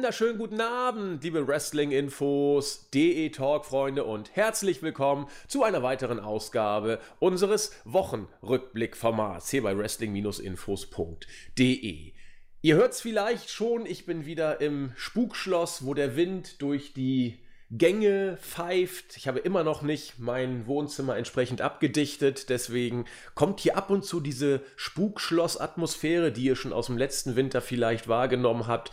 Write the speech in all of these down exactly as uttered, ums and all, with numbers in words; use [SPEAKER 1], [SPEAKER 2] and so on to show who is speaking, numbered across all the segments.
[SPEAKER 1] wunderschönen guten Abend, liebe Wrestling-Infos, D E Talk-Freunde und herzlich willkommen zu einer weiteren Ausgabe unseres Wochenrückblick-Formats hier bei wrestling Infos punkt de. Ihr hört's vielleicht schon, ich bin wieder im Spukschloss, wo der Wind durch die Gänge pfeift. Ich habe immer noch nicht mein Wohnzimmer entsprechend abgedichtet, deswegen kommt hier ab und zu diese Spukschloss-Atmosphäre, die ihr schon aus dem letzten Winter vielleicht wahrgenommen habt,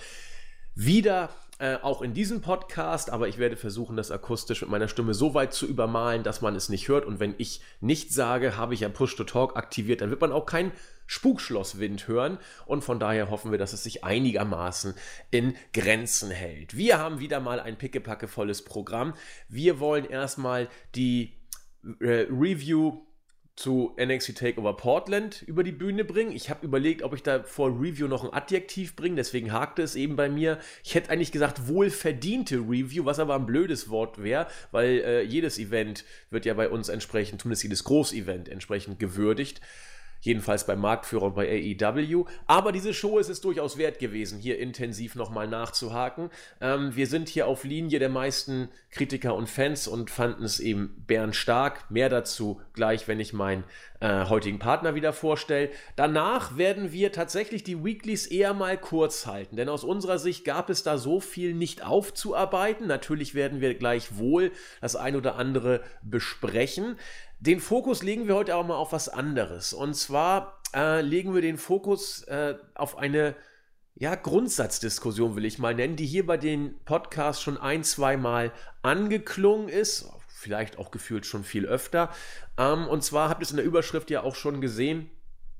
[SPEAKER 1] wieder äh, auch in diesem Podcast, aber ich werde versuchen, das akustisch mit meiner Stimme so weit zu übermalen, dass man es nicht hört. Und wenn ich nicht sage, habe ich ja Push-to-Talk aktiviert, dann wird man auch keinen Spukschlosswind hören. Und von daher hoffen wir, dass es sich einigermaßen in Grenzen hält. Wir haben wieder mal ein pickepackevolles Programm. Wir wollen erstmal die äh, Review zu N X T TakeOver Portland über die Bühne bringen. Ich habe überlegt, ob ich da vor Review noch ein Adjektiv bringe, deswegen hakte es eben bei mir. Ich hätte eigentlich gesagt wohlverdiente Review, was aber ein blödes Wort wäre, weil äh, jedes Event wird ja bei uns entsprechend, zumindest jedes Großevent entsprechend gewürdigt. Jedenfalls beim Marktführer und bei A E W. Aber diese Show ist es durchaus wert gewesen, hier intensiv nochmal nachzuhaken. Ähm, wir sind hier auf Linie der meisten Kritiker und Fans und fanden es eben bärenstark. Mehr dazu gleich, wenn ich meinen äh, heutigen Partner wieder vorstelle. Danach werden wir tatsächlich die Weeklies eher mal kurz halten, denn aus unserer Sicht gab es da so viel nicht aufzuarbeiten. Natürlich werden wir gleich wohl das ein oder andere besprechen. Den Fokus legen wir heute aber mal auf was anderes. Und zwar äh, legen wir den Fokus äh, auf eine ja, Grundsatzdiskussion, will ich mal nennen, die hier bei den Podcasts schon ein, zwei Mal angeklungen ist. Vielleicht auch gefühlt schon viel öfter. Ähm, und zwar habt ihr es in der Überschrift ja auch schon gesehen.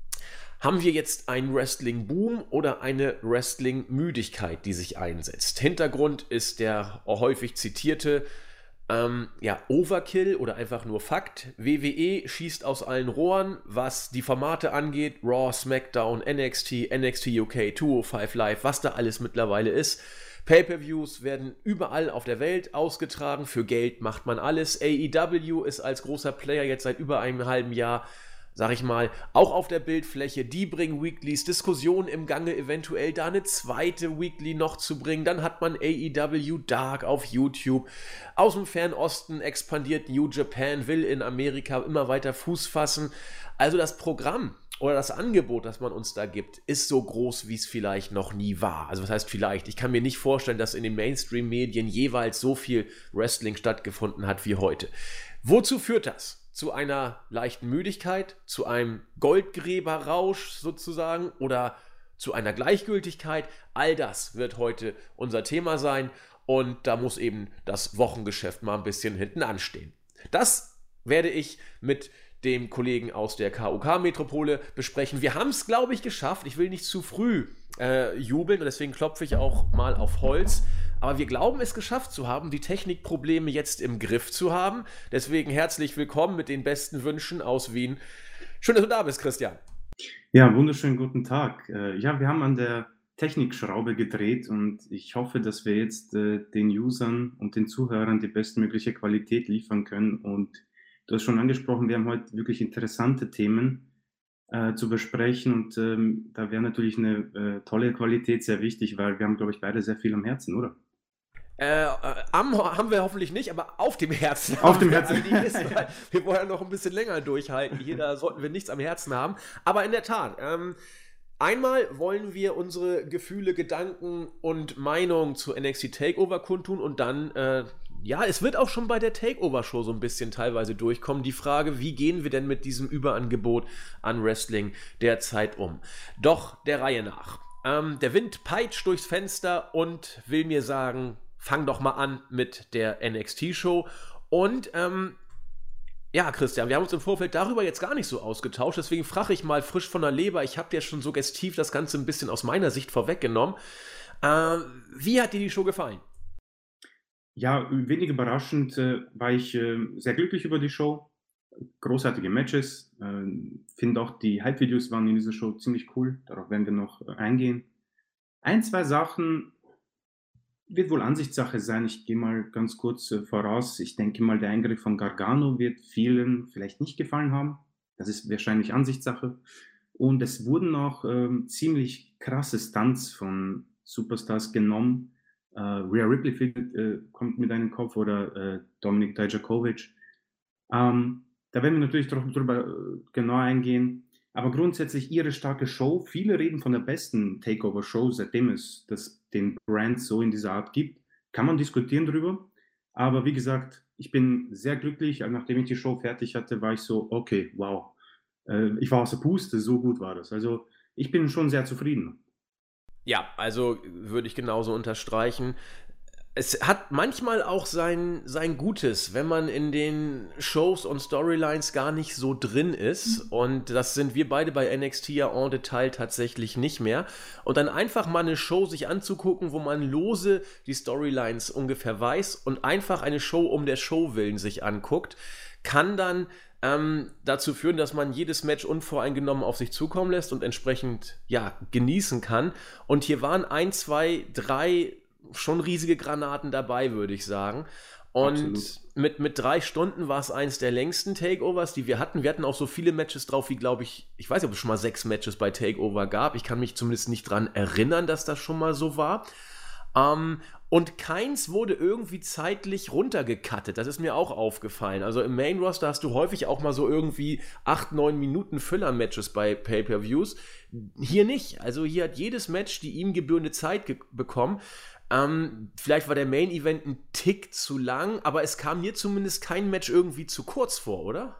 [SPEAKER 1] Haben wir jetzt einen Wrestling-Boom oder eine Wrestling-Müdigkeit, die sich einsetzt? Hintergrund ist der häufig zitierte Ähm, ja, Overkill oder einfach nur Fakt. W W E schießt aus allen Rohren, was die Formate angeht. Raw, SmackDown, N X T, N X T U K, zweihundertfünf Live, was da alles mittlerweile ist. Pay-Per-Views werden überall auf der Welt ausgetragen. Für Geld macht man alles. A E W ist als großer Player jetzt seit über einem halben Jahr, sag ich mal, auch auf der Bildfläche. Die bringen Weeklies, Diskussionen im Gange, eventuell da eine zweite Weekly noch zu bringen. Dann hat man A E W Dark auf YouTube. Aus dem Fernosten expandiert New Japan, will in Amerika immer weiter Fuß fassen. Also das Programm oder das Angebot, das man uns da gibt, ist so groß, wie es vielleicht noch nie war. Also was heißt vielleicht? Ich kann mir nicht vorstellen, dass in den Mainstream-Medien jeweils so viel Wrestling stattgefunden hat wie heute. Wozu führt das? Zu einer leichten Müdigkeit, zu einem Goldgräberrausch sozusagen oder zu einer Gleichgültigkeit. All das wird heute unser Thema sein und da muss eben das Wochengeschäft mal ein bisschen hinten anstehen. Das werde ich mit dem Kollegen aus der K U K-Metropole besprechen. Wir haben es, glaube ich, geschafft. Ich will nicht zu früh äh, jubeln und deswegen klopfe ich auch mal auf Holz. Aber wir glauben, es geschafft zu haben, die Technikprobleme jetzt im Griff zu haben. Deswegen herzlich willkommen mit den besten Wünschen aus Wien. Schön, dass du da bist, Christian.
[SPEAKER 2] Ja, wunderschönen guten Tag. Äh, ja, wir haben an der Technikschraube gedreht und ich hoffe, dass wir jetzt äh, den Usern und den Zuhörern die bestmögliche Qualität liefern können. Und du hast schon angesprochen, wir haben heute wirklich interessante Themen äh, zu besprechen und ähm, da wäre natürlich eine äh, tolle Qualität sehr wichtig, weil wir haben, glaube ich, beide sehr viel am Herzen, oder?
[SPEAKER 1] Äh, äh, am haben wir hoffentlich nicht, aber auf dem Herzen.
[SPEAKER 2] Auf dem Herzen.
[SPEAKER 1] Einiges, weil wir wollen ja noch ein bisschen länger durchhalten. Hier, da sollten wir nichts am Herzen haben. Aber in der Tat, ähm, einmal wollen wir unsere Gefühle, Gedanken und Meinungen zu N X T TakeOver kundtun und dann, äh, ja, es wird auch schon bei der TakeOver-Show so ein bisschen teilweise durchkommen. Die Frage, wie gehen wir denn mit diesem Überangebot an Wrestling derzeit um? Doch der Reihe nach. Ähm, der Wind peitscht durchs Fenster und will mir sagen, fang doch mal an mit der N X T-Show. Und, ähm, ja, Christian, wir haben uns im Vorfeld darüber jetzt gar nicht so ausgetauscht, deswegen frage ich mal frisch von der Leber, ich habe dir schon suggestiv das Ganze ein bisschen aus meiner Sicht vorweggenommen. Äh, wie hat dir die Show gefallen?
[SPEAKER 2] Ja, wenig überraschend äh, war ich äh, sehr glücklich über die Show. Großartige Matches. Äh, finde auch, die Hype-Videos waren in dieser Show ziemlich cool. Darauf werden wir noch äh, eingehen. Ein, zwei Sachen wird wohl Ansichtssache sein. Ich gehe mal ganz kurz äh, voraus. Ich denke mal, der Eingriff von Gargano wird vielen vielleicht nicht gefallen haben. Das ist wahrscheinlich Ansichtssache. Und es wurden auch ähm, ziemlich krasse Stunts von Superstars genommen. äh, Rhea Ripley findet, äh, kommt mit einem Kopf oder äh, Dominik Dijakovic. Ähm, da werden wir natürlich drüber, drüber äh, genau eingehen. Aber grundsätzlich ihre starke Show. Viele reden von der besten Takeover-Show, seitdem es das, den Brand so in dieser Art gibt. Kann man diskutieren drüber. Aber wie gesagt, ich bin sehr glücklich. Nachdem ich die Show fertig hatte, war ich so, okay, wow. Äh, ich war aus der Puste, so gut war das. Also ich bin schon sehr zufrieden.
[SPEAKER 1] Ja, also würde ich genauso unterstreichen. Es hat manchmal auch sein, sein Gutes, wenn man in den Shows und Storylines gar nicht so drin ist. Und das sind wir beide bei N X T ja en Detail tatsächlich nicht mehr. Und dann einfach mal eine Show sich anzugucken, wo man lose die Storylines ungefähr weiß und einfach eine Show um der Show willen sich anguckt, kann dann ähm, dazu führen, dass man jedes Match unvoreingenommen auf sich zukommen lässt und entsprechend, ja, genießen kann. Und hier waren ein, zwei, drei schon riesige Granaten dabei, würde ich sagen. Und mit, mit drei Stunden war es eins der längsten Takeovers, die wir hatten. Wir hatten auch so viele Matches drauf, wie, glaube ich, ich weiß nicht, ob es schon mal sechs Matches bei Takeover gab. Ich kann mich zumindest nicht dran erinnern, dass das schon mal so war. Ähm, und keins wurde irgendwie zeitlich runtergecuttet. Das ist mir auch aufgefallen. Also im Main Roster hast du häufig auch mal so irgendwie acht, neun Minuten Füller-Matches bei Pay-Per-Views. Hier nicht. Also hier hat jedes Match die ihm gebührende Zeit ge- bekommen. Ähm, vielleicht war der Main Event ein Tick zu lang, aber es kam mir zumindest kein Match irgendwie zu kurz vor, oder?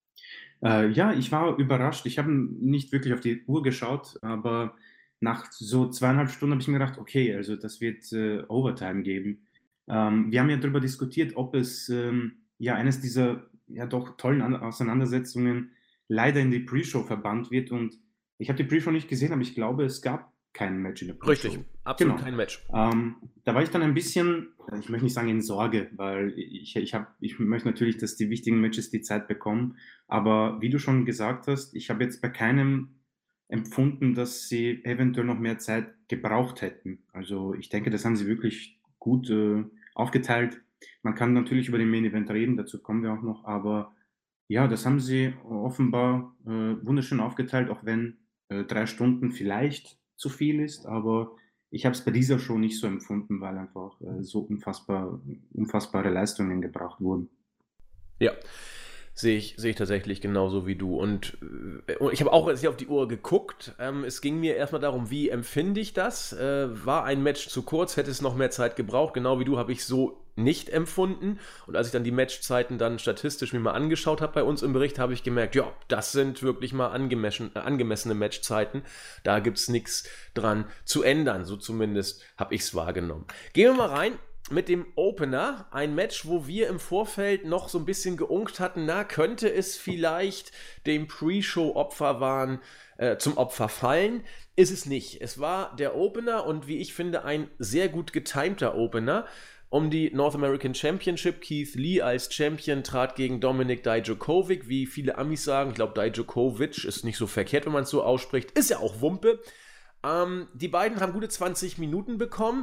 [SPEAKER 2] Äh, ja, ich war überrascht. Ich habe nicht wirklich auf die Uhr geschaut, aber nach so zweieinhalb Stunden habe ich mir gedacht, okay, also das wird äh, Overtime geben. Ähm, wir haben ja darüber diskutiert, ob es ähm, ja eines dieser ja doch tollen An- Auseinandersetzungen leider in die Pre-Show verbannt wird. Und ich habe die Pre-Show nicht gesehen, aber ich glaube, es gab kein Match in der Pre-Show.
[SPEAKER 1] Richtig, absolut
[SPEAKER 2] Genau.
[SPEAKER 1] kein Match.
[SPEAKER 2] Ähm, da war ich dann ein bisschen, ich möchte nicht sagen in Sorge, weil ich, ich, hab, ich möchte natürlich, dass die wichtigen Matches die Zeit bekommen. Aber wie du schon gesagt hast, ich habe jetzt bei keinem empfunden, dass sie eventuell noch mehr Zeit gebraucht hätten. Also ich denke, das haben sie wirklich gut äh, aufgeteilt. Man kann natürlich über den Main Event reden, dazu kommen wir auch noch, aber ja, das haben sie offenbar äh, wunderschön aufgeteilt, auch wenn äh, drei Stunden vielleicht zu viel ist, aber ich habe es bei dieser Show nicht so empfunden, weil einfach äh, so unfassbar, unfassbare Leistungen gebracht wurden.
[SPEAKER 1] Ja, sehe ich, sehe ich tatsächlich genauso wie du. Und äh, ich habe auch jetzt hier auf die Uhr geguckt. Ähm, es ging mir erstmal darum, wie empfinde ich das? Äh, war ein Match zu kurz? Hätte es noch mehr Zeit gebraucht? Genau wie du habe ich so nicht empfunden. Und als ich dann die Matchzeiten dann statistisch mir mal angeschaut habe bei uns im Bericht, habe ich gemerkt, ja, das sind wirklich mal angemessen, äh, angemessene Matchzeiten. Da gibt es nichts dran zu ändern. So zumindest habe ich es wahrgenommen. Gehen wir mal rein mit dem Opener, ein Match, wo wir im Vorfeld noch so ein bisschen geunkt hatten, na, könnte es vielleicht dem Pre-Show-Opfer waren, äh, zum Opfer fallen? Ist es nicht. Es war der Opener und wie ich finde, ein sehr gut getimter Opener. Um die North American Championship, Keith Lee als Champion trat gegen Dominik Dijakovic, wie viele Amis sagen. Ich glaube, Dijakovic ist nicht so verkehrt, wenn man es so ausspricht. Ist ja auch Wumpe. Ähm, die beiden haben gute zwanzig Minuten bekommen.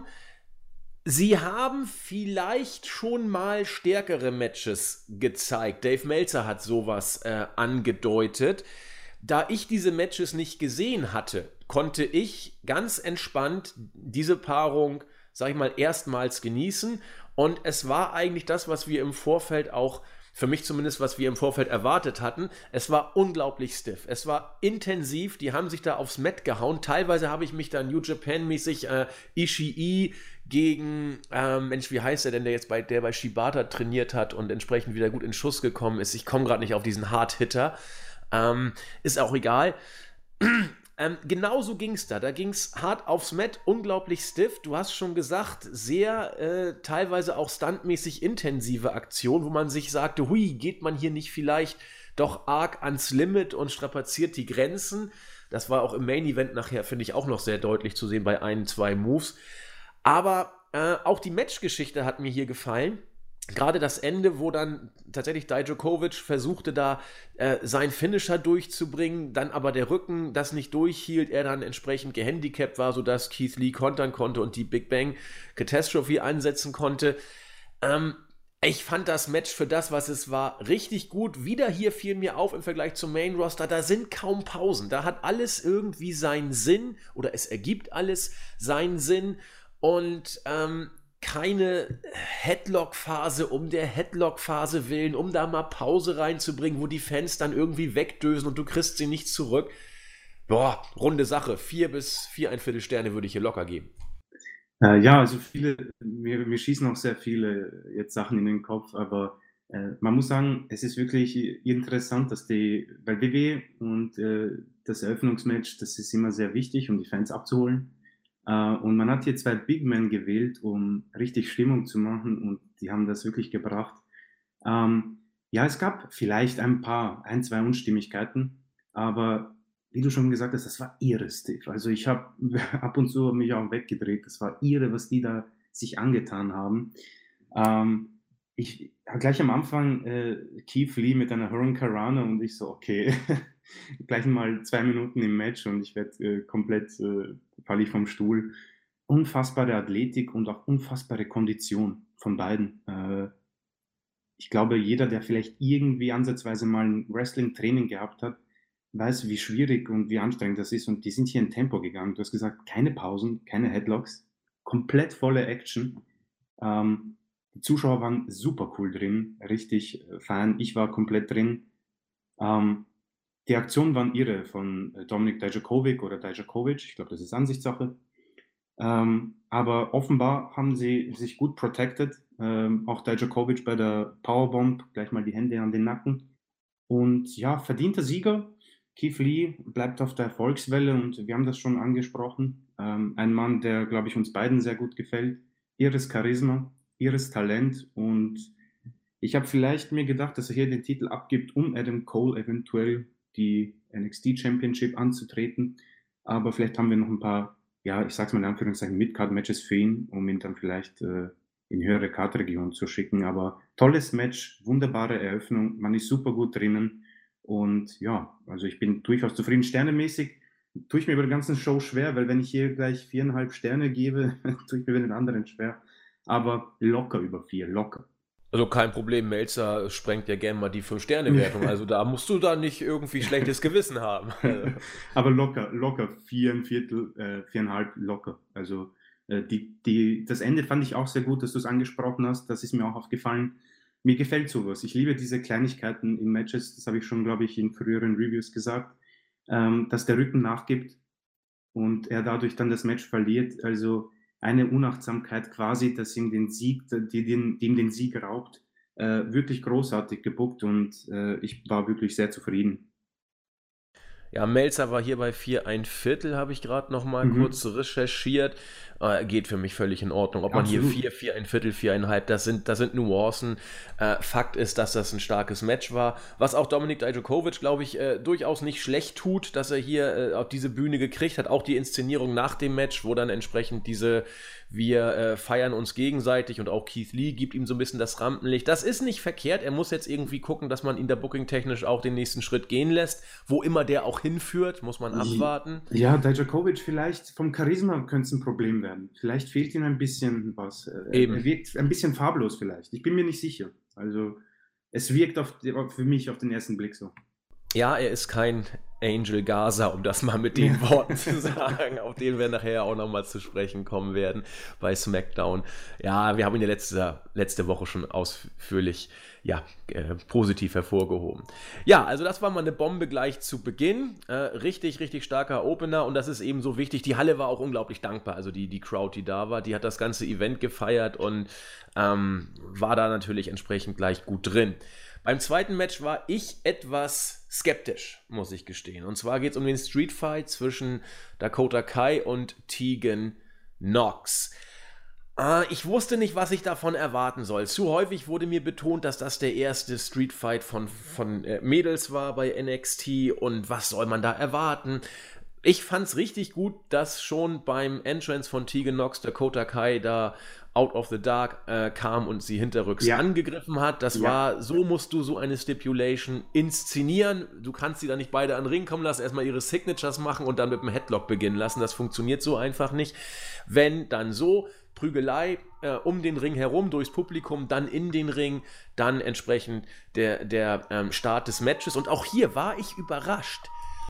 [SPEAKER 1] Sie haben vielleicht schon mal stärkere Matches gezeigt. Dave Meltzer hat sowas äh, angedeutet. Da ich diese Matches nicht gesehen hatte, konnte ich ganz entspannt diese Paarung, sag ich mal, erstmals genießen. Und es war eigentlich das, was wir im Vorfeld auch, für mich zumindest, was wir im Vorfeld erwartet hatten. Es war unglaublich stiff. Es war intensiv. Die haben sich da aufs Mat gehauen. Teilweise habe ich mich da New Japan-mäßig äh, Ishii gegen, ähm, Mensch, wie heißt der denn, der jetzt bei, der bei Shibata trainiert hat und entsprechend wieder gut in Schuss gekommen ist. Ich komme gerade nicht auf diesen Hard-Hitter. Ähm, ist auch egal. Ähm, genauso ging es da. Da ging es hart aufs Mat, unglaublich stiff. Du hast schon gesagt, sehr äh, teilweise auch stuntmäßig intensive Aktion, wo man sich sagte, hui, geht man hier nicht vielleicht doch arg ans Limit und strapaziert die Grenzen. Das war auch im Main Event nachher, finde ich, auch noch sehr deutlich zu sehen bei ein, zwei Moves. Aber äh, auch die Matchgeschichte hat mir hier gefallen. Gerade das Ende, wo dann tatsächlich Dijakovic versuchte, da äh, seinen Finisher durchzubringen, dann aber der Rücken das nicht durchhielt, er dann entsprechend gehandicapt war, sodass Keith Lee kontern konnte und die Big Bang Catastrophe einsetzen konnte. Ähm, ich fand das Match für das, was es war, richtig gut. Wieder hier fiel mir auf im Vergleich zum Main Roster, da sind kaum Pausen. Da hat alles irgendwie seinen Sinn oder es ergibt alles seinen Sinn. Und ähm, keine Headlock-Phase um der Headlock-Phase willen, um da mal Pause reinzubringen, wo die Fans dann irgendwie wegdösen und du kriegst sie nicht zurück. Boah, runde Sache. Vier bis vier ein Viertel Sterne würde ich hier locker geben.
[SPEAKER 2] Äh, ja, also viele, mir, mir schießen auch sehr viele jetzt Sachen in den Kopf, aber äh, man muss sagen, es ist wirklich interessant, dass die, bei W W E und äh, das Eröffnungsmatch, das ist immer sehr wichtig, um die Fans abzuholen. Uh, und man hat hier zwei Big Men gewählt, um richtig Stimmung zu machen, und die haben das wirklich gebracht. Um, ja, es gab vielleicht ein paar, ein, zwei Unstimmigkeiten, aber wie du schon gesagt hast, das war irre, Steve. Also ich habe ab und zu mich auch weggedreht. Das war irre, was die da sich angetan haben. Um, ich gleich am Anfang äh, Keith Lee mit einer Hurricanrana und ich so, okay, gleich mal zwei Minuten im Match und ich werde äh, komplett, äh, falle ich vom Stuhl. Unfassbare Athletik und auch unfassbare Kondition von beiden. Äh, ich glaube, jeder, der vielleicht irgendwie ansatzweise mal ein Wrestling-Training gehabt hat, weiß, wie schwierig und wie anstrengend das ist, und die sind hier in Tempo gegangen. Du hast gesagt, keine Pausen, keine Headlocks, komplett volle Action. Ähm, Die Zuschauer waren super cool drin, richtig äh, Fan. Ich war komplett drin. Ähm, die Aktionen waren irre von äh, Dominik Dijakovic oder Dijakovic. Ich glaube, das ist Ansichtssache. Ähm, aber offenbar haben sie sich gut protected. Ähm, auch Dijakovic bei der Powerbomb, gleich mal die Hände an den Nacken. Und ja, verdienter Sieger. Keith Lee bleibt auf der Erfolgswelle und wir haben das schon angesprochen. Ähm, ein Mann, der, glaube ich, uns beiden sehr gut gefällt. Irres Charisma, ihres Talent, und ich habe vielleicht mir gedacht, dass er hier den Titel abgibt, um Adam Cole eventuell die N X T Championship anzutreten, aber vielleicht haben wir noch ein paar, ja, ich sag's mal in Anführungszeichen, Midcard-Matches für ihn, um ihn dann vielleicht äh, in höhere Kartregionen zu schicken, aber tolles Match, wunderbare Eröffnung, man ist super gut drinnen und ja, also ich bin durchaus zufrieden. Sternemäßig tue ich mir über die ganze Show schwer, weil wenn ich hier gleich viereinhalb Sterne gebe, tue ich mir über den anderen schwer. Aber locker über vier, locker.
[SPEAKER 1] Also kein Problem, Melzer sprengt ja gerne mal die fünf-Sterne-Wertung, also da musst du da nicht irgendwie schlechtes Gewissen haben.
[SPEAKER 2] Aber locker, locker, vier, ein Viertel, äh, viereinhalb, locker. Also äh, die, die, das Ende fand ich auch sehr gut, dass du es angesprochen hast, das ist mir auch aufgefallen. Mir gefällt sowas, ich liebe diese Kleinigkeiten in Matches, das habe ich schon, glaube ich, in früheren Reviews gesagt, ähm, dass der Rücken nachgibt und er dadurch dann das Match verliert, also eine Unachtsamkeit quasi, dass ihm den Sieg, die, die, die ihm den Sieg raubt, äh, wirklich großartig gebuckt, und äh, ich war wirklich sehr zufrieden.
[SPEAKER 1] Ja, Melzer war hier bei vier ein Viertel, habe ich gerade noch mal
[SPEAKER 2] Mhm.
[SPEAKER 1] kurz recherchiert. Äh, geht für mich völlig in Ordnung. Ob man
[SPEAKER 2] Absolut.
[SPEAKER 1] hier vier, vier ein Viertel, vier Komma fünf, das sind, das sind Nuancen. Äh, Fakt ist, dass das ein starkes Match war. Was auch Dominik Dijakovic, glaube ich, äh, durchaus nicht schlecht tut, dass er hier äh, auf diese Bühne gekriegt hat. Auch die Inszenierung nach dem Match, wo dann entsprechend diese wir äh, feiern uns gegenseitig, und auch Keith Lee gibt ihm so ein bisschen das Rampenlicht. Das ist nicht verkehrt. Er muss jetzt irgendwie gucken, dass man ihn da booking-technisch auch den nächsten Schritt gehen lässt. Wo immer der auch hinführt, muss man abwarten.
[SPEAKER 2] Ja, Dijakovic vielleicht vom Charisma könnte es ein Problem werden. Vielleicht fehlt ihm ein bisschen was.
[SPEAKER 1] Eben.
[SPEAKER 2] Er wirkt ein bisschen farblos vielleicht. Ich bin mir nicht sicher. Also es wirkt auf, für mich auf den ersten Blick so.
[SPEAKER 1] Ja, er ist kein Angel Gaza, um das mal mit den
[SPEAKER 2] Ja.
[SPEAKER 1] Worten zu sagen, auf den wir nachher auch nochmal zu sprechen kommen werden bei SmackDown. Ja, wir haben ihn ja letzte, letzte Woche schon ausführlich ja, äh, positiv hervorgehoben. Ja, also das war mal eine Bombe gleich zu Beginn. Äh, richtig, richtig starker Opener, und das ist eben so wichtig. Die Halle war auch unglaublich dankbar, also die, die Crowd, die da war, die hat das ganze Event gefeiert und ähm, war da natürlich entsprechend gleich gut drin. Beim zweiten Match war ich etwas skeptisch, muss ich gestehen. Und zwar geht es um den Street Fight zwischen Dakota Kai und Tegan Nox. Äh, ich wusste nicht, was ich davon erwarten soll. Zu häufig wurde mir betont, dass das der erste Street Fight von, von äh, Mädels war bei N X T, und was soll man da erwarten? Ich fand's richtig gut, dass schon beim Entrance von Tegan Nox Dakota Kai da out of the dark äh, kam und sie hinterrücks
[SPEAKER 2] Ja.
[SPEAKER 1] angegriffen hat. Das
[SPEAKER 2] Ja.
[SPEAKER 1] war, so musst du so eine Stipulation inszenieren. Du kannst sie da nicht beide an den Ring kommen lassen, erstmal ihre Signatures machen und dann mit dem Headlock beginnen lassen. Das funktioniert so einfach nicht. Wenn, dann so. Prügelei äh, um den Ring herum, durchs Publikum, dann in den Ring, dann entsprechend der, der ähm, Start des Matches. Und auch hier war ich überrascht,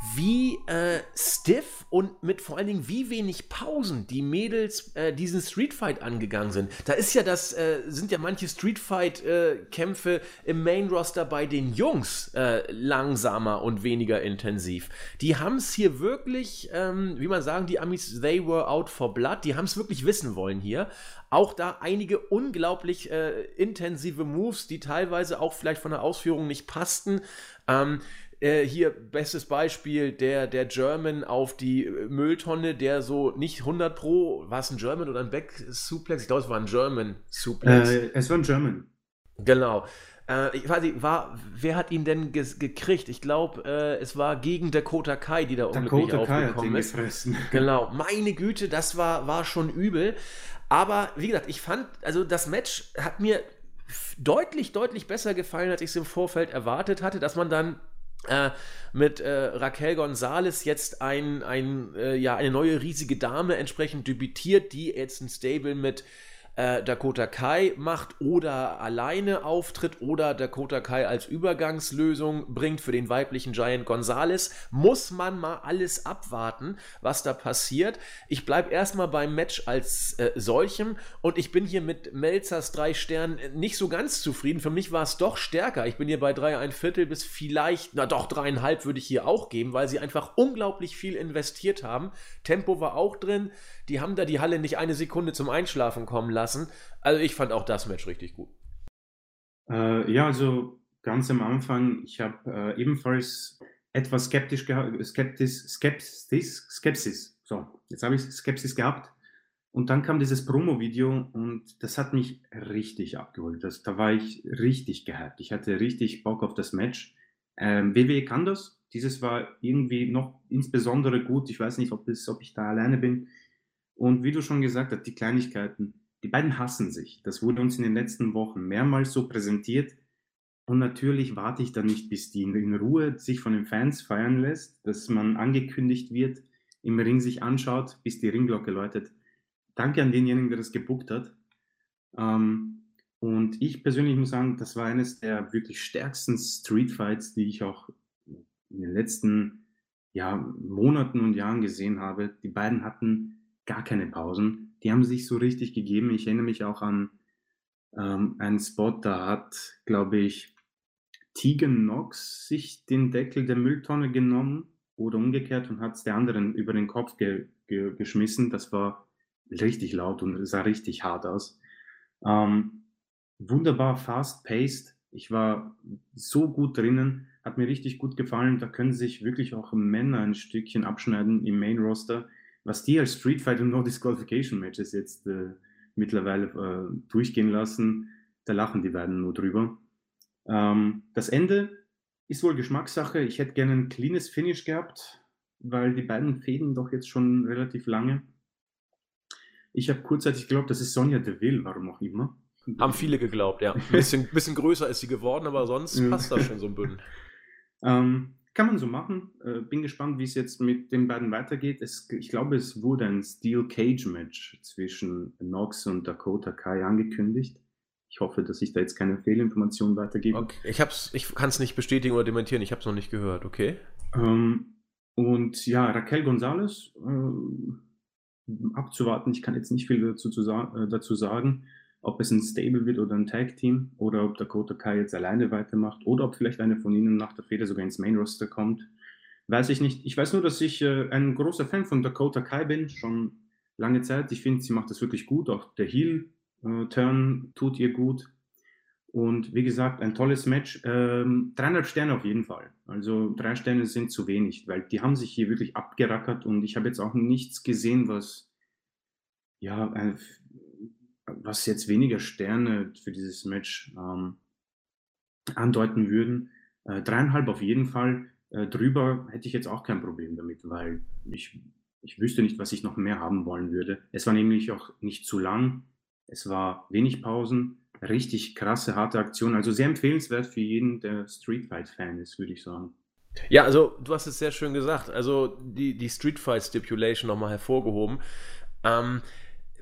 [SPEAKER 1] wie äh, stiff und mit vor allen Dingen wie wenig Pausen die Mädels äh, diesen Streetfight angegangen sind. Da ist ja das, äh, sind ja manche Streetfight-Kämpfe äh, im Main-Roster bei den Jungs äh, langsamer und weniger intensiv. Die haben es hier wirklich, ähm, wie man sagen, die Amis, they were out for blood, die haben es wirklich wissen wollen hier. Auch da einige unglaublich äh, intensive Moves, die teilweise auch vielleicht von der Ausführung nicht passten. Ähm, Äh, hier, bestes Beispiel, der, der German auf die Mülltonne, der so nicht hundert Pro, war es ein German oder ein Back-Suplex? Ich glaube, es war ein German-Suplex.
[SPEAKER 2] Äh, es war ein German.
[SPEAKER 1] Genau. Äh, ich weiß nicht, war, wer hat ihn denn ge gekriegt? Ich glaube, äh, es war gegen Dakota Kai, die da unglücklich
[SPEAKER 2] Dakota Kai
[SPEAKER 1] aufgekommen
[SPEAKER 2] hat ihn
[SPEAKER 1] ist.
[SPEAKER 2] gefressen.
[SPEAKER 1] Genau, meine Güte, das war, war schon übel. Aber wie gesagt, ich fand, also das Match hat mir deutlich, deutlich besser gefallen, als ich es im Vorfeld erwartet hatte, dass man dann Äh, mit äh, Raquel Gonzalez jetzt ein, ein, äh, ja, eine neue riesige Dame entsprechend debütiert, die jetzt ein Stable mit äh, Dakota Kai macht oder alleine auftritt oder Dakota Kai als Übergangslösung bringt für den weiblichen Giant Gonzalez, muss man mal alles abwarten, was da passiert. Ich bleibe erstmal beim Match als äh, solchem und ich bin hier mit Melzers drei Sternen nicht so ganz zufrieden. Für mich war es doch stärker. Ich bin hier bei drei ein Viertel bis vielleicht, na doch, dreieinhalb würde ich hier auch geben, weil sie einfach unglaublich viel investiert haben. Tempo war auch drin. Die haben da die Halle nicht eine Sekunde zum Einschlafen kommen lassen. Also ich fand auch das Match richtig gut.
[SPEAKER 2] Äh, ja, also ganz am Anfang, ich habe äh, ebenfalls etwas skeptisch gehabt, Skeptis, Skepsis, Skepsis, so, jetzt habe ich Skepsis gehabt. Und dann kam dieses Promo-Video und das hat mich richtig abgeholt. Das, da war ich richtig gehypt. Ich hatte richtig Bock auf das Match. Ähm, W W E kann das. Dieses war irgendwie noch insbesondere gut. Ich weiß nicht, ob, es, ob ich da alleine bin. Und wie du schon gesagt hast, die Kleinigkeiten, die beiden hassen sich. Das wurde uns in den letzten Wochen mehrmals so präsentiert. Und natürlich warte ich dann nicht, bis die in Ruhe sich von den Fans feiern lässt, dass man angekündigt wird, im Ring sich anschaut, bis die Ringglocke läutet. Danke an denjenigen, der das gebuckt hat. Ähm, und ich persönlich muss sagen, das war eines der wirklich stärksten Streetfights, die ich auch in den letzten ja, Monaten und Jahren gesehen habe. Die beiden hatten gar keine Pausen. Die haben sich so richtig gegeben. Ich erinnere mich auch an ähm, einen Spot, da hat, glaube ich, Tegan Knox sich den Deckel der Mülltonne genommen oder umgekehrt und hat es der anderen über den Kopf ge ge geschmissen. Das war richtig laut und sah richtig hart aus. Ähm, wunderbar fast-paced. Ich war so gut drinnen, hat mir richtig gut gefallen. Da können sich wirklich auch Männer ein Stückchen abschneiden im Main-Roster. Was die als Street Fight und No Disqualification Matches jetzt äh, mittlerweile äh, durchgehen lassen, da lachen die beiden nur drüber. Ähm, das Ende ist wohl Geschmackssache. Ich hätte gerne ein cleanes Finish gehabt, weil die beiden fäden doch jetzt schon relativ lange. Ich habe kurzzeitig geglaubt, das ist Sonya Deville, warum auch immer.
[SPEAKER 1] Haben viele geglaubt, ja. Ein bisschen, bisschen größer ist sie geworden, aber sonst passt das schon so ein Bündel.
[SPEAKER 2] Ähm, kann man so machen. Äh, bin gespannt, wie es jetzt mit den beiden weitergeht. Es, ich glaube, es wurde ein Steel Cage Match zwischen Knox und Dakota Kai angekündigt. Ich hoffe, dass ich da jetzt keine Fehlinformationen weitergebe.
[SPEAKER 1] Okay. Ich, ich kann es nicht bestätigen oder dementieren, ich habe es noch nicht gehört, okay?
[SPEAKER 2] Ähm, und ja, Raquel Gonzalez, äh, abzuwarten. Ich kann jetzt nicht viel dazu, zu sa äh, dazu sagen, ob es ein Stable wird oder ein Tag-Team oder ob Dakota Kai jetzt alleine weitermacht oder ob vielleicht eine von ihnen nach der Fehde sogar ins Main-Roster kommt. Weiß ich nicht. Ich weiß nur, dass ich äh, ein großer Fan von Dakota Kai bin, schon lange Zeit. Ich finde, sie macht das wirklich gut. Auch der Heel-Turn tut ihr gut. Und wie gesagt, ein tolles Match. Ähm, dreieinhalb Sterne auf jeden Fall. Also drei Sterne sind zu wenig, weil die haben sich hier wirklich abgerackert und ich habe jetzt auch nichts gesehen, was ja, ein, was jetzt weniger Sterne für dieses Match ähm, andeuten würden. Äh, dreieinhalb auf jeden Fall. Äh, drüber hätte ich jetzt auch kein Problem damit, weil ich, ich wüsste nicht, was ich noch mehr haben wollen würde. Es war nämlich auch nicht zu lang. Es war wenig Pausen. Richtig krasse, harte Aktion. Also sehr empfehlenswert für jeden, der Street Fight-Fan ist, würde ich sagen.
[SPEAKER 1] Ja, also du hast es sehr schön gesagt. Also die, die Street Fight Stipulation nochmal hervorgehoben. Ähm,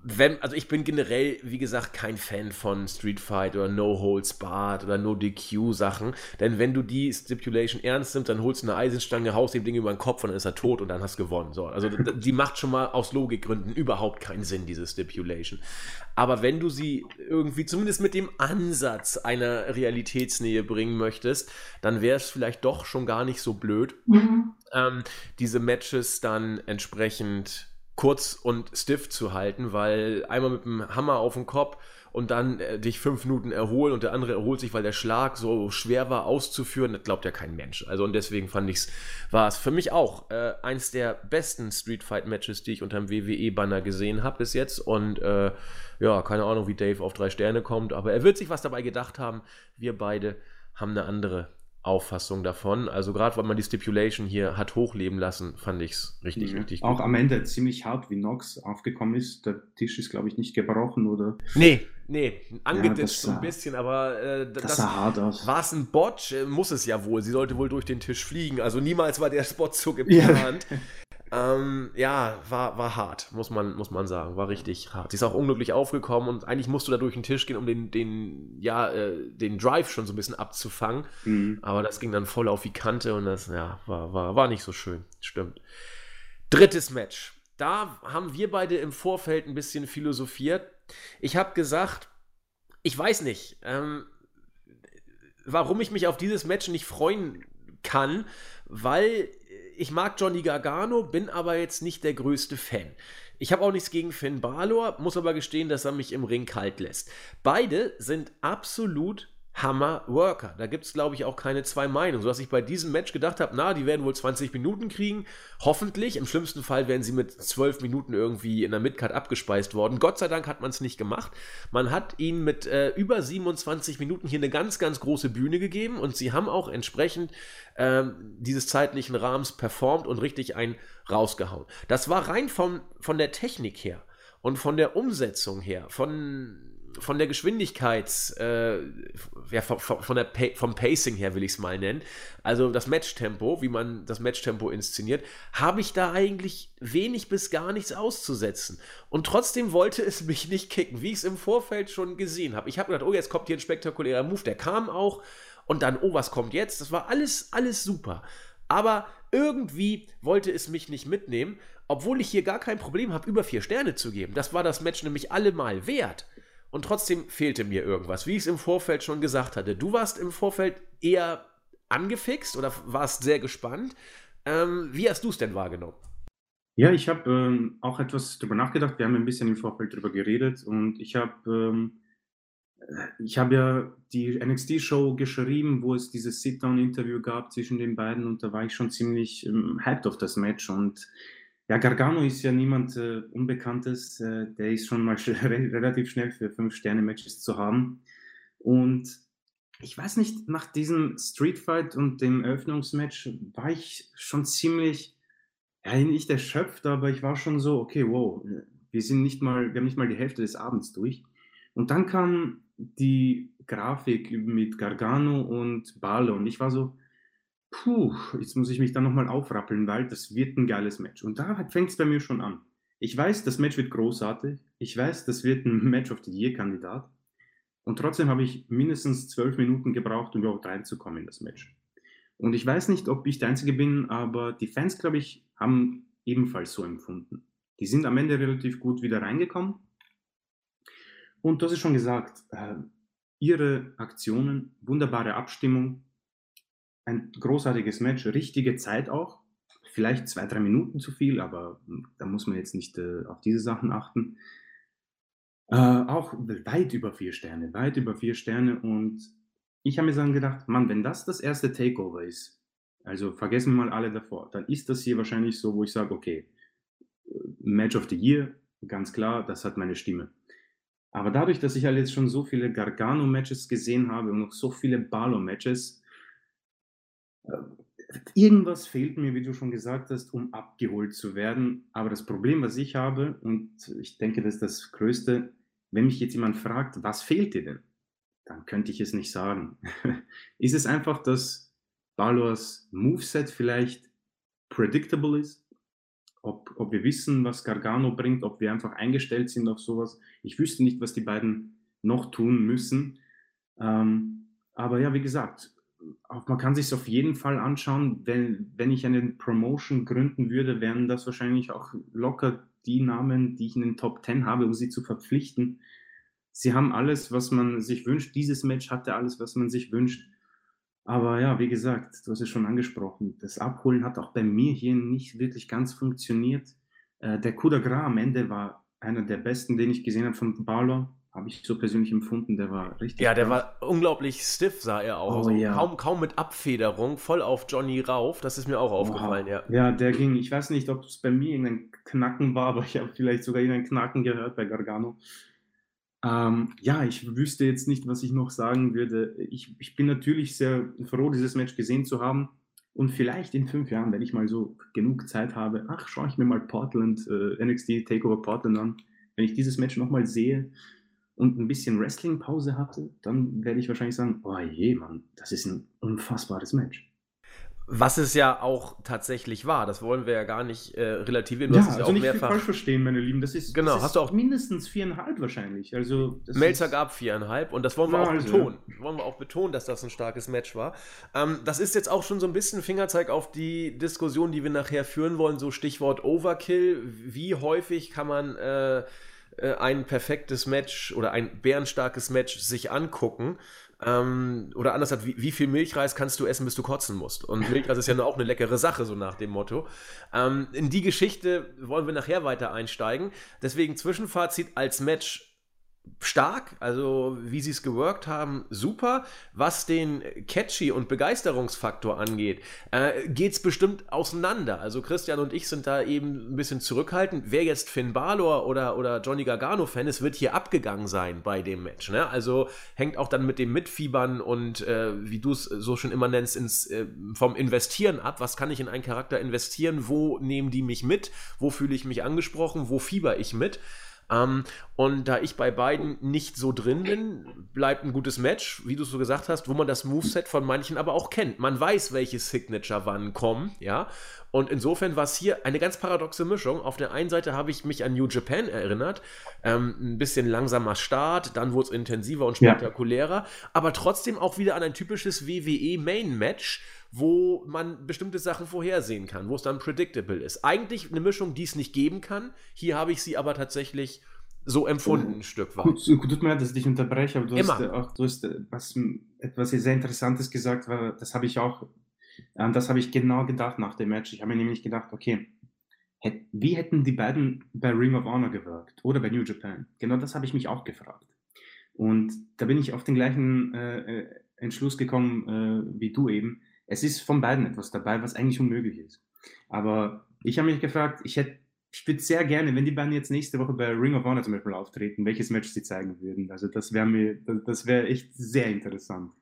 [SPEAKER 1] wenn, also ich bin generell, wie gesagt, kein Fan von Street Fight oder No Holds Barred oder No D Q Sachen, denn wenn du die Stipulation ernst nimmst, dann holst du eine Eisenstange, haust dem Ding über den Kopf und dann ist er tot und dann hast du gewonnen. So, also die macht schon mal aus Logikgründen überhaupt keinen Sinn, diese Stipulation. Aber wenn du sie irgendwie zumindest mit dem Ansatz einer Realitätsnähe bringen möchtest, dann wäre es vielleicht doch schon gar nicht so blöd, mhm. ähm, diese Matches dann entsprechend kurz und stiff zu halten, weil einmal mit dem Hammer auf den Kopf und dann äh, dich fünf Minuten erholen und der andere erholt sich, weil der Schlag so schwer war auszuführen, das glaubt ja kein Mensch. Also und deswegen fand ich es, war es für mich auch äh, eins der besten Street Fight Matches, die ich unter dem W W E-Banner gesehen habe bis jetzt und äh, ja, keine Ahnung, wie Dave auf drei Sterne kommt, aber er wird sich was dabei gedacht haben. Wir beide haben eine andere Auffassung davon. Also gerade, weil man die Stipulation hier hat hochleben lassen, fand ich es richtig,
[SPEAKER 2] ja,
[SPEAKER 1] richtig
[SPEAKER 2] gut. Auch am Ende ziemlich hart, wie Nox aufgekommen ist. Der Tisch ist, glaube ich, nicht gebrochen, oder?
[SPEAKER 1] Nee, nee, angeditscht
[SPEAKER 2] ja,
[SPEAKER 1] so ein bisschen, aber äh,
[SPEAKER 2] das, das sah hart aus.
[SPEAKER 1] War es ein Botch? Muss es ja wohl. Sie sollte wohl durch den Tisch fliegen. Also niemals war der Spot so geplant. Ja. Ähm, ja, war, war hart, muss man, muss man sagen. War richtig hart. Sie ist auch unglücklich aufgekommen und eigentlich musst du da durch den Tisch gehen, um den, den, ja, äh, den Drive schon so ein bisschen abzufangen. Mhm. Aber das ging dann voll auf die Kante und das, ja, war, war, war nicht so schön. Stimmt. Drittes Match. Da haben wir beide im Vorfeld ein bisschen philosophiert. Ich habe gesagt, ich weiß nicht, ähm, warum ich mich auf dieses Match nicht freuen kann, weil ich mag Johnny Gargano, bin aber jetzt nicht der größte Fan. Ich habe auch nichts gegen Finn Balor, muss aber gestehen, dass er mich im Ring kalt lässt. Beide sind absolut Hammer-Worker. Da gibt es, glaube ich, auch keine zwei Meinungen. Sodass ich bei diesem Match gedacht habe, na, die werden wohl zwanzig Minuten kriegen. Hoffentlich. Im schlimmsten Fall werden sie mit zwölf Minuten irgendwie in der Midcard abgespeist worden. Gott sei Dank hat man es nicht gemacht. Man hat ihnen mit äh, über siebenundzwanzig Minuten hier eine ganz, ganz große Bühne gegeben und sie haben auch entsprechend ähm, dieses zeitlichen Rahmens performt und richtig einen rausgehauen. Das war rein vom, von der Technik her und von der Umsetzung her, von von der Geschwindigkeits, äh, ja, von, von der pa- vom Pacing her will ich es mal nennen, also das Matchtempo, wie man das Matchtempo inszeniert, habe ich da eigentlich wenig bis gar nichts auszusetzen. Und trotzdem wollte es mich nicht kicken, wie ich es im Vorfeld schon gesehen habe. Ich habe gedacht, oh, jetzt kommt hier ein spektakulärer Move, der kam auch und dann, oh, was kommt jetzt? Das war alles, alles super. Aber irgendwie wollte es mich nicht mitnehmen, obwohl ich hier gar kein Problem habe, über vier Sterne zu geben. Das war das Match nämlich allemal wert. Und trotzdem fehlte mir irgendwas, wie ich es im Vorfeld schon gesagt hatte. Du warst im Vorfeld eher angefixt oder warst sehr gespannt. Ähm, wie hast du es denn wahrgenommen?
[SPEAKER 2] Ja, ich habe ähm, auch etwas drüber nachgedacht. Wir haben ein bisschen im Vorfeld drüber geredet und ich habe ähm, ich habe ja die N X T-Show geschrieben, wo es dieses Sit-Down-Interview gab zwischen den beiden und da war ich schon ziemlich ähm, hyped auf das Match und ja, Gargano ist ja niemand äh, Unbekanntes, äh, der ist schon mal sch- relativ schnell für fünf-Sterne-Matches zu haben. Und ich weiß nicht, nach diesem Street Fight und dem Eröffnungsmatch war ich schon ziemlich, ja, nicht erschöpft, aber ich war schon so, okay, wow, wir sind nicht mal, wir haben nicht mal die Hälfte des Abends durch. Und dann kam die Grafik mit Gargano und Balor und ich war so, puh, jetzt muss ich mich dann nochmal aufrappeln, weil das wird ein geiles Match. Und da fängt es bei mir schon an. Ich weiß, das Match wird großartig. Ich weiß, das wird ein Match of the Year-Kandidat. Und trotzdem habe ich mindestens zwölf Minuten gebraucht, um überhaupt reinzukommen in das Match. Und ich weiß nicht, ob ich der Einzige bin, aber die Fans, glaube ich, haben ebenfalls so empfunden. Die sind am Ende relativ gut wieder reingekommen. Und du hast es schon gesagt, äh, ihre Aktionen, wunderbare Abstimmung, ein großartiges Match, richtige Zeit auch. Vielleicht zwei, drei Minuten zu viel, aber da muss man jetzt nicht äh, auf diese Sachen achten. Äh, auch weit über vier Sterne, weit über vier Sterne. Und ich habe mir dann gedacht, Mann, wenn das das erste Takeover ist, also vergessen wir mal alle davor, dann ist das hier wahrscheinlich so, wo ich sage, okay, Match of the Year, ganz klar, das hat meine Stimme. Aber dadurch, dass ich halt jetzt schon so viele Gargano-Matches gesehen habe und noch so viele Balor-Matches, äh, irgendwas fehlt mir, wie du schon gesagt hast, um abgeholt zu werden. Aber das Problem, was ich habe, und ich denke, das ist das Größte, wenn mich jetzt jemand fragt, was fehlt dir denn? Dann könnte ich es nicht sagen. Ist es einfach, dass Balors Moveset vielleicht predictable ist? ob, ob wir wissen, was Gargano bringt, ob wir einfach eingestellt sind auf sowas. Ich wüsste nicht, was die beiden noch tun müssen. Ähm, aber ja, wie gesagt, auch man kann sich auf jeden Fall anschauen. Wenn, wenn ich eine Promotion gründen würde, wären das wahrscheinlich auch locker die Namen, die ich in den Top Ten habe, um sie zu verpflichten. Sie haben alles, was man sich wünscht. Dieses Match hatte alles, was man sich wünscht. Aber ja, wie gesagt, du hast es schon angesprochen, das Abholen hat auch bei mir hier nicht wirklich ganz funktioniert. Äh, der Coup de Gras am Ende war einer der besten, den ich gesehen habe von Balor. Habe ich so persönlich empfunden, der war richtig
[SPEAKER 1] Ja, der
[SPEAKER 2] krass.
[SPEAKER 1] war unglaublich stiff, sah er auch.
[SPEAKER 2] Oh
[SPEAKER 1] Also
[SPEAKER 2] ja.
[SPEAKER 1] kaum, kaum mit Abfederung, voll auf Johnny rauf. Das ist mir auch aufgefallen,
[SPEAKER 2] Oha.
[SPEAKER 1] ja.
[SPEAKER 2] Ja, der ging, ich weiß nicht, ob es bei mir irgendein Knacken war, aber ich habe vielleicht sogar irgendein Knacken gehört bei Gargano. Ähm, ja, ich wüsste jetzt nicht, was ich noch sagen würde. Ich, ich bin natürlich sehr froh, dieses Match gesehen zu haben. Und vielleicht in fünf Jahren, wenn ich mal so genug Zeit habe, ach, schaue ich mir mal Portland, äh, N X T Takeover Portland an. Wenn ich dieses Match nochmal sehe und ein bisschen Wrestling-Pause hatte, dann werde ich wahrscheinlich sagen, oh je, Mann, das ist ein unfassbares Match.
[SPEAKER 1] Was es ja auch tatsächlich war, das wollen wir ja gar nicht äh, relativieren. Du
[SPEAKER 2] Ja,
[SPEAKER 1] hast es ja
[SPEAKER 2] also
[SPEAKER 1] auch
[SPEAKER 2] nicht viel
[SPEAKER 1] mehrfach.
[SPEAKER 2] falsch verstehen, meine Lieben. Das ist,
[SPEAKER 1] Genau,
[SPEAKER 2] das
[SPEAKER 1] hast
[SPEAKER 2] ist
[SPEAKER 1] du auch-
[SPEAKER 2] mindestens viereinhalb wahrscheinlich. Also, das
[SPEAKER 1] Melzer
[SPEAKER 2] ist,
[SPEAKER 1] gab viereinhalb und das wollen wir
[SPEAKER 2] Ja,
[SPEAKER 1] auch
[SPEAKER 2] also,
[SPEAKER 1] betonen. Wollen wir auch betonen, dass das ein starkes Match war. Ähm, das ist jetzt auch schon so ein bisschen Fingerzeig auf die Diskussion, die wir nachher führen wollen, so Stichwort Overkill. Wie häufig kann man äh, äh, ein perfektes Match oder ein bärenstarkes Match sich angucken? Ähm, oder anders gesagt, wie, wie viel Milchreis kannst du essen, bis du kotzen musst? Und Milchreis ist ja nur auch eine leckere Sache, so nach dem Motto. Ähm, in die Geschichte wollen wir nachher weiter einsteigen. Deswegen Zwischenfazit als Match stark, also wie sie es geworkt haben, super. Was den Catchy- und Begeisterungsfaktor angeht, äh, geht es bestimmt auseinander. Also Christian und ich sind da eben ein bisschen zurückhaltend. Wer jetzt Finn Balor oder, oder Johnny Gargano-Fan ist, wird hier abgegangen sein bei dem Match. Ne? Also hängt auch dann mit dem Mitfiebern und äh, wie du es so schon immer nennst, ins, äh, vom Investieren ab. Was kann ich in einen Charakter investieren? Wo nehmen die mich mit? Wo fühle ich mich angesprochen? Wo fieber ich mit? Um, und da ich bei beiden nicht so drin bin, bleibt ein gutes Match, wie du es so gesagt hast, wo man das Moveset von manchen aber auch kennt. Man weiß, welche Signature wann kommen, ja. Und insofern war es hier eine ganz paradoxe Mischung. Auf der einen Seite habe ich mich an New Japan erinnert, ähm, ein bisschen langsamer Start, dann wurde es intensiver und spektakulärer, ja. Aber trotzdem auch wieder an ein typisches W W E-Main-Match, wo man bestimmte Sachen vorhersehen kann, wo es dann predictable ist. Eigentlich eine Mischung, die es nicht geben kann. Hier habe ich sie aber tatsächlich so empfunden, ein Stück weit.
[SPEAKER 2] Gut, tut mir leid, dass ich dich unterbreche, aber du
[SPEAKER 1] Immer.
[SPEAKER 2] hast, äh, auch, du hast äh, was, etwas sehr Interessantes gesagt, weil das habe ich auch, äh, das habe ich genau gedacht nach dem Match. Ich habe mir nämlich gedacht, okay, hätt, wie hätten die beiden bei Ring of Honor gewirkt oder bei New Japan? Genau das habe ich mich auch gefragt. Und da bin ich auf den gleichen äh, Entschluss gekommen äh, wie du eben. Es ist von beiden etwas dabei, was eigentlich unmöglich ist. Aber ich habe mich gefragt, ich hätte, ich würde sehr gerne, wenn die beiden jetzt nächste Woche bei Ring of Honor zum Beispiel auftreten, welches Match sie zeigen würden. Also das wäre mir, das wäre echt sehr interessant.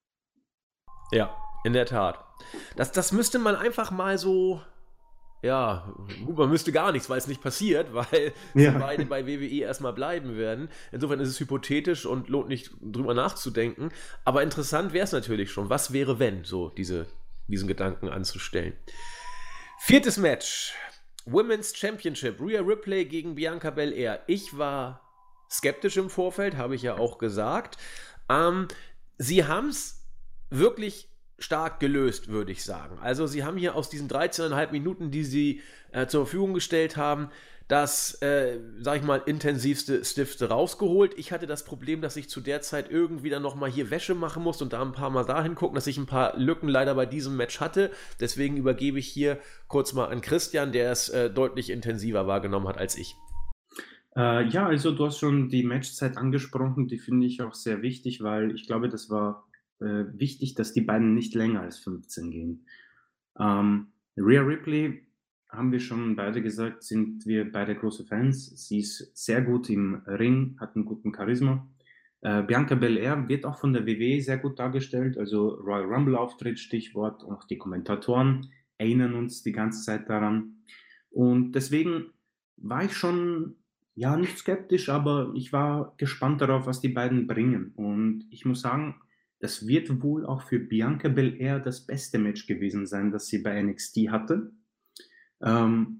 [SPEAKER 1] Ja, in der Tat. Das, das müsste man einfach mal so, ja, gut, man müsste gar nichts, weil es nicht passiert, weil
[SPEAKER 2] Ja.
[SPEAKER 1] sie beide bei W W E erstmal bleiben werden. Insofern ist es hypothetisch und lohnt nicht drüber nachzudenken. Aber interessant wäre es natürlich schon. Was wäre, wenn, so diese, diesen Gedanken anzustellen. Viertes Match. Women's Championship. Rhea Ripley gegen Bianca Belair. Ich war skeptisch im Vorfeld, habe ich ja auch gesagt. Ähm, sie haben es wirklich stark gelöst, würde ich sagen. Also sie haben hier aus diesen dreizehn Komma fünf Minuten, die sie äh, zur Verfügung gestellt haben, das, äh, sag ich mal, intensivste, stiffste rausgeholt. Ich hatte das Problem, dass ich zu der Zeit irgendwie dann nochmal hier Wäsche machen musste und da ein paar Mal dahin gucken, dass ich ein paar Lücken leider bei diesem Match hatte. Deswegen übergebe ich hier kurz mal an Christian, der es äh, deutlich intensiver wahrgenommen hat als ich.
[SPEAKER 2] Äh, ja, also du hast schon die Matchzeit angesprochen, die finde ich auch sehr wichtig, weil ich glaube, das war äh, wichtig, dass die beiden nicht länger als fünfzehn gehen. Ähm, Rhea Ripley, haben wir schon beide gesagt, sind wir beide große Fans. Sie ist sehr gut im Ring, hat einen guten Charisma. Äh, Bianca Belair wird auch von der W W E sehr gut dargestellt, also Royal Rumble Auftritt, Stichwort, und auch die Kommentatoren erinnern uns die ganze Zeit daran. Und deswegen war ich schon, ja, nicht skeptisch, aber ich war gespannt darauf, was die beiden bringen. Und ich muss sagen, das wird wohl auch für Bianca Belair das beste Match gewesen sein, das sie bei N X T hatte. Ähm,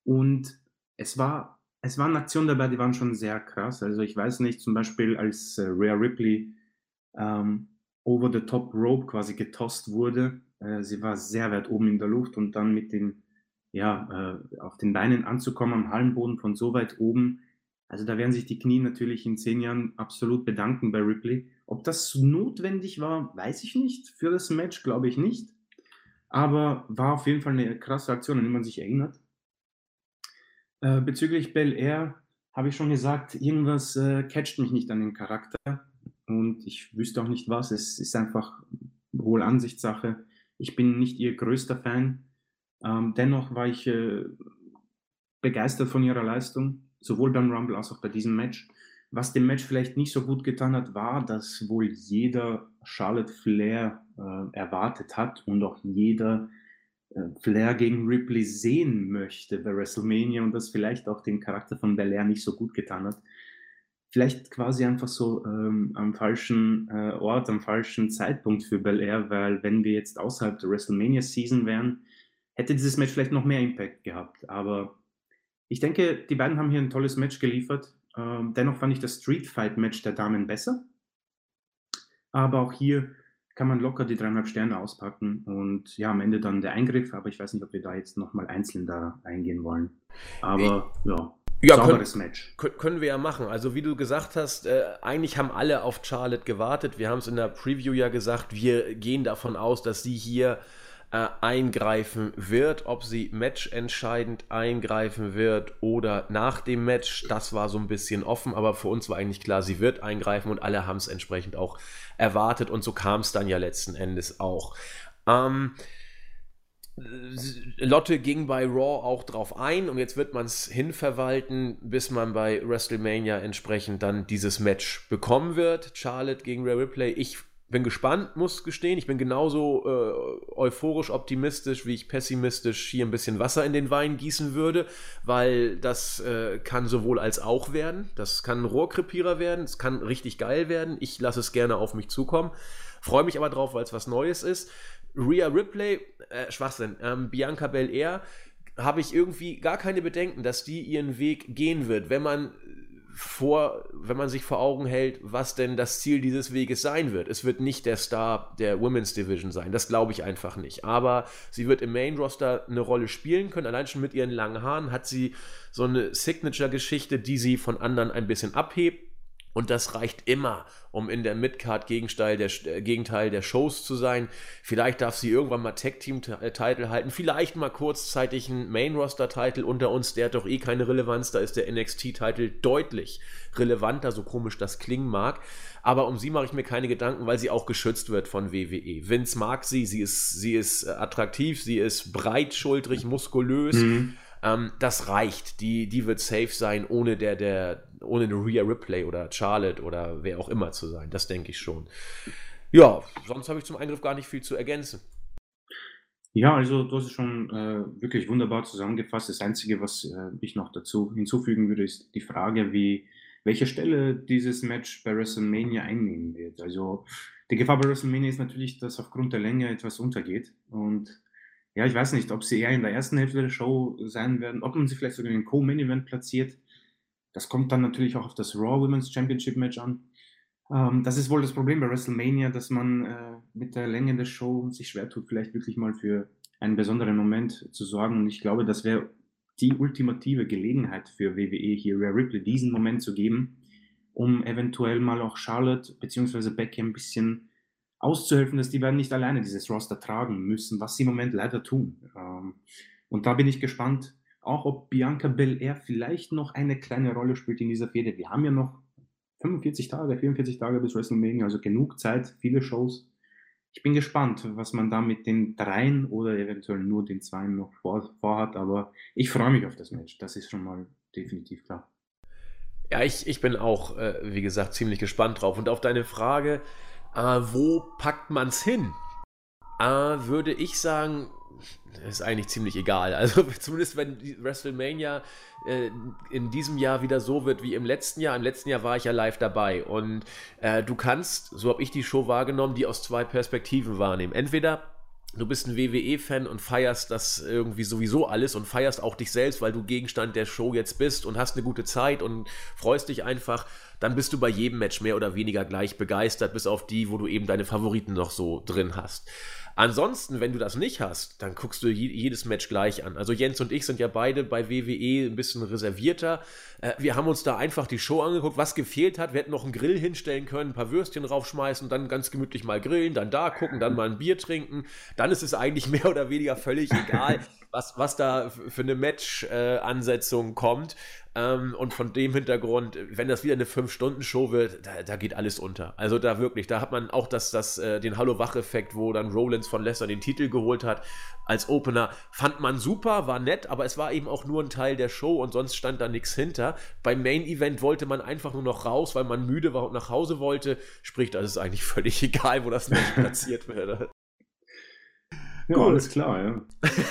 [SPEAKER 2] Und es war, es waren Aktionen dabei, die waren schon sehr krass. Also ich weiß nicht, zum Beispiel als äh, Rhea Ripley ähm, over the top rope quasi getost wurde. Äh, sie war sehr weit oben in der Luft und dann mit den, ja, äh, auf den Beinen anzukommen am Hallenboden von so weit oben. Also da werden sich die Knie natürlich in zehn Jahren absolut bedanken bei Ripley. Ob das notwendig war, weiß ich nicht. Für das Match glaube ich nicht. Aber war auf jeden Fall eine krasse Aktion, an die man sich erinnert. Äh, bezüglich Bel Air habe ich schon gesagt, irgendwas äh, catcht mich nicht an den Charakter und ich wüsste auch nicht was. Es ist einfach wohl Ansichtssache. Ich bin nicht ihr größter Fan. Ähm, dennoch war ich äh, begeistert von ihrer Leistung, sowohl beim Rumble als auch bei diesem Match. Was dem Match vielleicht nicht so gut getan hat, war, dass wohl jeder Charlotte Flair äh, erwartet hat und auch jeder äh, Flair gegen Ripley sehen möchte bei WrestleMania und das vielleicht auch den Charakter von Belair nicht so gut getan hat. Vielleicht quasi einfach so ähm, am falschen äh, Ort, am falschen Zeitpunkt für Belair, weil wenn wir jetzt außerhalb der WrestleMania-Season wären, hätte dieses Match vielleicht noch mehr Impact gehabt. Aber ich denke, die beiden haben hier ein tolles Match geliefert. Ähm, dennoch fand ich das Street Fight Match der Damen besser. Aber auch hier kann man locker die dreieinhalb Sterne auspacken und ja, am Ende dann der Eingriff, aber ich weiß nicht, ob wir da jetzt nochmal einzeln da eingehen wollen. Aber ja,
[SPEAKER 1] ja
[SPEAKER 2] sauberes
[SPEAKER 1] können,
[SPEAKER 2] Match.
[SPEAKER 1] Können wir ja machen. Also wie du gesagt hast, äh, eigentlich haben alle auf Charlotte gewartet. Wir haben es in der Preview ja gesagt, wir gehen davon aus, dass sie hier äh, eingreifen wird. Ob sie matchentscheidend eingreifen wird oder nach dem Match, das war so ein bisschen offen, aber für uns war eigentlich klar, sie wird eingreifen und alle haben es entsprechend auch erwartet und so kam es dann ja letzten Endes auch. Ähm, Lotte ging bei Raw auch drauf ein und jetzt wird man es hinverwalten, bis man bei WrestleMania entsprechend dann dieses Match bekommen wird. Charlotte gegen Rhea Ripley. Ich bin gespannt, muss gestehen. Ich bin genauso äh, euphorisch optimistisch, wie ich pessimistisch hier ein bisschen Wasser in den Wein gießen würde, weil das äh, kann sowohl als auch werden. Das kann ein Rohrkrepierer werden, es kann richtig geil werden. Ich lasse es gerne auf mich zukommen. Freue mich aber drauf, weil es was Neues ist. Rhea Ripley, äh, Schwachsinn, ähm, Bianca Belair, habe ich irgendwie gar keine Bedenken, dass die ihren Weg gehen wird, wenn man vor, wenn man sich vor Augen hält, was denn das Ziel dieses Weges sein wird. Es wird nicht der Star der Women's Division sein, das glaube ich einfach nicht. Aber sie wird im Main Roster eine Rolle spielen können, allein schon mit ihren langen Haaren hat sie so eine Signature-Geschichte, die sie von anderen ein bisschen abhebt. Und das reicht immer, um in der Midcard Gegenteil der, äh, Gegenteil der Shows zu sein. Vielleicht darf sie irgendwann mal Tag-Team-Title halten. Vielleicht mal kurzzeitig einen Main-Roster-Title unter uns. Der hat doch eh keine Relevanz. Da ist der N X T-Title deutlich relevanter, so komisch das klingen mag. Aber um sie mache ich mir keine Gedanken, weil sie auch geschützt wird von W W E. Vince mag sie. Sie ist, sie ist attraktiv. Sie ist breitschultrig, muskulös. Mhm. Ähm, das reicht. Die, die wird safe sein, ohne der, der, ohne eine Rhea Ripley oder Charlotte oder wer auch immer zu sein. Das denke ich schon. Ja, sonst habe ich zum Eingriff gar nicht viel zu ergänzen.
[SPEAKER 2] Ja, also du hast es schon äh, wirklich wunderbar zusammengefasst. Das Einzige, was äh, ich noch dazu hinzufügen würde, ist die Frage, wie, welche Stelle dieses Match bei WrestleMania einnehmen wird. Also die Gefahr bei WrestleMania ist natürlich, dass aufgrund der Länge etwas untergeht und ja, ich weiß nicht, ob sie eher in der ersten Hälfte der Show sein werden, ob man sie vielleicht sogar in den Co-Main-Event platziert. Das kommt dann natürlich auch auf das Raw Women's Championship Match an. Ähm, das ist wohl das Problem bei WrestleMania, dass man äh, mit der Länge der Show sich schwer tut, vielleicht wirklich mal für einen besonderen Moment zu sorgen. Und ich glaube, das wäre die ultimative Gelegenheit für W W E, hier Rhea Ripley diesen Moment zu geben, um eventuell mal auch Charlotte bzw. Becky ein bisschen auszuhelfen, dass die beiden nicht alleine dieses Roster tragen müssen, was sie im Moment leider tun. Ähm, und da bin ich gespannt, auch ob Bianca Belair vielleicht noch eine kleine Rolle spielt in dieser Fehde. Wir haben ja noch fünfundvierzig Tage, vierundvierzig Tage bis WrestleMania, also genug Zeit, viele Shows. Ich bin gespannt, was man da mit den dreien oder eventuell nur den zweien noch vor, vorhat, aber ich freue mich auf das Match, das ist schon mal definitiv klar.
[SPEAKER 1] Ja, ich, ich bin auch, äh, wie gesagt, ziemlich gespannt drauf. Und auf deine Frage, Äh, wo packt man's hin? Äh, würde ich sagen, ist eigentlich ziemlich egal. Also zumindest wenn die WrestleMania äh, in diesem Jahr wieder so wird wie im letzten Jahr. Im letzten Jahr war ich ja live dabei und äh, du kannst, so habe ich die Show wahrgenommen, die aus zwei Perspektiven wahrnehmen. Entweder du bist ein W W E-Fan und feierst das irgendwie sowieso alles und feierst auch dich selbst, weil du Gegenstand der Show jetzt bist und hast eine gute Zeit und freust dich einfach, dann bist du bei jedem Match mehr oder weniger gleich begeistert, bis auf die, wo du eben deine Favoriten noch so drin hast. Ansonsten, wenn du das nicht hast, dann guckst du jedes Match gleich an. Also Jens und ich sind ja beide bei W W E ein bisschen reservierter. Äh, wir haben uns da einfach die Show angeguckt, was gefehlt hat. Wir hätten noch einen Grill hinstellen können, ein paar Würstchen raufschmeißen, dann ganz gemütlich mal grillen, dann da gucken, dann mal ein Bier trinken. Dann ist es eigentlich mehr oder weniger völlig egal, was, was da für eine Match-Ansetzung äh, kommt. Ähm, und von dem Hintergrund, wenn das wieder eine fünf Stunden Show wird, da, da geht alles unter. Also da wirklich, da hat man auch das, das, äh, den Hallo-Wach-Effekt, wo dann Rollins von Lesnar den Titel geholt hat als Opener. Fand man super, war nett, aber es war eben auch nur ein Teil der Show und sonst stand da nichts hinter. Beim Main-Event wollte man einfach nur noch raus, weil man müde war und nach Hause wollte. Sprich, das ist eigentlich völlig egal, wo das Match platziert wird.
[SPEAKER 2] Ja, Gut. Alles klar, ja.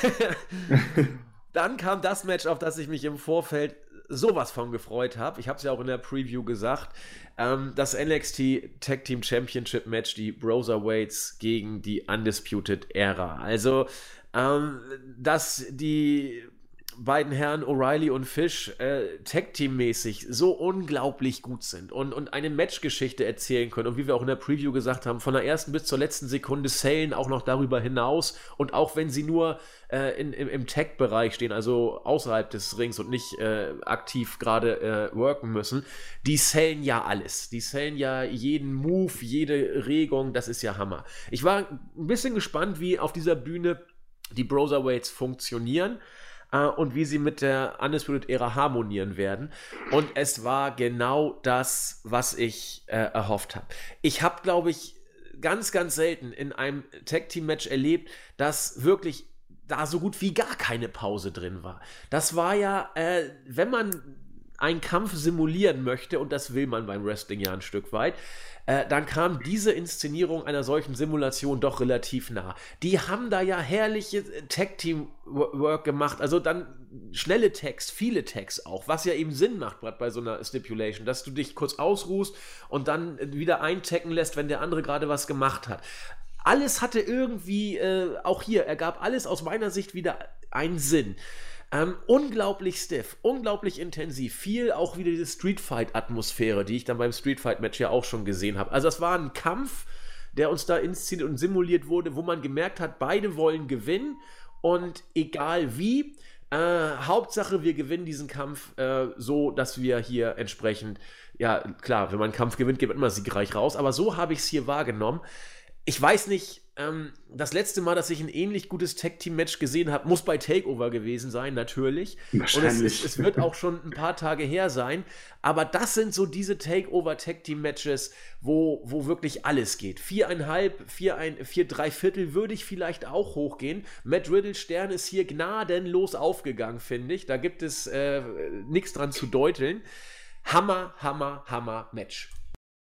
[SPEAKER 1] Dann kam das Match, auf das ich mich im Vorfeld sowas von gefreut habe. Ich habe es ja auch in der Preview gesagt. Ähm, das N X T Tag Team Championship Match, die Broserweights gegen die Undisputed Era. Also, ähm, dass die beiden Herren O'Reilly und Fish äh, Tag-Team-mäßig so unglaublich gut sind und, und eine Matchgeschichte erzählen können und wie wir auch in der Preview gesagt haben, von der ersten bis zur letzten Sekunde sellen auch noch darüber hinaus und auch wenn sie nur äh, in, im, im Tag-Bereich stehen, also außerhalb des Rings und nicht äh, aktiv gerade äh, worken müssen, die sellen ja alles. Die sellen ja jeden Move, jede Regung, das ist ja Hammer. Ich war ein bisschen gespannt, wie auf dieser Bühne die Broserweights funktionieren und wie sie mit der Undisputed Era harmonieren werden. Und es war genau das, was ich äh, erhofft habe. Ich habe, glaube ich, ganz, ganz selten in einem Tag-Team-Match erlebt, dass wirklich da so gut wie gar keine Pause drin war. Das war ja, äh, wenn man einen Kampf simulieren möchte, und das will man beim Wrestling ja ein Stück weit, äh, dann kam diese Inszenierung einer solchen Simulation doch relativ nah. Die haben da ja herrliche Tag-Team-Work gemacht, also dann schnelle Tags, viele Tags auch, was ja eben Sinn macht, gerade bei so einer Stipulation, dass du dich kurz ausruhst und dann wieder eintaggen lässt, wenn der andere gerade was gemacht hat. Alles hatte irgendwie, äh, auch hier, ergab alles aus meiner Sicht wieder einen Sinn. Ähm, unglaublich stiff, unglaublich intensiv, viel auch wieder diese Streetfight-Atmosphäre, die ich dann beim Streetfight-Match ja auch schon gesehen habe. Also es war ein Kampf, der uns da inszeniert und simuliert wurde, wo man gemerkt hat, beide wollen gewinnen und egal wie, äh, Hauptsache wir gewinnen diesen Kampf äh, so, dass wir hier entsprechend, ja klar, wenn man einen Kampf gewinnt, geht man immer siegreich raus, aber so habe ich es hier wahrgenommen. Ich weiß nicht, ähm, das letzte Mal, dass ich ein ähnlich gutes Tag-Team-Match gesehen habe, muss bei TakeOver gewesen sein, natürlich.
[SPEAKER 2] Wahrscheinlich.
[SPEAKER 1] Und es, es, es wird auch schon ein paar Tage her sein. Aber das sind so diese TakeOver-Tag-Team-Matches, wo, wo wirklich alles geht. Viereinhalb, vier, ein, vier, drei Viertel würde ich vielleicht auch hochgehen. Matt Riddles Stern ist hier gnadenlos aufgegangen, finde ich. Da gibt es äh, nichts dran zu deuteln. Hammer, Hammer, Hammer Match.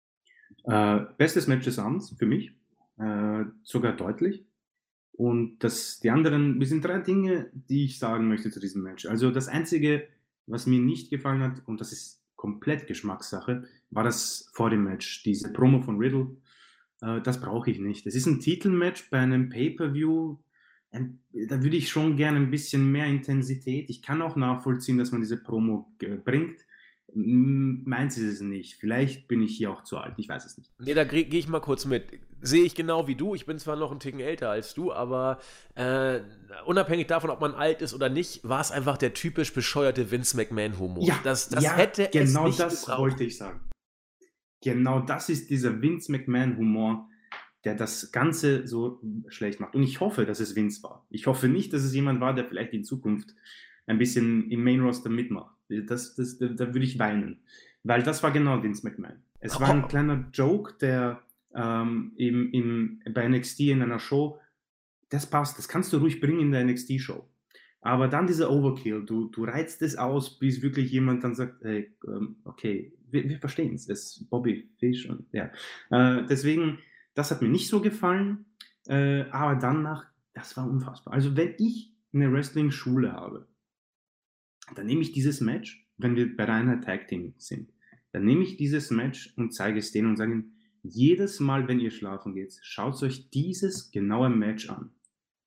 [SPEAKER 2] Äh, bestes Match des Abends für mich. Äh, sogar deutlich. Und das, die anderen, es sind drei Dinge, die ich sagen möchte zu diesem Match. Also das Einzige, was mir nicht gefallen hat, und das ist komplett Geschmackssache, war das vor dem Match, diese Promo von Riddle. Äh, das brauche ich nicht. Es ist ein Titelmatch bei einem Pay-Per-View. Ein, da würde ich schon gerne ein bisschen mehr Intensität. Ich kann auch nachvollziehen, dass man diese Promo äh, bringt. Meins ist es nicht. Vielleicht bin ich hier auch zu alt, ich weiß es nicht.
[SPEAKER 1] Nee, da gehe ich mal kurz mit. Sehe ich genau wie du. Ich bin zwar noch einen Ticken älter als du, aber äh, unabhängig davon, ob man alt ist oder nicht, war es einfach der typisch bescheuerte Vince McMahon-Humor.
[SPEAKER 2] Ja,
[SPEAKER 1] das das
[SPEAKER 2] ja,
[SPEAKER 1] hätte
[SPEAKER 2] genau
[SPEAKER 1] es nicht
[SPEAKER 2] das
[SPEAKER 1] gebraucht.
[SPEAKER 2] wollte ich sagen. Genau das ist dieser Vince McMahon-Humor, der das Ganze so schlecht macht. Und ich hoffe, dass es Vince war. Ich hoffe nicht, dass es jemand war, der vielleicht in Zukunft ein bisschen im Main-Roster mitmacht. Das, das, da, da würde ich weinen. Weil das war genau Vince McMahon. Es war ein kleiner Joke, der ähm, im, im, bei N X T in einer Show, das passt, das kannst du ruhig bringen in der N X T-Show. Aber dann dieser Overkill, du, du reizt es aus, bis wirklich jemand dann sagt, hey, ähm, okay, wir, wir verstehen es, es ist Bobby Fish und ja. Äh, deswegen, das hat mir nicht so gefallen, äh, aber danach, das war unfassbar. Also wenn ich eine Wrestling-Schule habe, dann nehme ich dieses Match, wenn wir bei einer Tag-Team sind, dann nehme ich dieses Match und zeige es denen und sage ihnen, jedes Mal, wenn ihr schlafen geht, schaut euch dieses genaue Match an.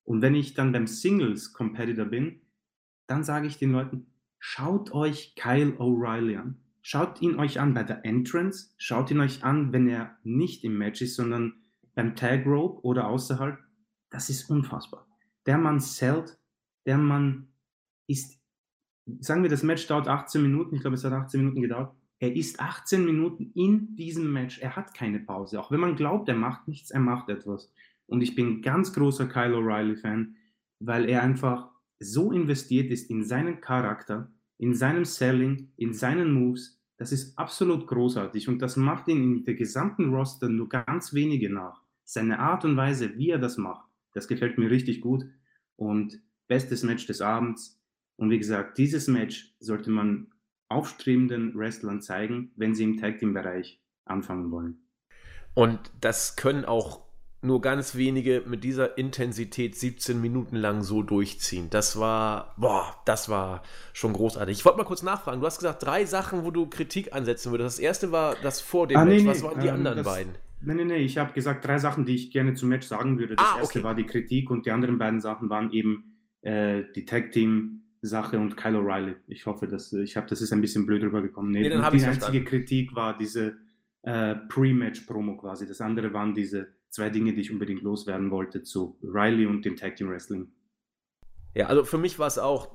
[SPEAKER 2] Und wenn ich dann beim Singles-Competitor bin, dann sage ich den Leuten, schaut euch Kyle O'Reilly an. Schaut ihn euch an bei der Entrance, schaut ihn euch an, wenn er nicht im Match ist, sondern beim Tag Rope oder außerhalb. Das ist unfassbar. Der Mann zählt, der Mann ist, sagen wir, das Match dauert achtzehn Minuten, ich glaube, es hat achtzehn Minuten gedauert. Er ist achtzehn Minuten in diesem Match, er hat keine Pause. Auch wenn man glaubt, er macht nichts, er macht etwas. Und ich bin ganz großer Kyle O'Reilly-Fan, weil er einfach so investiert ist in seinen Charakter, in seinem Selling, in seinen Moves. Das ist absolut großartig und das macht ihn in der gesamten Roster nur ganz wenige nach. Seine Art und Weise, wie er das macht, das gefällt mir richtig gut und bestes Match des Abends. Und wie gesagt, dieses Match sollte man aufstrebenden Wrestlern zeigen, wenn sie im Tag-Team-Bereich anfangen wollen.
[SPEAKER 1] Und das können auch nur ganz wenige mit dieser Intensität siebzehn Minuten lang so durchziehen. Das war, boah, das war schon großartig. Ich wollte mal kurz nachfragen. Du hast gesagt, drei Sachen, wo du Kritik ansetzen würdest. Das erste war das vor dem
[SPEAKER 2] ah,
[SPEAKER 1] Match.
[SPEAKER 2] Nee,
[SPEAKER 1] Was
[SPEAKER 2] nee,
[SPEAKER 1] waren die
[SPEAKER 2] ähm,
[SPEAKER 1] anderen
[SPEAKER 2] das,
[SPEAKER 1] beiden?
[SPEAKER 2] Nein, nein, nein. Ich habe gesagt, drei Sachen, die ich gerne zum Match sagen würde. Das
[SPEAKER 1] ah,
[SPEAKER 2] erste
[SPEAKER 1] okay.
[SPEAKER 2] war die Kritik und die anderen beiden Sachen waren eben äh, die Tag-Team-Sache und Kyle O'Reilly. Ich hoffe, dass ich habe, das ist ein bisschen blöd rübergekommen. Nee,
[SPEAKER 1] Nee, dann
[SPEAKER 2] die
[SPEAKER 1] habe ich
[SPEAKER 2] einzige
[SPEAKER 1] verstanden.
[SPEAKER 2] Kritik war diese äh, Pre-Match-Promo quasi. Das andere waren diese zwei Dinge, die ich unbedingt loswerden wollte zu Riley und dem Tag Team Wrestling.
[SPEAKER 1] Ja, also für mich war es auch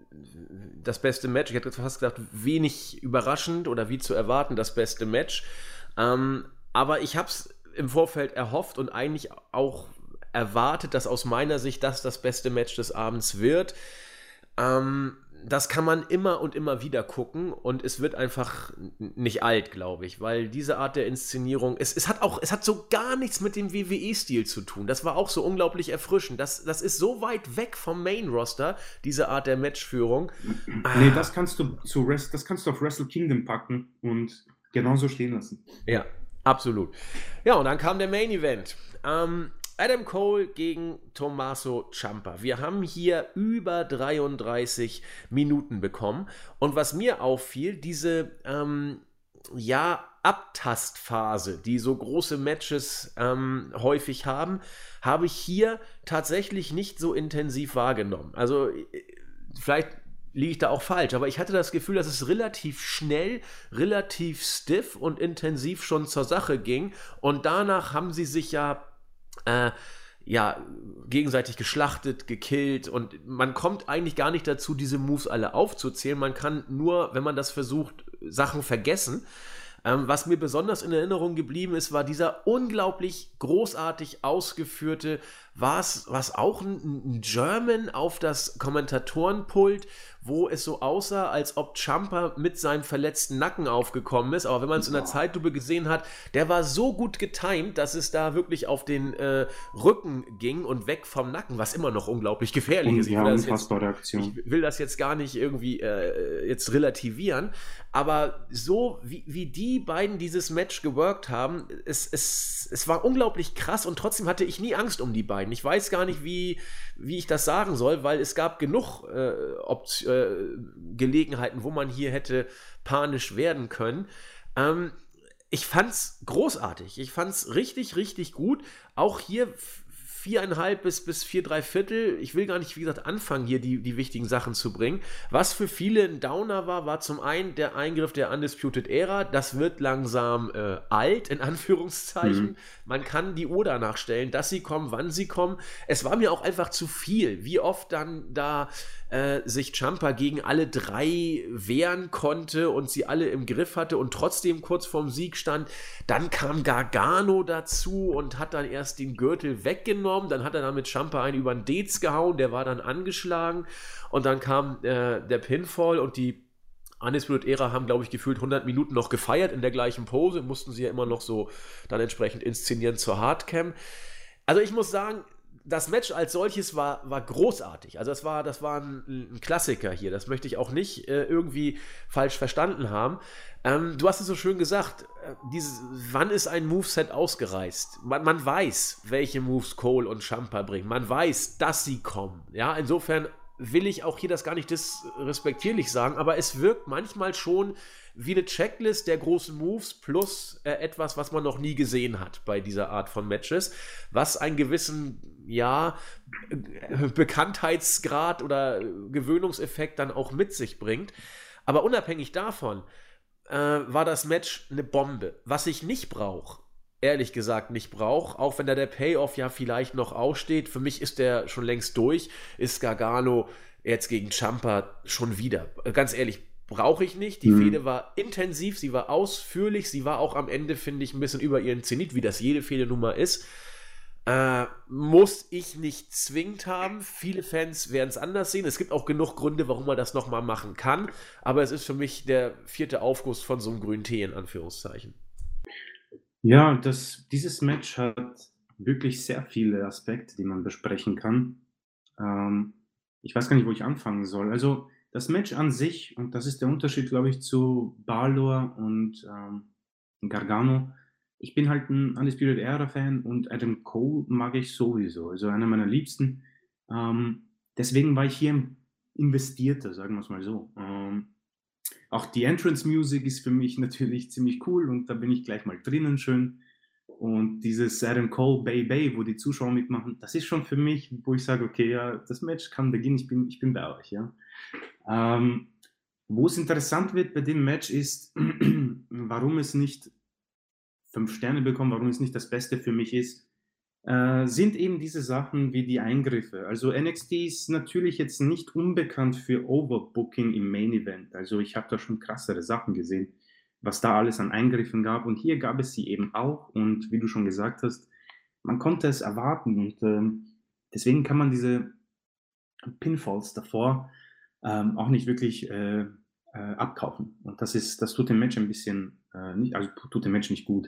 [SPEAKER 1] das beste Match. Ich hätte fast gesagt, wenig überraschend oder wie zu erwarten, das beste Match. Ähm, aber ich habe es im Vorfeld erhofft und eigentlich auch erwartet, dass aus meiner Sicht das das beste Match des Abends wird. Ähm, das kann man immer und immer wieder gucken und es wird einfach nicht alt, glaube ich, weil diese Art der Inszenierung, es, es hat auch, es hat so gar nichts mit dem W W E-Stil zu tun. Das war auch so unglaublich erfrischend. Das, das ist so weit weg vom Main-Roster, diese Art der Matchführung.
[SPEAKER 2] Nee, das kannst du zu Rest, das kannst du auf Wrestle Kingdom packen und genauso stehen lassen.
[SPEAKER 1] Ja, absolut. Ja, und dann kam der Main-Event. Ähm, Adam Cole gegen Tommaso Ciampa. Wir haben hier über dreiunddreißig Minuten bekommen. Und was mir auffiel, diese ähm, ja, Abtastphase, die so große Matches ähm, häufig haben, habe ich hier tatsächlich nicht so intensiv wahrgenommen. Also vielleicht liege ich da auch falsch, aber ich hatte das Gefühl, dass es relativ schnell, relativ stiff und intensiv schon zur Sache ging. Und danach haben sie sich ja Äh, ja, gegenseitig geschlachtet, gekillt und man kommt eigentlich gar nicht dazu, diese Moves alle aufzuzählen. Man kann nur, wenn man das versucht, Sachen vergessen. Ähm, was mir besonders in Erinnerung geblieben ist, war dieser unglaublich großartig ausgeführte, was, was auch ein, ein German auf das Kommentatorenpult, wo es so aussah, als ob Ciampa mit seinem verletzten Nacken aufgekommen ist. Aber wenn man es in der Zeitlupe gesehen hat, der war so gut getimed, dass es da wirklich auf den äh, Rücken ging und weg vom Nacken, was immer noch unglaublich gefährlich ist. Ich
[SPEAKER 2] Ja,
[SPEAKER 1] will, das
[SPEAKER 2] unfassbare
[SPEAKER 1] jetzt,
[SPEAKER 2] Aktion.
[SPEAKER 1] ich will das jetzt gar nicht irgendwie äh, jetzt relativieren, aber so wie, wie die beiden dieses Match geworkt haben, es, es, es war unglaublich krass und trotzdem hatte ich nie Angst um die beiden. Ich weiß gar nicht, wie, wie ich das sagen soll, weil es gab genug äh, Opt- äh, Gelegenheiten, wo man hier hätte panisch werden können. Ähm, ich fand's großartig. Ich fand's richtig, richtig gut. Auch hier viereinhalb bis, bis vier, drei Viertel. Ich will gar nicht, wie gesagt, anfangen, hier die, die wichtigen Sachen zu bringen. Was für viele ein Downer war, war zum einen der Eingriff der Undisputed Era. Das wird langsam äh, alt, in Anführungszeichen. Mhm. Man kann die Uhr danach stellen, dass sie kommen, wann sie kommen. Es war mir auch einfach zu viel, wie oft dann da äh, sich Ciampa gegen alle drei wehren konnte und sie alle im Griff hatte und trotzdem kurz vorm Sieg stand. Dann kam Gargano dazu und hat dann erst den Gürtel weggenommen. Dann hat er dann mit Ciampa einen über den Dez gehauen, der war dann angeschlagen und dann kam äh, der Pinfall und die Undisputed Era haben, glaube ich, gefühlt hundert Minuten noch gefeiert in der gleichen Pose, mussten sie ja immer noch so dann entsprechend inszenieren zur Hardcam. Also ich muss sagen, das Match als solches war, war großartig. Also das war, das war ein, ein Klassiker hier. Das möchte ich auch nicht äh, irgendwie falsch verstanden haben. Ähm, du hast es so schön gesagt, äh, dieses, wann ist ein Moveset ausgereizt? Man, man weiß, welche Moves Cole und Ciampa bringen. Man weiß, dass sie kommen. Ja, insofern will ich auch hier das gar nicht disrespektierlich sagen, aber es wirkt manchmal schon wie eine Checklist der großen Moves plus äh, etwas, was man noch nie gesehen hat bei dieser Art von Matches, was einen gewissen ja, Bekanntheitsgrad oder Gewöhnungseffekt dann auch mit sich bringt. Aber unabhängig davon äh, war das Match eine Bombe. Was ich nicht brauche, ehrlich gesagt nicht brauche, auch wenn da der Payoff ja vielleicht noch aussteht, für mich ist der schon längst durch, ist Gargano jetzt gegen Ciampa schon wieder. Ganz ehrlich, brauche ich nicht. Die mhm. Fehde war intensiv, sie war ausführlich, sie war auch am Ende, finde ich, ein bisschen über ihren Zenit, wie das jede Fehde nun mal ist. Äh, muss ich nicht zwingend haben. Viele Fans werden es anders sehen. Es gibt auch genug Gründe, warum man das nochmal machen kann. Aber es ist für mich der vierte Aufguss von so einem grünen Tee, in Anführungszeichen.
[SPEAKER 2] Ja, das, dieses Match hat wirklich sehr viele Aspekte, die man besprechen kann. Ähm, ich weiß gar nicht, wo ich anfangen soll. Also das Match an sich, und das ist der Unterschied, glaube ich, zu Balor und ähm, Gargano. Ich bin halt ein Undisputed Era-Fan und Adam Cole mag ich sowieso, also einer meiner Liebsten. Ähm, deswegen war ich hier investierter, sagen wir es mal so. Ähm, auch die Entrance-Music ist für mich natürlich ziemlich cool und da bin ich gleich mal drinnen schön. Und dieses Adam Cole Bay Bay, wo die Zuschauer mitmachen, das ist schon für mich, wo ich sage, okay, ja, das Match kann beginnen, ich bin, ich bin bei euch, ja. Ähm, wo es interessant wird bei dem Match ist, warum es nicht fünf Sterne bekommt, warum es nicht das Beste für mich ist, äh, sind eben diese Sachen wie die Eingriffe. Also N X T ist natürlich jetzt nicht unbekannt für Overbooking im Main Event. Also ich habe da schon krassere Sachen gesehen, was da alles an Eingriffen gab. Und hier gab es sie eben auch. Und wie du schon gesagt hast, man konnte es erwarten. Und ähm, deswegen kann man diese Pinfalls davor ähm, auch nicht wirklich äh, äh, abkaufen. Und das ist, das tut dem Match ein bisschen äh, nicht, also tut dem Match nicht gut.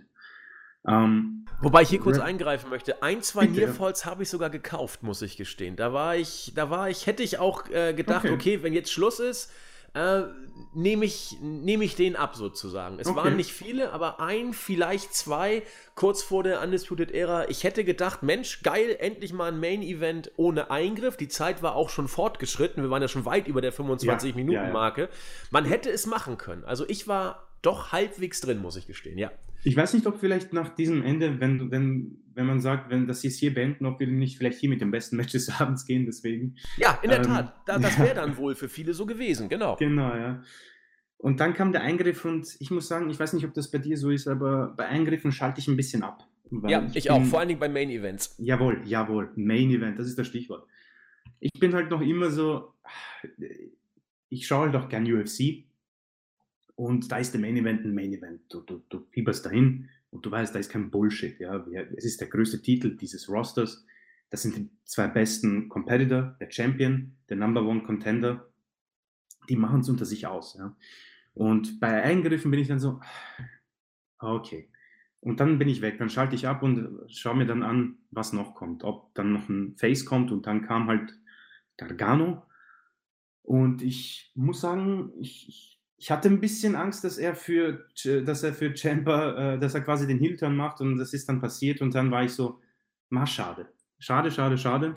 [SPEAKER 1] Ähm, Wobei ich hier kurz eingreifen möchte. Ein, zwei Nearfalls habe ich sogar gekauft, muss ich gestehen. Da war ich, da war ich, hätte ich auch äh, gedacht, okay. okay, wenn jetzt Schluss ist, äh, nehme ich, nehm ich den ab sozusagen. Es okay. waren nicht viele, aber ein, vielleicht zwei, kurz vor der Undisputed Era. Ich hätte gedacht, Mensch, geil, endlich mal ein Main-Event ohne Eingriff. Die Zeit war auch schon fortgeschritten. Wir waren ja schon weit über der fünfundzwanzig-Minuten-Marke. Ja, ja, ja. Man hätte es machen können. Also ich war doch halbwegs drin, muss ich gestehen, ja.
[SPEAKER 2] Ich weiß nicht, ob vielleicht nach diesem Ende, wenn, wenn, wenn man sagt, wenn das jetzt hier beenden, ob wir nicht vielleicht hier mit dem besten Match des Abends gehen, deswegen.
[SPEAKER 1] Ja, in der ähm, Tat. Da, das wäre dann wohl für viele so gewesen, genau.
[SPEAKER 2] Genau, ja. Und dann kam der Eingriff und ich muss sagen, ich weiß nicht, ob das bei dir so ist, aber bei Eingriffen schalte ich ein bisschen ab.
[SPEAKER 1] Ja, ich, ich bin, auch, vor allen Dingen bei Main Events.
[SPEAKER 2] Jawohl, jawohl, Main Event, das ist das Stichwort. Ich bin halt noch immer so, ich schaue halt auch gern U F C. Und da ist der Main Event ein Main Event. Du, du, du fieberst dahin und du weißt, da ist kein Bullshit. Ja? Es ist der größte Titel dieses Rosters. Das sind die zwei besten Competitor, der Champion, der Number One Contender. Die machen es unter sich aus. Ja? Und bei Eingriffen bin ich dann so, okay. Und dann bin ich weg. Dann schalte ich ab und schaue mir dann an, was noch kommt. Ob dann noch ein Face kommt und dann kam halt Gargano. Und ich muss sagen, ich, ich Ich hatte ein bisschen Angst, dass er für, dass er für Ciampa, äh, dass er quasi den Heel-Turn macht und das ist dann passiert und dann war ich so, mach schade. Schade, schade, schade.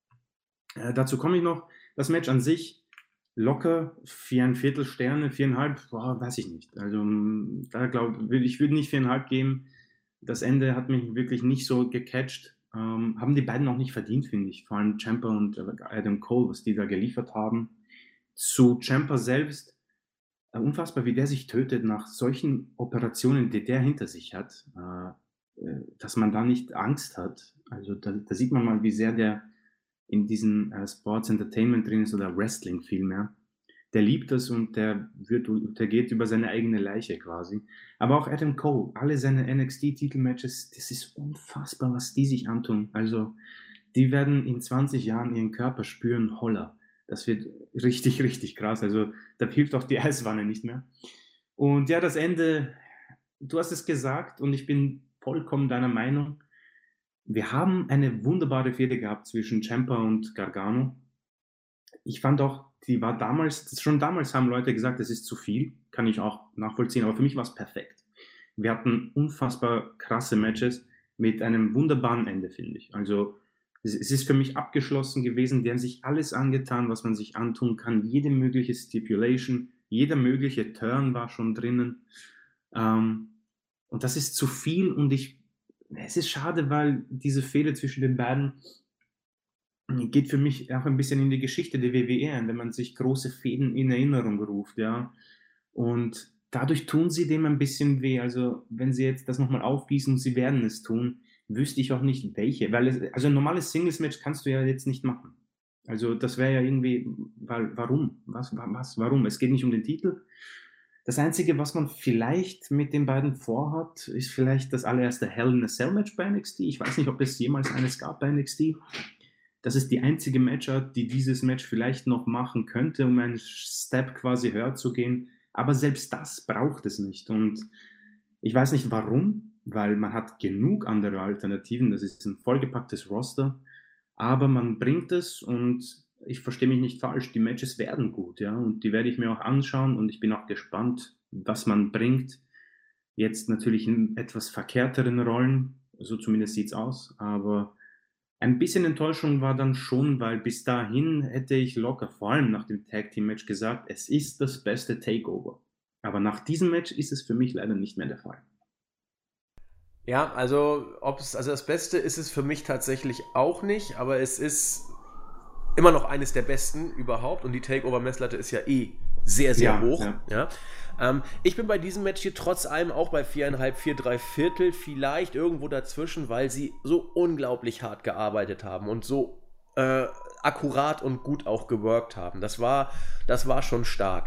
[SPEAKER 2] Äh, dazu komme ich noch. Das Match an sich locker vier Viertel Sterne, viereinhalb, boah, weiß ich nicht. Also da glaube ich, würde nicht viereinhalb geben. Das Ende hat mich wirklich nicht so gecatcht. Ähm, haben die beiden auch nicht verdient, finde ich. Vor allem Ciampa und Adam Cole, was die da geliefert haben. Zu Ciampa selbst, unfassbar, wie der sich tötet nach solchen Operationen, die der hinter sich hat, äh, dass man da nicht Angst hat. Also da, da sieht man mal, wie sehr der in diesen äh, Sports Entertainment drin ist oder Wrestling vielmehr. Der liebt das und der, wird, der geht über seine eigene Leiche quasi. Aber auch Adam Cole, alle seine N X T-Titelmatches, das ist unfassbar, was die sich antun. Also die werden in zwanzig Jahren ihren Körper spüren, holla. Das wird richtig, richtig krass. Also da hilft auch die Eiswanne nicht mehr. Und ja, das Ende, du hast es gesagt und ich bin vollkommen deiner Meinung. Wir haben eine wunderbare Fehde gehabt zwischen Ciampa und Gargano. Ich fand auch, die war damals, schon damals haben Leute gesagt, es ist zu viel. Kann ich auch nachvollziehen, aber für mich war es perfekt. Wir hatten unfassbar krasse Matches mit einem wunderbaren Ende, finde ich. Also es ist für mich abgeschlossen gewesen, die haben sich alles angetan, was man sich antun kann, jede mögliche Stipulation, jeder mögliche Turn war schon drinnen. Ähm, und das ist zu viel und ich, es ist schade, weil diese Fehde zwischen den beiden, geht für mich auch ein bisschen in die Geschichte der W W E ein, wenn man sich große Fehden in Erinnerung ruft, ja. Und dadurch tun sie dem ein bisschen weh. Also, wenn sie jetzt das noch mal aufgießen und sie werden es tun, wüsste ich auch nicht welche, weil es also ein normales Singles-Match kannst du ja jetzt nicht machen. Also, das wäre ja irgendwie weil warum? Was was warum? Es geht nicht um den Titel. Das Einzige, was man vielleicht mit den beiden vorhat, ist vielleicht das allererste Hell in a Cell Match bei N X T. Ich weiß nicht, ob es jemals eines gab bei N X T. Das ist die einzige Matchart, die dieses Match vielleicht noch machen könnte, um einen Step quasi höher zu gehen. Aber selbst das braucht es nicht. Und ich weiß nicht warum, weil man hat genug andere Alternativen. Das ist ein vollgepacktes Roster. Aber man bringt es und ich verstehe mich nicht falsch, die Matches werden gut, ja. Und die werde ich mir auch anschauen und ich bin auch gespannt, was man bringt. Jetzt natürlich in etwas verkehrteren Rollen, so zumindest sieht es aus, aber ein bisschen Enttäuschung war dann schon, weil bis dahin hätte ich locker, vor allem nach dem Tag-Team-Match gesagt, es ist das beste Takeover. Aber nach diesem Match ist es für mich leider nicht mehr der Fall.
[SPEAKER 1] Ja, also, ob's, also das Beste ist es für mich tatsächlich auch nicht, aber es ist immer noch eines der besten überhaupt und die Takeover-Messlatte ist ja eh sehr, sehr
[SPEAKER 2] Ja,
[SPEAKER 1] hoch.
[SPEAKER 2] ja.
[SPEAKER 1] Ja. Ähm, ich bin bei diesem Match hier trotz allem auch bei viereinhalb, vier, drei Viertel, vielleicht irgendwo dazwischen, weil sie so unglaublich hart gearbeitet haben und so äh, akkurat und gut auch geworkt haben. Das war, das war schon stark.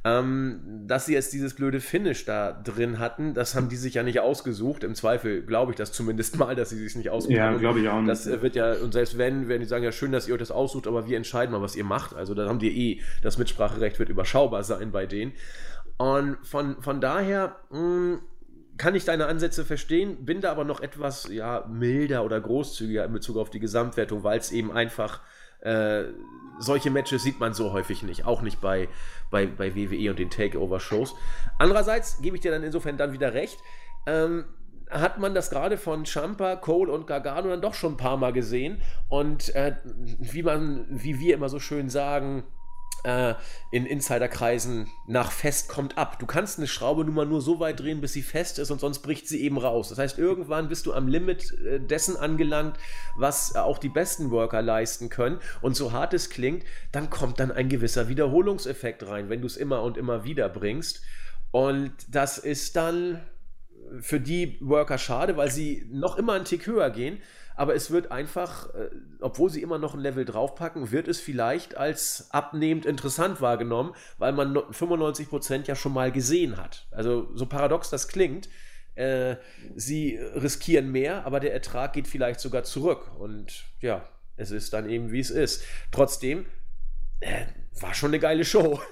[SPEAKER 1] Ähm, dass sie jetzt dieses blöde Finish da drin hatten, das haben die sich ja nicht ausgesucht. Im Zweifel glaube ich das zumindest mal, dass sie sich nicht ausgesucht haben.
[SPEAKER 2] Ja, glaube ich auch nicht.
[SPEAKER 1] Das äh, wird ja, und selbst wenn, werden die sagen, ja schön, dass ihr euch das aussucht, aber wir entscheiden mal, was ihr macht. Also da haben die eh, das Mitspracherecht wird überschaubar sein bei denen. Und von, von daher mh, kann ich deine Ansätze verstehen, bin da aber noch etwas ja, milder oder großzügiger in Bezug auf die Gesamtwertung, weil es eben einfach äh, solche Matches sieht man so häufig nicht, auch nicht bei, bei, bei W W E und den Takeover-Shows. Andererseits gebe ich dir dann insofern dann wieder recht, ähm, hat man das gerade von Ciampa, Cole und Gargano dann doch schon ein paar Mal gesehen und äh, wie man, wie wir immer so schön sagen, äh, in Insiderkreisen, nach fest kommt ab. Du kannst eine Schraube nun mal nur so weit drehen, bis sie fest ist und sonst bricht sie eben raus. Das heißt, irgendwann bist du am Limit äh, dessen angelangt, was äh, auch die besten Worker leisten können. Und so hart es klingt, dann kommt dann ein gewisser Wiederholungseffekt rein, wenn du es immer und immer wieder bringst. Und das ist dann für die Worker schade, weil sie noch immer einen Tick höher gehen. Aber es wird einfach, äh, obwohl sie immer noch ein Level draufpacken, wird es vielleicht als abnehmend interessant wahrgenommen, weil man no- fünfundneunzig Prozent ja schon mal gesehen hat. Also so paradox das klingt, äh, sie riskieren mehr, aber der Ertrag geht vielleicht sogar zurück. Und ja, es ist dann eben, wie es ist. Trotzdem, äh, war schon eine geile Show.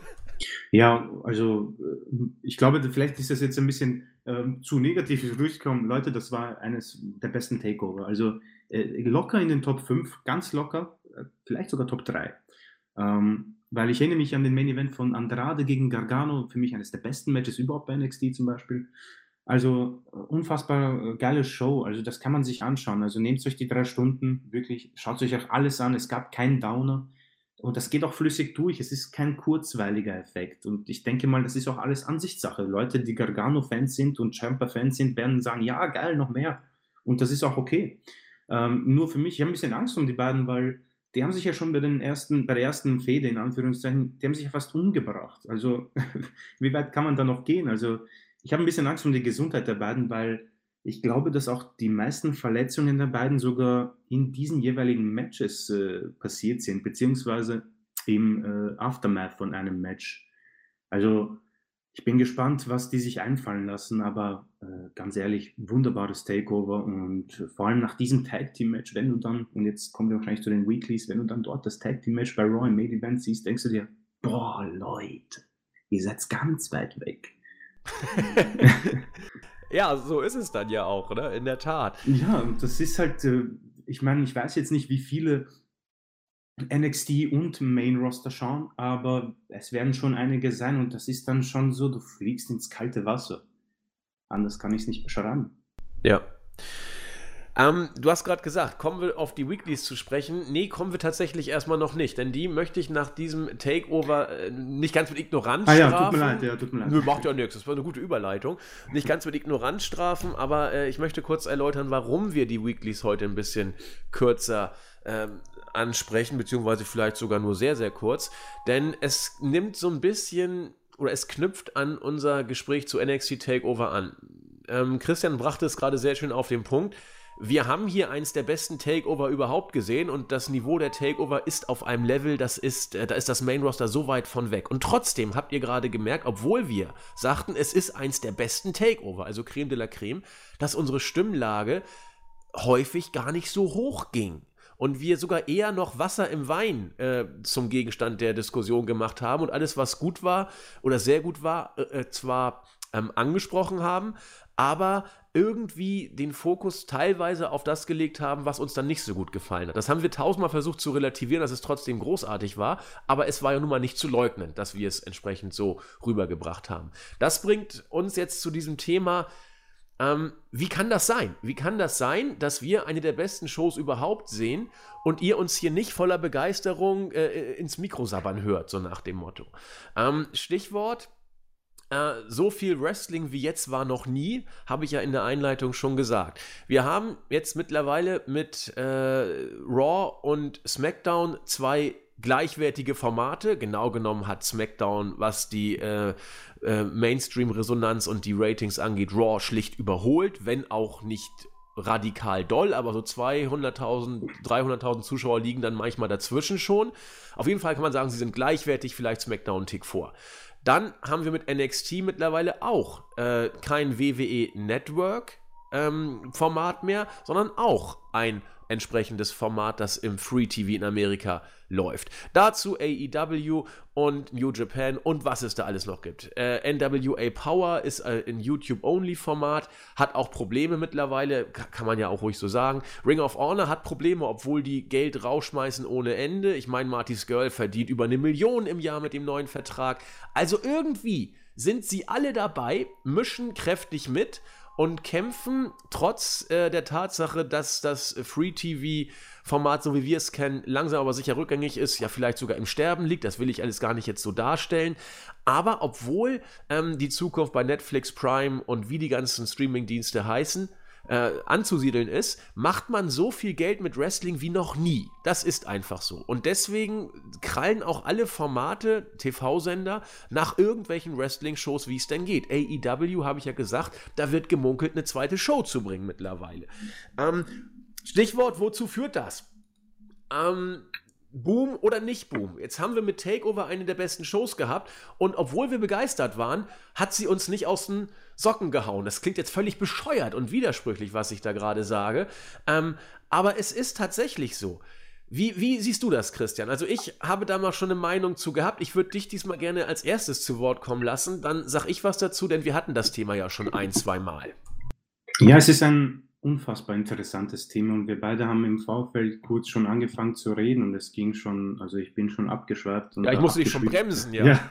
[SPEAKER 2] Ja, also äh, ich glaube, vielleicht ist das jetzt ein bisschen ähm, zu negativ durchgekommen. Leute, das war eines der besten Takeover. Also äh, locker in den Top fünf, ganz locker, äh, vielleicht sogar Top drei. Ähm, weil ich erinnere mich an den Main Event von Andrade gegen Gargano, für mich eines der besten Matches überhaupt bei N X T zum Beispiel. Also äh, unfassbar äh, geile Show, also das kann man sich anschauen. Also nehmt euch die drei Stunden, wirklich, schaut euch auch alles an. Es gab keinen Downer. Und das geht auch flüssig durch. Es ist kein kurzweiliger Effekt. Und ich denke mal, das ist auch alles Ansichtssache. Leute, die Gargano-Fans sind und Ciampa-Fans sind, werden sagen, ja, geil, noch mehr. Und das ist auch okay. Ähm, nur für mich, ich habe ein bisschen Angst um die beiden, weil die haben sich ja schon bei, den ersten, bei der ersten Fehde, in Anführungszeichen, die haben sich ja fast umgebracht. Also wie weit kann man da noch gehen? Also ich habe ein bisschen Angst um die Gesundheit der beiden, weil ich glaube, dass auch die meisten Verletzungen der beiden sogar in diesen jeweiligen Matches äh, passiert sind, beziehungsweise im äh, Aftermath von einem Match. Also ich bin gespannt, was die sich einfallen lassen, aber äh, ganz ehrlich, wunderbares Takeover und äh, vor allem nach diesem Tag-Team-Match, wenn du dann, und jetzt kommen wir wahrscheinlich zu den Weeklies, wenn du dann dort das Tag-Team-Match bei Raw im Main Event siehst, denkst du dir, boah, Leute, ihr seid ganz weit weg.
[SPEAKER 1] Ja, so ist es dann ja auch, ne? In der Tat.
[SPEAKER 2] Ja, und das ist halt, äh, ich meine, ich weiß jetzt nicht, wie viele N X T und Main Roster schauen, aber es werden schon einige sein und das ist dann schon so, du fliegst ins kalte Wasser. Anders kann ich es nicht beschreiben.
[SPEAKER 1] Ja. Ähm, du hast gerade gesagt, kommen wir auf die Weeklies zu sprechen. Nee, kommen wir tatsächlich erstmal noch nicht, denn die möchte ich nach diesem Takeover äh, nicht ganz mit Ignoranz
[SPEAKER 2] Ah ja,
[SPEAKER 1] strafen.
[SPEAKER 2] tut mir leid, ja, tut mir leid.
[SPEAKER 1] Nö, macht ja nichts, das war eine gute Überleitung. Nicht ganz mit Ignoranz strafen, aber äh, ich möchte kurz erläutern, warum wir die Weeklies heute ein bisschen kürzer ähm, ansprechen, beziehungsweise vielleicht sogar nur sehr, sehr kurz, denn es nimmt so ein bisschen oder es knüpft an unser Gespräch zu N X T Takeover an. Ähm, Christian brachte es gerade sehr schön auf den Punkt. Wir haben hier eins der besten Takeover überhaupt gesehen und das Niveau der Takeover ist auf einem Level, das ist, äh, da ist das Main Roster so weit von weg. Und trotzdem habt ihr gerade gemerkt, obwohl wir sagten, es ist eins der besten Takeover, also Creme de la Creme, dass unsere Stimmlage häufig gar nicht so hoch ging. Und wir sogar eher noch Wasser im Wein äh, zum Gegenstand der Diskussion gemacht haben und alles, was gut war oder sehr gut war, äh, zwar ähm, angesprochen haben, aber irgendwie den Fokus teilweise auf das gelegt haben, was uns dann nicht so gut gefallen hat. Das haben wir tausendmal versucht zu relativieren, dass es trotzdem großartig war, aber es war ja nun mal nicht zu leugnen, dass wir es entsprechend so rübergebracht haben. Das bringt uns jetzt zu diesem Thema, ähm, wie kann das sein? Wie kann das sein, dass wir eine der besten Shows überhaupt sehen und ihr uns hier nicht voller Begeisterung äh, ins Mikro sabbern hört, so nach dem Motto. Ähm, Stichwort: Uh, so viel Wrestling wie jetzt war noch nie, habe ich ja in der Einleitung schon gesagt. Wir haben jetzt mittlerweile mit äh, Raw und SmackDown zwei gleichwertige Formate. Genau genommen hat SmackDown, was die äh, äh, Mainstream-Resonanz und die Ratings angeht, Raw schlicht überholt, wenn auch nicht radikal doll, aber so zweihunderttausend, dreihunderttausend Zuschauer liegen dann manchmal dazwischen schon. Auf jeden Fall kann man sagen, sie sind gleichwertig, vielleicht SmackDown einen Tick vor. Dann haben wir mit N X T mittlerweile auch äh, kein W W E Network ähm, Format mehr, sondern auch ein entsprechendes Format, das im Free T V in Amerika läuft. Dazu A E W und New Japan und was es da alles noch gibt. Äh, N W A Power ist äh, ein YouTube-Only-Format, hat auch Probleme mittlerweile, kann man ja auch ruhig so sagen. Ring of Honor hat Probleme, obwohl die Geld rausschmeißen ohne Ende. Ich meine, Marty Scurll verdient über eine Million im Jahr mit dem neuen Vertrag. Also irgendwie sind sie alle dabei, mischen kräftig mit und kämpfen trotz äh, der Tatsache, dass das Free-T V-Format, so wie wir es kennen, langsam aber sicher rückgängig ist, ja vielleicht sogar im Sterben liegt, das will ich alles gar nicht jetzt so darstellen, aber obwohl ähm, die Zukunft bei Netflix, Prime und wie die ganzen Streaming-Dienste heißen, äh, anzusiedeln ist, macht man so viel Geld mit Wrestling wie noch nie. Das ist einfach so. Und deswegen krallen auch alle Formate, T V-Sender, nach irgendwelchen Wrestling-Shows, wie es denn geht. A E W, habe ich ja gesagt, da wird gemunkelt, eine zweite Show zu bringen mittlerweile. Ähm, Stichwort, wozu führt das? Ähm, Boom oder nicht Boom? Jetzt haben wir mit Takeover eine der besten Shows gehabt und obwohl wir begeistert waren, hat sie uns nicht aus den Socken gehauen. Das klingt jetzt völlig bescheuert und widersprüchlich, was ich da gerade sage, ähm, aber es ist tatsächlich so. Wie, wie siehst du das, Christian? Also ich habe da mal schon eine Meinung zu gehabt. Ich würde dich diesmal gerne als erstes zu Wort kommen lassen. Dann sag ich was dazu, denn wir hatten das Thema ja schon ein, zwei Mal.
[SPEAKER 2] Ja, es ist ein unfassbar interessantes Thema und wir beide haben im Vorfeld kurz schon angefangen zu reden und es ging schon, also ich bin schon abgeschweift. Und
[SPEAKER 1] ja, ich musste dich schon bremsen, ja.
[SPEAKER 2] ja.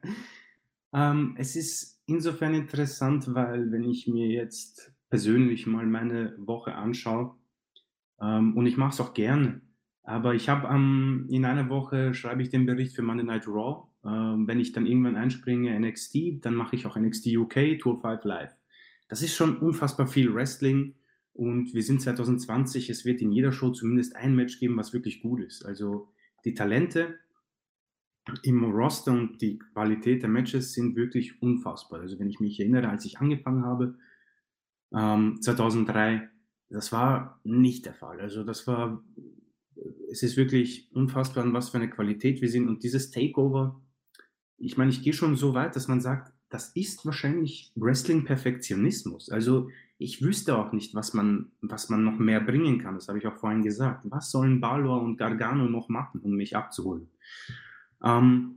[SPEAKER 2] ähm, es ist insofern interessant, weil wenn ich mir jetzt persönlich mal meine Woche anschaue, ähm, und ich mache es auch gern, aber ich habe ähm, in einer Woche schreibe ich den Bericht für Monday Night Raw. Ähm, wenn ich dann irgendwann einspringe N X T, dann mache ich auch N X T U K, Tour fünf Live. Das ist schon unfassbar viel Wrestling und wir sind zwanzig zwanzig, es wird in jeder Show zumindest ein Match geben, was wirklich gut ist. Also die Talente im Roster und die Qualität der Matches sind wirklich unfassbar. Also wenn ich mich erinnere, als ich angefangen habe, ähm, zweitausenddrei, das war nicht der Fall. Also das war, es ist wirklich unfassbar, an was für eine Qualität wir sind und dieses Takeover, ich meine, ich gehe schon so weit, dass man sagt, das ist wahrscheinlich Wrestling-Perfektionismus. Also ich wüsste auch nicht, was man, was man noch mehr bringen kann. Das habe ich auch vorhin gesagt. Was sollen Balor und Gargano noch machen, um mich abzuholen? Ähm,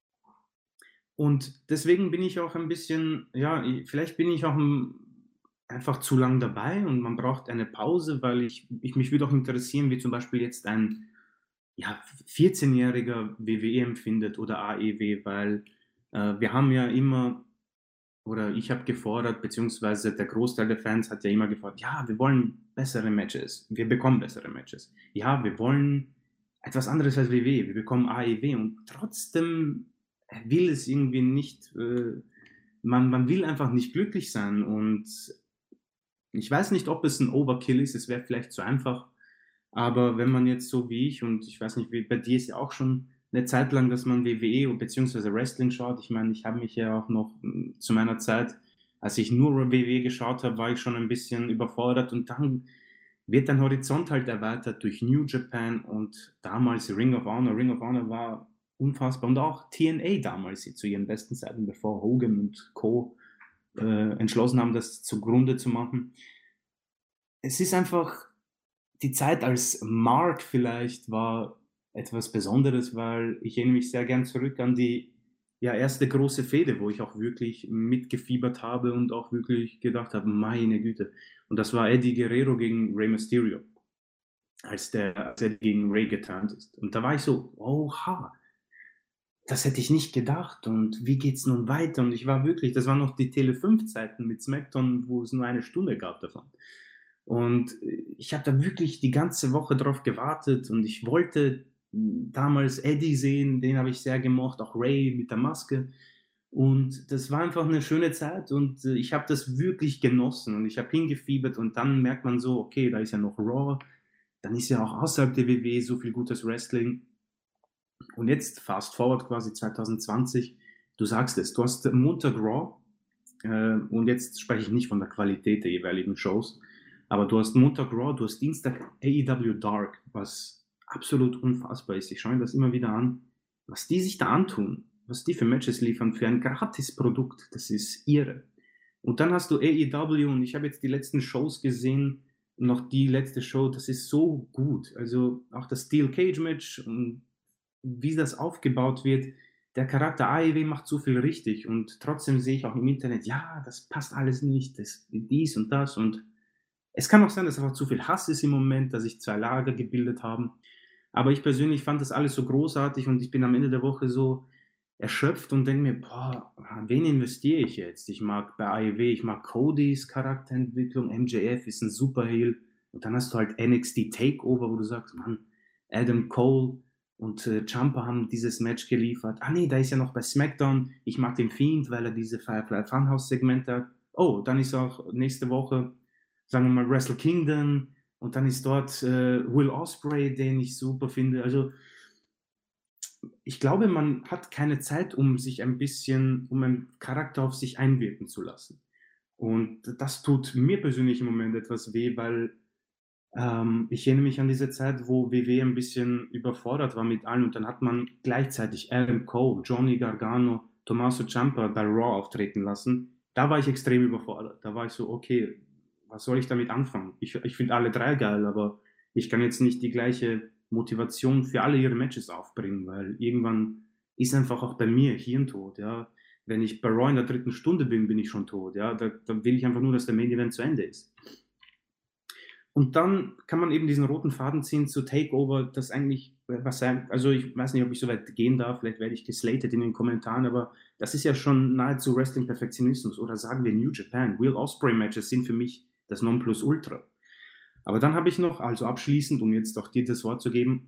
[SPEAKER 2] und deswegen bin ich auch ein bisschen, ja, vielleicht bin ich auch ein, einfach zu lang dabei und man braucht eine Pause, weil ich, ich mich würde auch interessieren, wie zum Beispiel jetzt ein ja, vierzehnjähriger W W E empfindet oder A E W, weil äh, wir haben ja immer, oder ich habe gefordert, beziehungsweise der Großteil der Fans hat ja immer gefordert, ja, wir wollen bessere Matches, wir bekommen bessere Matches. Ja, wir wollen etwas anderes als W W E, wir bekommen A E W und trotzdem will es irgendwie nicht, äh, man, man will einfach nicht glücklich sein und ich weiß nicht, ob es ein Overkill ist, es wäre vielleicht zu einfach, Aber wenn man jetzt so wie ich, und ich weiß nicht, wie bei dir ist ja auch schon eine Zeit lang, dass man W W E bzw. Wrestling schaut. Ich meine, ich habe mich ja auch noch hm, zu meiner Zeit, als ich nur W W E geschaut habe, war ich schon ein bisschen überfordert, und dann wird dein Horizont halt erweitert durch New Japan und damals Ring of Honor. Ring of Honor war unfassbar, und auch T N A damals zu ihren besten Zeiten, bevor Hogan und Co. Äh, entschlossen haben, das zugrunde zu machen. Es ist einfach, die Zeit als Mark vielleicht war etwas Besonderes, weil ich erinnere mich sehr gern zurück an die, ja, erste große Fehde, wo ich auch wirklich mitgefiebert habe und auch wirklich gedacht habe, meine Güte. Und das war Eddie Guerrero gegen Rey Mysterio, als der, als er gegen Ray geturnt ist. Und da war ich so, oha, das hätte ich nicht gedacht. Und wie geht's nun weiter? Und ich war wirklich, das waren noch die Tele fünf Zeiten mit SmackDown, wo es nur eine Stunde gab davon. Und ich habe da wirklich die ganze Woche drauf gewartet, und ich wollte damals Eddie sehen, den habe ich sehr gemocht, auch Ray mit der Maske. Und das war einfach eine schöne Zeit, und äh, ich habe das wirklich genossen und ich habe hingefiebert, und dann merkt man so, okay, da ist ja noch Raw, dann ist ja auch außerhalb der W W E so viel gutes Wrestling. Und jetzt fast forward quasi zwanzig zwanzig, du sagst es, du hast Montag Raw, äh, und jetzt spreche ich nicht von der Qualität der jeweiligen Shows, aber du hast Montag Raw, du hast Dienstag A E W Dark, was absolut unfassbar ist. Ich schaue mir das immer wieder an, was die sich da antun, was die für Matches liefern, für ein Gratis-Produkt, das ist irre. Und dann hast du A E W, und ich habe jetzt die letzten Shows gesehen, noch die letzte Show, das ist so gut. Also auch das Steel Cage Match und wie das aufgebaut wird. Der Charakter A E W macht so viel richtig, und trotzdem sehe ich auch im Internet, ja, das passt alles nicht, das, dies und das, und es kann auch sein, dass einfach zu viel Hass ist im Moment, dass sich zwei Lager gebildet haben. Aber ich persönlich fand das alles so großartig, und ich bin am Ende der Woche so erschöpft und denke mir, boah, an wen investiere ich jetzt? Ich mag bei A E W, ich mag Codys Charakterentwicklung, M J F ist ein Superheel, und dann hast du halt N X T Takeover, wo du sagst, Mann, Adam Cole und äh, Ciampa haben dieses Match geliefert. Ah nee, da ist ja noch bei SmackDown, ich mag den Fiend, weil er diese Firefly Funhouse Segmente hat. Oh, dann ist auch nächste Woche, sagen wir mal, Wrestle Kingdom, und dann ist dort äh, Will Ospreay, den ich super finde. Also ich glaube, man hat keine Zeit, um sich ein bisschen, um einen Charakter auf sich einwirken zu lassen. Und das tut mir persönlich im Moment etwas weh, weil ähm, ich erinnere mich an diese Zeit, wo W W ein bisschen überfordert war mit allen, und dann hat man gleichzeitig Adam Cole, Johnny Gargano, Tommaso Ciampa bei Raw auftreten lassen. Da war ich extrem überfordert. Da war ich so, okay, was soll ich damit anfangen? Ich, ich finde alle drei geil, aber ich kann jetzt nicht die gleiche Motivation für alle ihre Matches aufbringen, weil irgendwann ist einfach auch bei mir Hirntod, ja. Wenn ich bei Raw in der dritten Stunde bin, bin ich schon tot, ja. Da, da will ich einfach nur, dass der Main Event zu Ende ist. Und dann kann man eben diesen roten Faden ziehen zu Takeover, das eigentlich, was sein, also ich weiß nicht, ob ich so weit gehen darf, vielleicht werde ich geslatet in den Kommentaren, aber das ist ja schon nahezu Wrestling-Perfektionismus. Oder sagen wir New Japan, Will Ospreay-Matches sind für mich das Nonplusultra. Aber dann habe ich noch, also abschließend, um jetzt auch dir das Wort zu geben,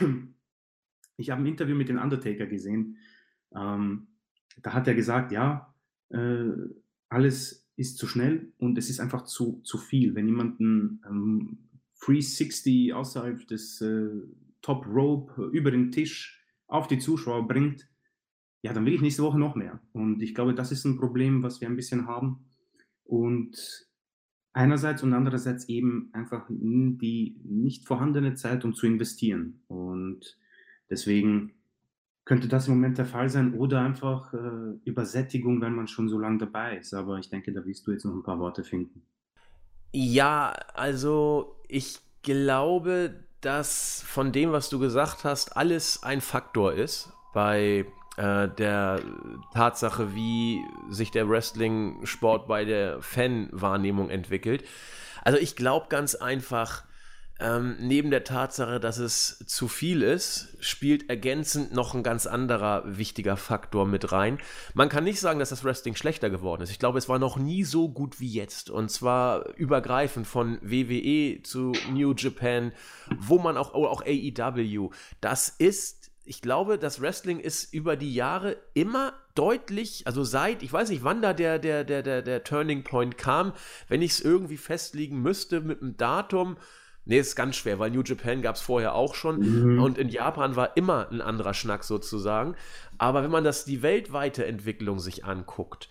[SPEAKER 2] ich habe ein Interview mit dem Undertaker gesehen, ähm, da hat er gesagt, ja, äh, alles ist zu schnell und es ist einfach zu, zu viel. Wenn jemand einen ähm, dreihundertsechzig außerhalb des äh, Top Rope über den Tisch auf die Zuschauer bringt, ja, dann will ich nächste Woche noch mehr. Und ich glaube, das ist ein Problem, was wir ein bisschen haben. Und einerseits und andererseits eben einfach die nicht vorhandene Zeit, um zu investieren. Und deswegen könnte das im Moment der Fall sein, oder einfach äh, Übersättigung, wenn man schon so lange dabei ist. Aber ich denke, da wirst du jetzt noch ein paar Worte finden.
[SPEAKER 1] Ja, also ich glaube, dass von dem, was du gesagt hast, alles ein Faktor ist bei äh, der Tatsache, wie sich der Wrestling-Sport bei der Fan-Wahrnehmung entwickelt. Also ich glaube ganz einfach, ähm, neben der Tatsache, dass es zu viel ist, spielt ergänzend noch ein ganz anderer wichtiger Faktor mit rein. Man kann nicht sagen, dass das Wrestling schlechter geworden ist. Ich glaube, es war noch nie so gut wie jetzt. Und zwar übergreifend von W W E zu New Japan, wo man auch, auch A E W. Das ist, ich glaube, das Wrestling ist über die Jahre immer deutlich, also seit, ich weiß nicht, wann da der, der, der, der, der Turning Point kam, wenn ich es irgendwie festlegen müsste mit einem Datum, Nee, ist ganz schwer, weil New Japan gab es vorher auch schon
[SPEAKER 2] Mhm.
[SPEAKER 1] und in Japan war immer ein anderer Schnack sozusagen. Aber wenn man das die weltweite Entwicklung sich anguckt,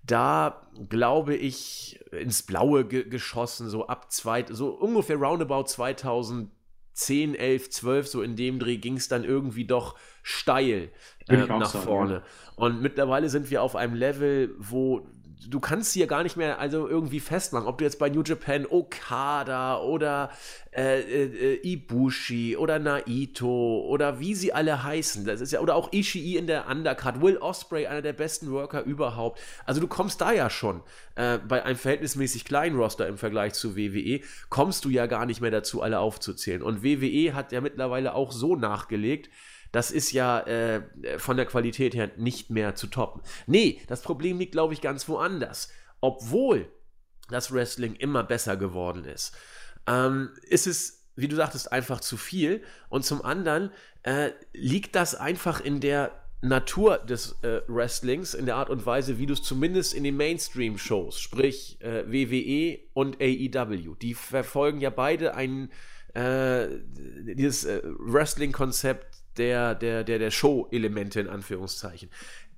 [SPEAKER 1] da glaube ich ins Blaue ge geschossen, so ab zwei, so ungefähr roundabout zweitausendzehn, elf, zwölf, so in dem Dreh ging es dann irgendwie doch steil
[SPEAKER 2] Würde
[SPEAKER 1] äh,
[SPEAKER 2] ich auch
[SPEAKER 1] nach
[SPEAKER 2] sagen,
[SPEAKER 1] vorne.
[SPEAKER 2] ja.
[SPEAKER 1] Und mittlerweile sind wir auf einem Level, wo du kannst hier gar nicht mehr also irgendwie festmachen, ob du jetzt bei New Japan Okada oder äh, äh, Ibushi oder Naito oder wie sie alle heißen, das ist ja, oder auch Ishii in der Undercard, Will Ospreay, einer der besten Worker überhaupt. Also du kommst da ja schon äh, bei einem verhältnismäßig kleinen Roster im Vergleich zu W W E, kommst du ja gar nicht mehr dazu, alle aufzuzählen. Und W W E hat ja mittlerweile auch so nachgelegt, das ist ja äh, von der Qualität her nicht mehr zu toppen. Nee, das Problem liegt, glaube ich, ganz woanders. Obwohl das Wrestling immer besser geworden ist, ähm, ist es, wie du sagtest, einfach zu viel. Und zum anderen äh, liegt das einfach in der Natur des äh, Wrestlings, in der Art und Weise, wie du es zumindest in den Mainstream-Shows, sprich äh, W W E und A E W, die verfolgen ja beide ein äh, dieses äh, Wrestling-Konzept der, der, der, der Show-Elemente in Anführungszeichen.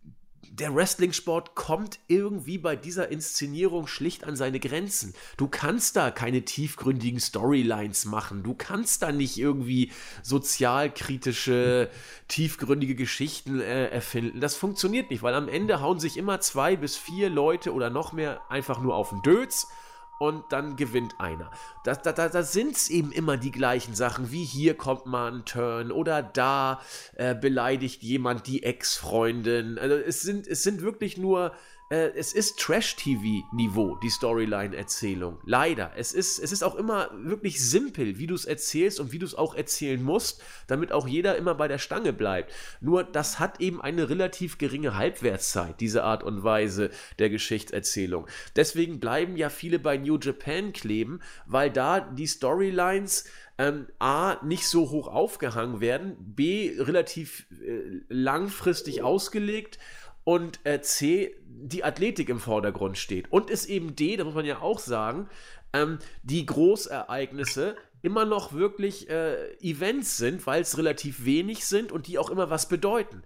[SPEAKER 1] Der Wrestling-Sport kommt irgendwie bei dieser Inszenierung schlicht an seine Grenzen. Du kannst da keine tiefgründigen Storylines machen. Du kannst da nicht irgendwie sozialkritische, tiefgründige Geschichten äh, erfinden. Das funktioniert nicht, weil am Ende hauen sich immer zwei bis vier Leute oder noch mehr einfach nur auf den Dötz. Und dann gewinnt einer. Da, da, da, da sind es eben immer die gleichen Sachen, wie hier kommt mal ein Turn oder da äh, beleidigt jemand die Ex-Freundin. Also es sind, es sind wirklich nur, äh, es ist Trash-T V-Niveau, die Storyline-Erzählung. Leider. Es ist, es ist auch immer wirklich simpel, wie du es erzählst und wie du es auch erzählen musst, damit auch jeder immer bei der Stange bleibt. Nur das hat eben eine relativ geringe Halbwertszeit, diese Art und Weise der Geschichtserzählung. Deswegen bleiben ja viele bei New Japan kleben, weil da die Storylines ähm, A, nicht so hoch aufgehangen werden, B, relativ äh, langfristig ausgelegt und äh, C, die Athletik im Vordergrund steht. Und ist eben D, da muss man ja auch sagen, ähm, die Großereignisse immer noch wirklich äh, Events sind, weil es relativ wenig sind und die auch immer was bedeuten.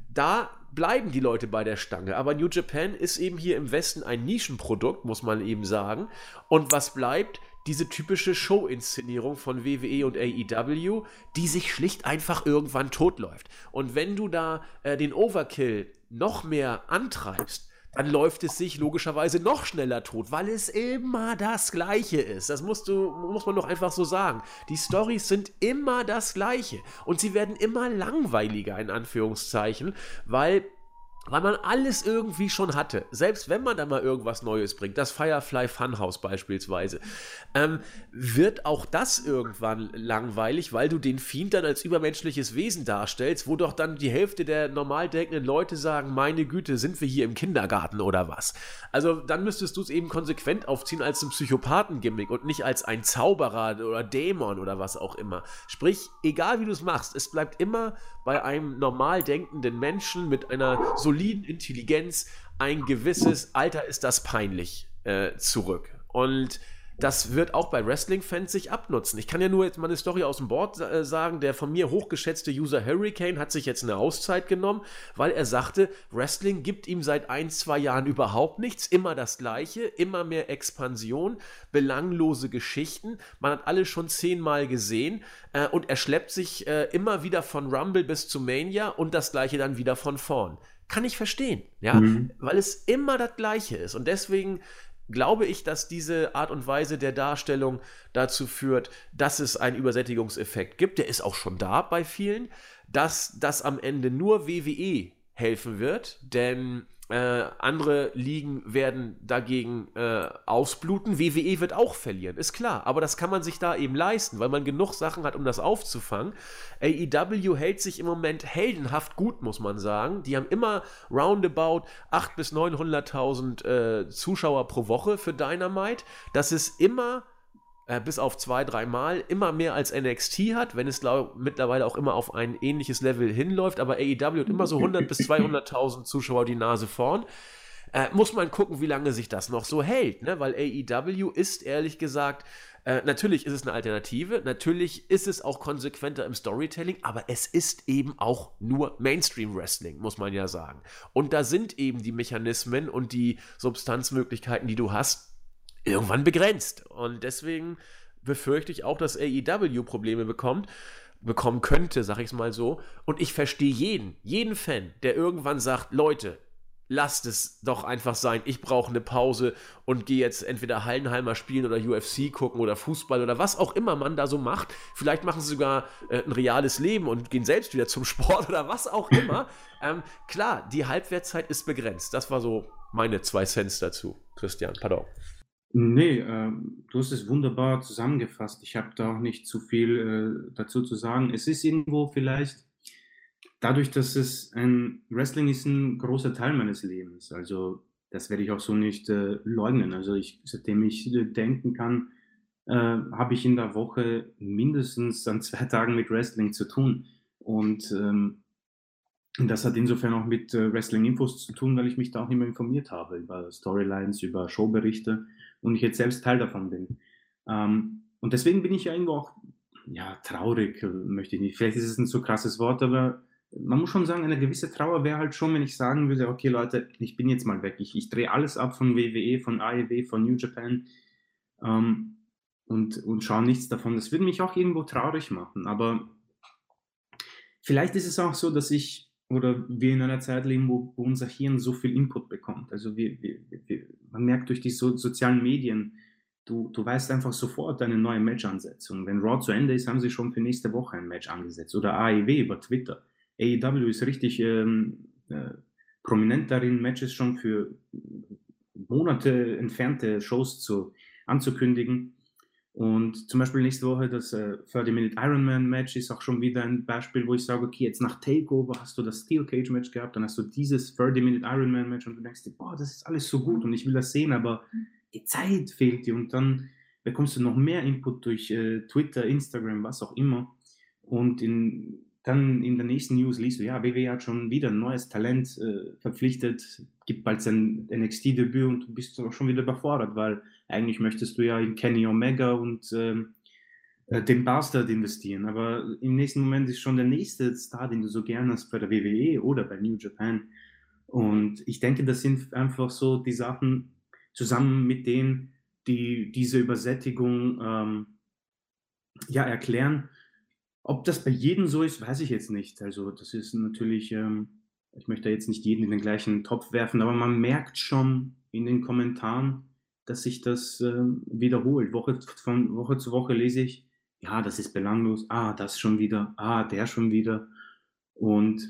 [SPEAKER 1] Da bleiben die Leute bei der Stange. Aber New Japan ist eben hier im Westen ein Nischenprodukt, muss man eben sagen. Und was bleibt? Diese typische Show-Inszenierung von W W E und A E W, die sich schlicht einfach irgendwann totläuft. Und wenn du da äh, den Overkill noch mehr antreibst, dann läuft es sich logischerweise noch schneller tot, weil es immer das Gleiche ist. Das musst du, muss man doch einfach so sagen. Die Storys sind immer das Gleiche und sie werden immer langweiliger, in Anführungszeichen, weil weil man alles irgendwie schon hatte. Selbst wenn man da mal irgendwas Neues bringt, das Firefly Funhouse beispielsweise, ähm, wird auch das irgendwann langweilig, weil du den Fiend dann als übermenschliches Wesen darstellst, wo doch dann die Hälfte der normal denkenden Leute sagen, meine Güte, sind wir hier im Kindergarten oder was? Also dann müsstest du es eben konsequent aufziehen als ein Psychopathen-Gimmick und nicht als ein Zauberer oder Dämon oder was auch immer. Sprich, egal wie du es machst, es bleibt immer bei einem normal denkenden Menschen mit einer soliden Intelligenz ein gewisses Alter ist das peinlich äh, zurück. Und das wird auch bei Wrestling-Fans sich abnutzen. Ich kann ja nur jetzt mal eine Story aus dem Board äh, sagen, der von mir hochgeschätzte User Hurricane hat sich jetzt eine Auszeit genommen, weil er sagte, Wrestling gibt ihm seit ein, zwei Jahren überhaupt nichts, immer das Gleiche, immer mehr Expansion, belanglose Geschichten, man hat alle schon zehnmal gesehen äh, und er schleppt sich äh, immer wieder von Rumble bis zu Mania und das Gleiche dann wieder von vorn. Kann ich verstehen, ja, mhm. weil es immer das Gleiche ist und deswegen glaube ich, dass diese Art und Weise der Darstellung dazu führt, dass es einen Übersättigungseffekt gibt. Der ist auch schon da bei vielen, dass das am Ende nur W W E helfen wird, denn äh, andere Ligen werden dagegen äh, ausbluten. W W E wird auch verlieren, ist klar. Aber das kann man sich da eben leisten, weil man genug Sachen hat, um das aufzufangen. A E W hält sich im Moment heldenhaft gut, muss man sagen. Die haben immer roundabout achthunderttausend bis neunhunderttausend äh, Zuschauer pro Woche für Dynamite. Das ist immer Äh, bis auf zwei, drei Mal immer mehr als N X T hat, wenn es glaub, mittlerweile auch immer auf ein ähnliches Level hinläuft, aber A E W hat immer so hunderttausend bis zweihunderttausend Zuschauer die Nase vorn. Äh, muss man gucken, wie lange sich das noch so hält, ne? Weil A E W ist ehrlich gesagt, äh, natürlich ist es eine Alternative, natürlich ist es auch konsequenter im Storytelling, aber es ist eben auch nur Mainstream-Wrestling, muss man ja sagen. Und da sind eben die Mechanismen und die Substanzmöglichkeiten, die du hast, irgendwann begrenzt. Und deswegen befürchte ich auch, dass A E W Probleme bekommt, bekommen könnte, sag ich es mal so. Und ich verstehe jeden, jeden Fan, der irgendwann sagt, Leute, lasst es doch einfach sein, ich brauche eine Pause und gehe jetzt entweder Hallenhalmer spielen oder U F C gucken oder Fußball oder was auch immer man da so macht. Vielleicht machen sie sogar äh, ein reales Leben und gehen selbst wieder zum Sport oder was auch immer. ähm, klar, die Halbwertszeit ist begrenzt. Das war so meine zwei Cents dazu. Christian, pardon.
[SPEAKER 2] Nee, äh, du hast es wunderbar zusammengefasst. Ich habe da auch nicht zu viel äh, dazu zu sagen. Es ist irgendwo vielleicht dadurch, dass es ein Wrestling ist ein großer Teil meines Lebens. Also das werde ich auch so nicht äh, leugnen. Also ich, seitdem ich äh, denken kann, äh, habe ich in der Woche mindestens an zwei Tagen mit Wrestling zu tun. Und ähm, das hat insofern auch mit äh, Wrestling-Infos zu tun, weil ich mich da auch immer informiert habe über Storylines, über Showberichte und ich jetzt selbst Teil davon bin. Ähm, und deswegen bin ich ja irgendwo auch, ja, traurig, äh, möchte ich nicht. Vielleicht ist es ein zu krasses Wort, aber man muss schon sagen, eine gewisse Trauer wäre halt schon, wenn ich sagen würde, okay Leute, ich bin jetzt mal weg. Ich, ich drehe alles ab von W W E, von A E W, von New Japan ähm, und, und schaue nichts davon. Das würde mich auch irgendwo traurig machen, aber vielleicht ist es auch so, dass ich oder wir in einer Zeit leben, wo, wo unser Hirn so viel Input bekommt. Also wir, wir, wir, man merkt durch die so, sozialen Medien, du, du weißt einfach sofort eine neue Match-Ansetzung. Wenn Raw zu Ende ist, haben sie schon für nächste Woche ein Match angesetzt. Oder A E W über Twitter. A E W ist richtig ähm, äh, prominent darin, Matches schon für Monate entfernte Shows zu, anzukündigen. Und zum Beispiel nächste Woche das äh, thirty minute Ironman-Match ist auch schon wieder ein Beispiel, wo ich sage, okay, jetzt nach Takeover hast du das Steel Cage-Match gehabt, dann hast du dieses thirty minute Ironman-Match und du denkst dir, boah, das ist alles so gut und ich will das sehen, aber die Zeit fehlt dir und dann bekommst du noch mehr Input durch äh, Twitter, Instagram, was auch immer. Und in, dann in der nächsten News liest du, ja, W W E hat schon wieder ein neues Talent äh, verpflichtet, gibt bald sein N X T-Debüt und du bist auch schon wieder überfordert, weil eigentlich möchtest du ja in Kenny Omega und ähm, äh, den Bastard investieren, aber im nächsten Moment ist schon der nächste Star, den du so gerne hast bei der W W E oder bei New Japan. Und ich denke, das sind einfach so die Sachen zusammen mit denen, die diese Übersättigung ähm, ja, erklären. Ob das bei jedem so ist, weiß ich jetzt nicht. Also das ist natürlich, ähm, ich möchte jetzt nicht jeden in den gleichen Topf werfen, aber man merkt schon in den Kommentaren, dass sich das ähm, wiederholt. Woche von Woche zu Woche lese ich, ja, das ist belanglos, ah, das schon wieder, ah, der schon wieder. Und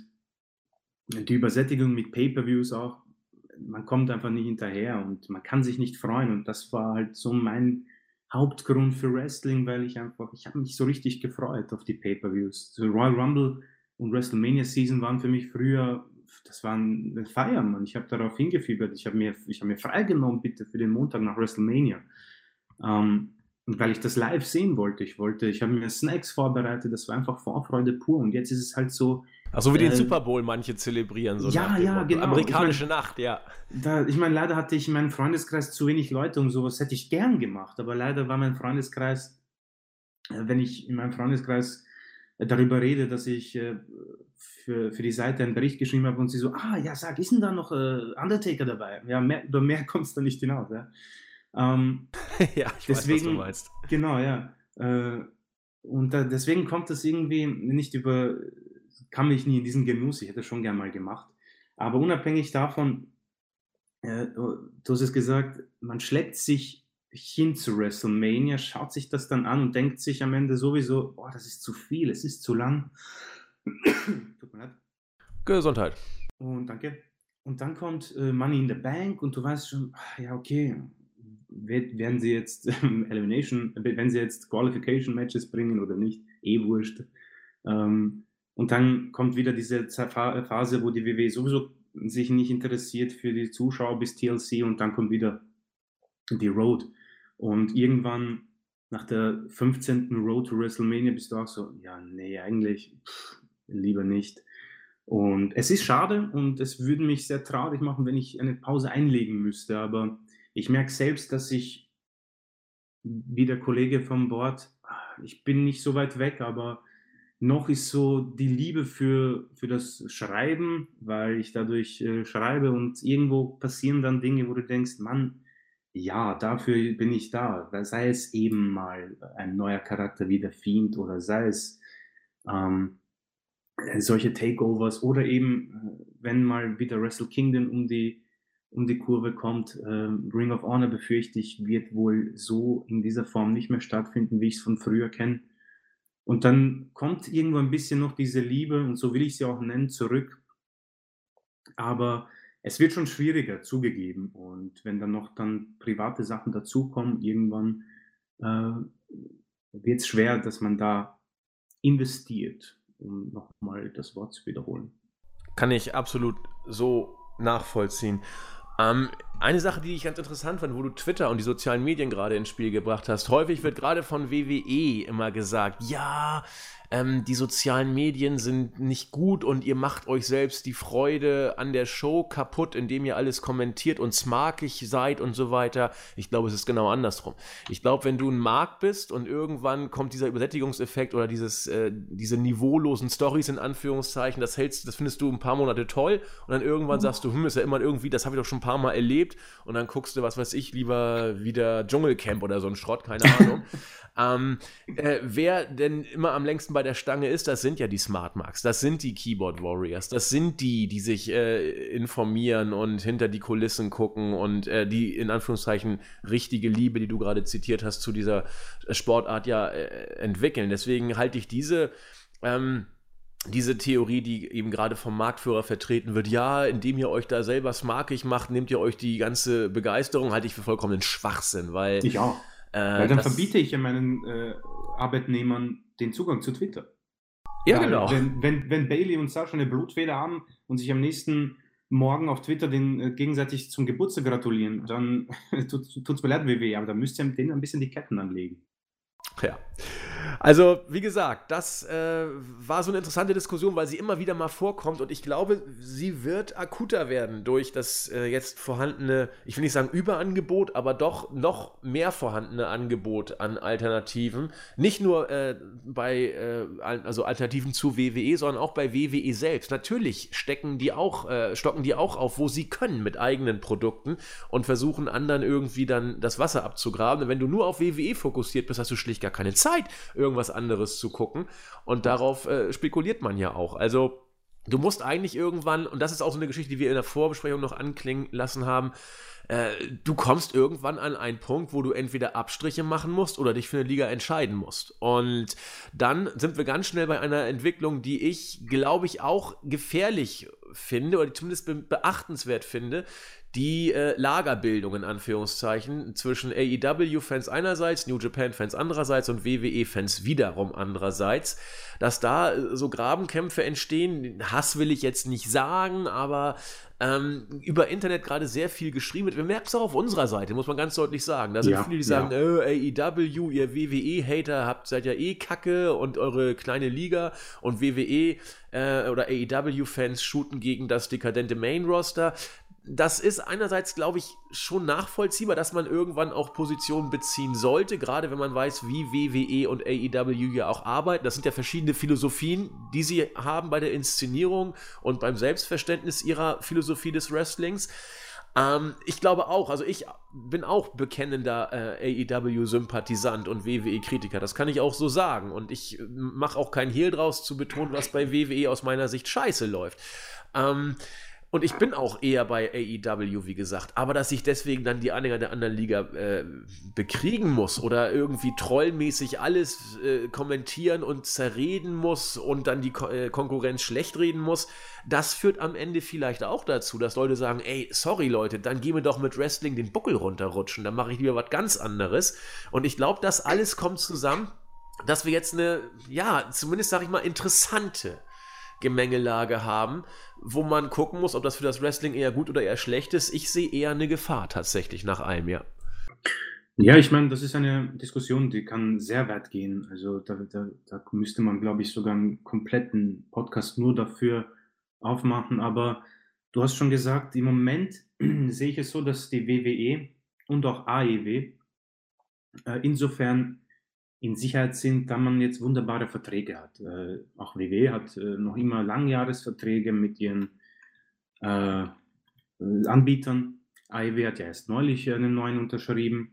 [SPEAKER 2] die Übersättigung mit Pay-per-Views auch, man kommt einfach nicht hinterher und man kann sich nicht freuen. Und das war halt so mein Hauptgrund für Wrestling, weil ich einfach, ich habe mich so richtig gefreut auf die Pay-per-Views. So Royal Rumble und WrestleMania Season waren für mich früher, das war eine Feier, Mann. Ich habe darauf hingefiebert. Ich habe mir, ich habe mir freigenommen, bitte, für den Montag nach WrestleMania. Ähm, und weil ich das live sehen wollte, ich wollte, ich habe mir Snacks vorbereitet, das war einfach Vorfreude pur. Und jetzt ist es halt so,
[SPEAKER 1] Ach so wie den
[SPEAKER 2] äh,
[SPEAKER 1] Super Bowl manche zelebrieren, so
[SPEAKER 2] ja,
[SPEAKER 1] nach dem
[SPEAKER 2] ja,
[SPEAKER 1] Motto.
[SPEAKER 2] genau.
[SPEAKER 1] Amerikanische
[SPEAKER 2] Ich mein,
[SPEAKER 1] Nacht, ja.
[SPEAKER 2] da, ich meine, leider hatte ich in meinem Freundeskreis zu wenig Leute und sowas hätte ich gern gemacht, aber leider war mein Freundeskreis, äh, wenn ich in meinem Freundeskreis äh, darüber rede, dass ich äh, für, für die Seite einen Bericht geschrieben habe und sie so, ah, ja, sag, ist denn da noch äh, Undertaker dabei? Ja, mehr, über mehr kommt es da nicht hinaus. Ja. Ähm,
[SPEAKER 1] Ja, ich weiß, was du
[SPEAKER 2] deswegen,
[SPEAKER 1] meinst.
[SPEAKER 2] genau, ja. Äh, und da, deswegen kommt das irgendwie nicht über, kam ich nie in diesen Genuss, ich hätte es schon gern mal gemacht. Aber unabhängig davon, äh, du hast es gesagt, man schleppt sich hin zu WrestleMania, schaut sich das dann an und denkt sich am Ende sowieso, boah, das ist zu viel, es ist zu lang. Tut mir leid.
[SPEAKER 1] Gesundheit.
[SPEAKER 2] Und danke. Und dann kommt äh, Money in the Bank und du weißt schon, ah, ja, okay, wird, werden sie jetzt ähm, Elimination, wenn sie jetzt Qualification Matches bringen oder nicht, eh wurscht. Ähm, und dann kommt wieder diese Phase, wo die W W E sowieso sich nicht interessiert für die Zuschauer bis T L C und dann kommt wieder die Road. Und irgendwann nach der fünfzehnten Road to WrestleMania bist du auch so, ja, nee, eigentlich pff, lieber nicht. Und es ist schade und es würde mich sehr traurig machen, wenn ich eine Pause einlegen müsste. Aber ich merke selbst, dass ich, wie der Kollege vom Board, ich bin nicht so weit weg, aber noch ist so die Liebe für, für das Schreiben, weil ich dadurch äh, schreibe und irgendwo passieren dann Dinge, wo du denkst, Mann, ja, dafür bin ich da. Weil sei es eben mal ein neuer Charakter wie der Fiend oder sei es ähm, äh, solche Takeovers oder eben, äh, wenn mal wieder Wrestle Kingdom um die, um die Kurve kommt, ähm, Ring of Honor befürchte ich, wird wohl so in dieser Form nicht mehr stattfinden, wie ich es von früher kenne. Und dann kommt irgendwo ein bisschen noch diese Liebe, und so will ich sie auch nennen, zurück. Aber es wird schon schwieriger, zugegeben. Und wenn dann noch dann private Sachen dazukommen, irgendwann äh, wird es schwer, dass man da investiert, um nochmal das Wort zu wiederholen.
[SPEAKER 1] Kann ich absolut so nachvollziehen. Ähm, eine Sache, die ich ganz interessant fand, wo du Twitter und die sozialen Medien gerade ins Spiel gebracht hast. Häufig wird gerade von W W E immer gesagt, ja, ähm, die sozialen Medien sind nicht gut und ihr macht euch selbst die Freude an der Show kaputt, indem ihr alles kommentiert und smarkig seid und so weiter. Ich glaube, es ist genau andersrum. Ich glaube, wenn du ein Mark bist und irgendwann kommt dieser Übersättigungseffekt oder dieses, äh, diese niveaulosen Storys in Anführungszeichen, das hältst, das findest du ein paar Monate toll und dann irgendwann sagst du, hm, ist ja immer irgendwie, das habe ich doch schon ein paar Mal erlebt und dann guckst du, was weiß ich, lieber wieder Dschungelcamp oder so ein Schrott, keine Ahnung. ähm, äh, wer denn immer am längsten bei der Stange ist, das sind ja die Smart Marks, das sind die Keyboard Warriors, das sind die, die sich äh, informieren und hinter die Kulissen gucken und äh, die in Anführungszeichen richtige Liebe, die du gerade zitiert hast, zu dieser Sportart ja äh, entwickeln. Deswegen halte ich diese ähm, diese Theorie, die eben gerade vom Marktführer vertreten wird, ja, indem ihr euch da selber smarkig macht, nehmt ihr euch die ganze Begeisterung, halte ich für vollkommenen Schwachsinn, weil
[SPEAKER 2] Ich auch.
[SPEAKER 1] äh,
[SPEAKER 2] Weil dann
[SPEAKER 1] das,
[SPEAKER 2] verbiete ich ja meinen äh, Arbeitnehmern den Zugang zu Twitter.
[SPEAKER 1] ja,
[SPEAKER 2] Weil
[SPEAKER 1] genau.
[SPEAKER 2] wenn, wenn, wenn Bailey und Sascha eine Blutfeder haben und sich am nächsten Morgen auf Twitter den äh, gegenseitig zum Geburtstag gratulieren, dann tut es mir leid, W W E, aber da müsst ihr denen ein bisschen die Ketten anlegen.
[SPEAKER 1] Ja. Also, wie gesagt, das äh, war so eine interessante Diskussion, weil sie immer wieder mal vorkommt und ich glaube, sie wird akuter werden durch das äh, jetzt vorhandene, ich will nicht sagen Überangebot, aber doch noch mehr vorhandene Angebot an Alternativen. Nicht nur äh, bei, äh, also Alternativen zu W W E, sondern auch bei W W E selbst. Natürlich stecken die auch, äh, stocken die auch auf, wo sie können mit eigenen Produkten und versuchen anderen irgendwie dann das Wasser abzugraben. Und wenn du nur auf W W E fokussiert bist, hast du schlicht gar keine Zeit, irgendwas anderes zu gucken. Und darauf äh, spekuliert man ja auch. Also du musst eigentlich irgendwann, und das ist auch so eine Geschichte, die wir in der Vorbesprechung noch anklingen lassen haben, äh, du kommst irgendwann an einen Punkt, wo du entweder Abstriche machen musst oder dich für eine Liga entscheiden musst. Und dann sind wir ganz schnell bei einer Entwicklung, die ich, glaube ich, auch gefährlich finde oder zumindest be- beachtenswert finde, die äh, Lagerbildung in Anführungszeichen zwischen A E W-Fans einerseits, New Japan-Fans andererseits und W W E-Fans wiederum andererseits, dass da äh, so Grabenkämpfe entstehen. Hass will ich jetzt nicht sagen, aber ähm, über Internet gerade sehr viel geschrieben wird. Wir merken es auch auf unserer Seite, muss man ganz deutlich sagen. Da sind
[SPEAKER 2] Ja,
[SPEAKER 1] viele, die
[SPEAKER 2] ja.
[SPEAKER 1] sagen, äh, A E W, ihr W W E-Hater, habt seid ja eh Kacke und eure kleine Liga und W W E äh, oder A E W-Fans shooten gegen das dekadente Main-Roster. Das ist einerseits, glaube ich, schon nachvollziehbar, dass man irgendwann auch Positionen beziehen sollte, gerade wenn man weiß, wie W W E und A E W ja auch arbeiten. Das sind ja verschiedene Philosophien, die sie haben bei der Inszenierung und beim Selbstverständnis ihrer Philosophie des Wrestlings. Ähm, ich glaube auch, also ich bin auch bekennender äh, A E W-Sympathisant und W W E-Kritiker, das kann ich auch so sagen. Und ich mache auch keinen Hehl draus zu betonen, was bei W W E aus meiner Sicht scheiße läuft. Ähm, Und ich bin auch eher bei A E W, wie gesagt. Aber dass ich deswegen dann die Anhänger der anderen Liga äh, bekriegen muss oder irgendwie trollmäßig alles äh, kommentieren und zerreden muss und dann die Ko äh, Konkurrenz schlecht reden muss, das führt am Ende vielleicht auch dazu, dass Leute sagen, ey, sorry Leute, dann gehen wir doch mit Wrestling den Buckel runterrutschen, dann mache ich lieber was ganz anderes. Und ich glaube, das alles kommt zusammen, dass wir jetzt eine, ja, zumindest sage ich mal, interessante Gemengelage haben, wo man gucken muss, ob das für das Wrestling eher gut oder eher schlecht ist. Ich sehe eher eine Gefahr tatsächlich nach allem, ja.
[SPEAKER 2] Ja, ich meine, das ist eine Diskussion, die kann sehr weit gehen. Also da, da, da müsste man, glaube ich, sogar einen kompletten Podcast nur dafür aufmachen, aber du hast schon gesagt, im Moment sehe ich es so, dass die W W E und auch A E W äh, insofern in Sicherheit sind, da man jetzt wunderbare Verträge hat. Äh, auch W W E hat äh, noch immer Langjahresverträge mit ihren äh, äh, Anbietern. A E W hat ja erst neulich einen neuen unterschrieben.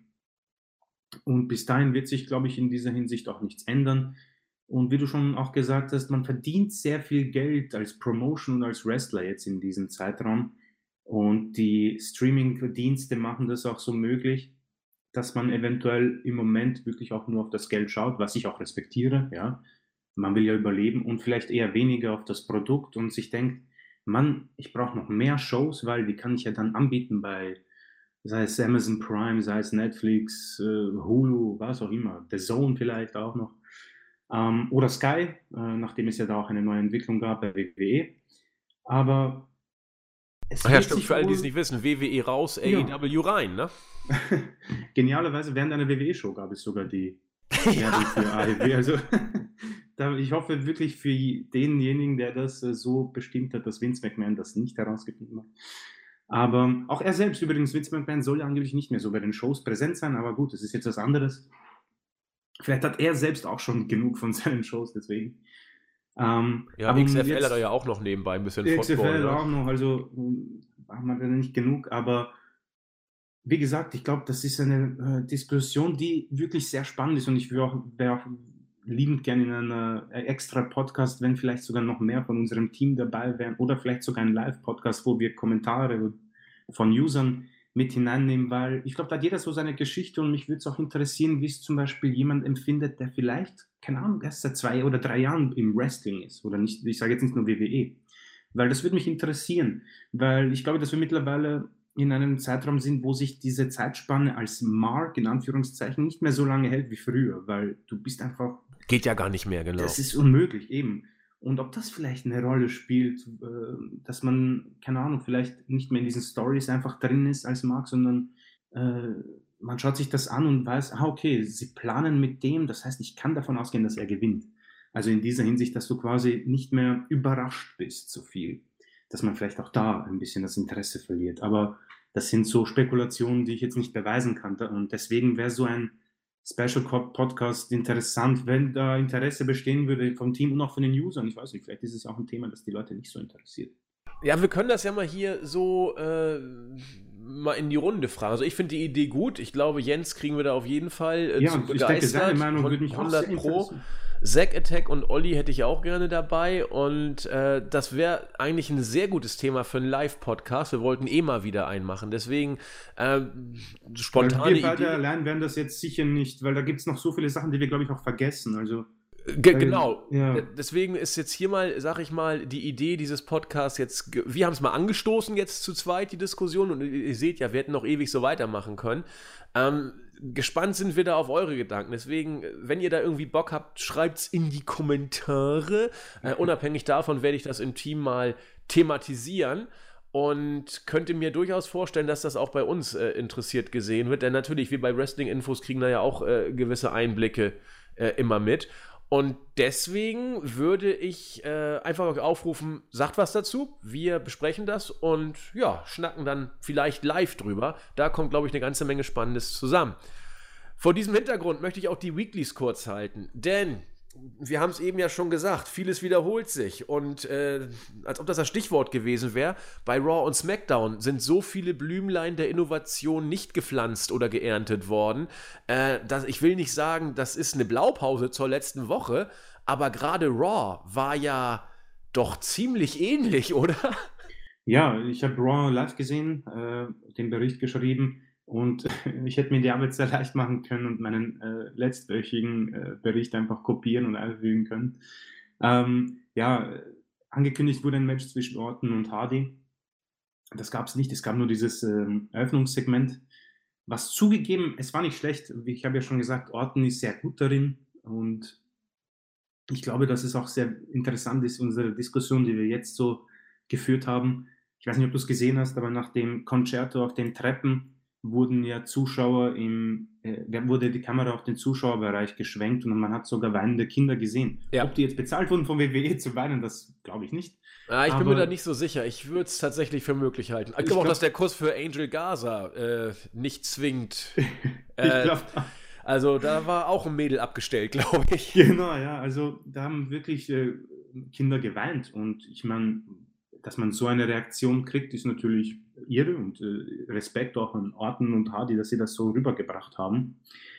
[SPEAKER 2] Und bis dahin wird sich, glaube ich, in dieser Hinsicht auch nichts ändern. Und wie du schon auch gesagt hast, man verdient sehr viel Geld als Promotion und als Wrestler jetzt in diesem Zeitraum. Und die Streaming-Dienste machen das auch so möglich, dass man eventuell im Moment wirklich auch nur auf das Geld schaut, was ich auch respektiere, ja. Man will ja überleben und vielleicht eher weniger auf das Produkt und sich denkt, Mann, ich brauche noch mehr Shows, weil die kann ich ja dann anbieten bei, sei es Amazon Prime, sei es Netflix, äh, Hulu, was auch immer, The Zone vielleicht auch noch. Ähm, oder Sky, äh, nachdem es ja da auch eine neue Entwicklung gab bei W W E. Aber es
[SPEAKER 1] Ach ja,
[SPEAKER 2] wird
[SPEAKER 1] stimmt,
[SPEAKER 2] sich
[SPEAKER 1] für alle, die es
[SPEAKER 2] wohl,
[SPEAKER 1] nicht wissen, W W E raus,
[SPEAKER 2] ja,
[SPEAKER 1] A E W rein, ne?
[SPEAKER 2] genialerweise während einer W W E-Show gab es sogar die Werbung
[SPEAKER 1] Ja.
[SPEAKER 2] für A E W. Also da, ich hoffe wirklich für denjenigen, der das äh, so bestimmt hat, dass Vince McMahon das nicht herausgefunden hat. Aber auch er selbst übrigens, Vince McMahon soll ja angeblich nicht mehr so bei den Shows präsent sein, aber gut, das ist jetzt was anderes. Vielleicht hat er selbst auch schon genug von seinen Shows, deswegen. Ähm,
[SPEAKER 1] Ja,
[SPEAKER 2] aber um
[SPEAKER 1] X F L hat er ja
[SPEAKER 2] jetzt
[SPEAKER 1] auch noch nebenbei ein bisschen Football,
[SPEAKER 2] X F L
[SPEAKER 1] ne?
[SPEAKER 2] auch noch, also ähm, haben wir dann nicht genug, aber wie gesagt, ich glaube, das ist eine äh, Diskussion, die wirklich sehr spannend ist und ich wäre auch, wär auch liebend gerne in einer äh, extra Podcast, wenn vielleicht sogar noch mehr von unserem Team dabei wären oder vielleicht sogar ein Live-Podcast, wo wir Kommentare von Usern mit hineinnehmen, weil ich glaube, da hat jeder so seine Geschichte und mich würde es auch interessieren, wie es zum Beispiel jemand empfindet, der vielleicht, keine Ahnung, erst seit zwei oder drei Jahren im Wrestling ist oder nicht, ich sage jetzt nicht nur W W E, weil das würde mich interessieren, weil ich glaube, dass wir mittlerweile in einem Zeitraum sind, wo sich diese Zeitspanne als Mark in Anführungszeichen nicht mehr so lange hält wie früher, weil du bist einfach,
[SPEAKER 1] Geht ja gar nicht mehr, genau.
[SPEAKER 2] das ist unmöglich eben. Und ob das vielleicht eine Rolle spielt, äh, dass man, keine Ahnung, vielleicht nicht mehr in diesen Stories einfach drin ist als Mark, sondern äh, man schaut sich das an und weiß, ah, okay, sie planen mit dem, das heißt, ich kann davon ausgehen, dass er gewinnt. Also in dieser Hinsicht, dass du quasi nicht mehr überrascht bist so viel, dass man vielleicht auch da ein bisschen das Interesse verliert. Aber das sind so Spekulationen, die ich jetzt nicht beweisen kann. Und deswegen wäre so ein Special Podcast interessant, wenn da Interesse bestehen würde vom Team und auch von den Usern. Ich weiß nicht, vielleicht ist es auch ein Thema, das die Leute nicht so interessiert.
[SPEAKER 1] Ja, wir können das ja mal hier so äh, mal in die Runde fragen. Also ich finde die Idee gut. Ich glaube, Jens kriegen wir da auf jeden Fall äh, zu
[SPEAKER 2] Ja, ich denke, seine
[SPEAKER 1] begeistert.
[SPEAKER 2] Meinung würde mich auch sehr
[SPEAKER 1] hundert Pro.
[SPEAKER 2] interessieren.
[SPEAKER 1] Zack Attack und Olli hätte ich auch gerne dabei. Und äh, das wäre eigentlich ein sehr gutes Thema für einen Live-Podcast. Wir wollten eh mal wieder einen machen. Deswegen äh,
[SPEAKER 2] Weil
[SPEAKER 1] spontane
[SPEAKER 2] wir beide
[SPEAKER 1] Idee.
[SPEAKER 2] allein werden das jetzt sicher nicht, weil da gibt es noch so viele Sachen, die wir, glaube ich, auch vergessen. Also,
[SPEAKER 1] Ge
[SPEAKER 2] weil,
[SPEAKER 1] genau.
[SPEAKER 2] ja,
[SPEAKER 1] Deswegen ist jetzt hier mal, sag ich mal, die Idee dieses Podcasts jetzt, ge- wir haben es mal angestoßen jetzt zu zweit, die Diskussion, und ihr, ihr seht ja, wir hätten noch ewig so weitermachen können. Ähm, gespannt sind wir da auf eure Gedanken. Deswegen, wenn ihr da irgendwie Bock habt, schreibt's in die Kommentare. Äh, unabhängig davon werde ich das im Team mal thematisieren. Und könnte mir durchaus vorstellen, dass das auch bei uns äh, interessiert gesehen wird. Denn natürlich, wir bei Wrestling-Infos kriegen da ja auch äh, gewisse Einblicke äh, immer mit. Und deswegen würde ich äh, einfach euch aufrufen, sagt was dazu. Wir besprechen das und ja, schnacken dann vielleicht live drüber. Da kommt, glaube ich, eine ganze Menge Spannendes zusammen. Vor diesem Hintergrund möchte ich auch die Weeklies kurz halten, denn wir haben es eben ja schon gesagt, vieles wiederholt sich und äh, als ob das das Stichwort gewesen wäre, bei Raw und SmackDown sind so viele Blümlein der Innovation nicht gepflanzt oder geerntet worden, äh, dass ich will nicht sagen, das ist eine Blaupause zur letzten Woche, aber gerade Raw war ja doch ziemlich ähnlich, oder?
[SPEAKER 2] ja, ich habe Raw live gesehen, äh, den Bericht geschrieben und ich hätte mir die Arbeit sehr leicht machen können und meinen äh, letztwöchigen äh, Bericht einfach kopieren und einfügen können. Ähm, ja, äh, angekündigt wurde ein Match zwischen Orton und Hardy. Das gab es nicht, es gab nur dieses ähm, Eröffnungssegment, was zugegeben, es war nicht schlecht. Wie ich habe ja schon gesagt, Orton ist sehr gut darin und ich glaube, dass es auch sehr interessant ist, unsere Diskussion, die wir jetzt so geführt haben. Ich weiß nicht, ob du es gesehen hast, aber nach dem Concerto auf den Treppen wurden ja Zuschauer im, äh, wurde die Kamera auf den Zuschauerbereich geschwenkt und man hat sogar weinende Kinder gesehen.
[SPEAKER 1] Ja.
[SPEAKER 2] Ob die jetzt bezahlt wurden vom W W E zu weinen, das glaube ich nicht.
[SPEAKER 1] Ah, ich bin
[SPEAKER 2] Aber
[SPEAKER 1] mir da nicht so sicher. Ich würde es tatsächlich für möglich halten. Ich
[SPEAKER 2] Ich
[SPEAKER 1] glaube auch,
[SPEAKER 2] glaub-
[SPEAKER 1] dass der Kuss für Angel Gaza äh, nicht zwingt.
[SPEAKER 2] ich
[SPEAKER 1] Äh,
[SPEAKER 2] glaube,
[SPEAKER 1] Also da war auch ein Mädel abgestellt, glaube ich.
[SPEAKER 2] genau, ja, also da haben wirklich äh, Kinder geweint und ich meine, dass man so eine Reaktion kriegt, ist natürlich irre und äh, Respekt auch an Orton und Hardy, dass sie das so rübergebracht haben.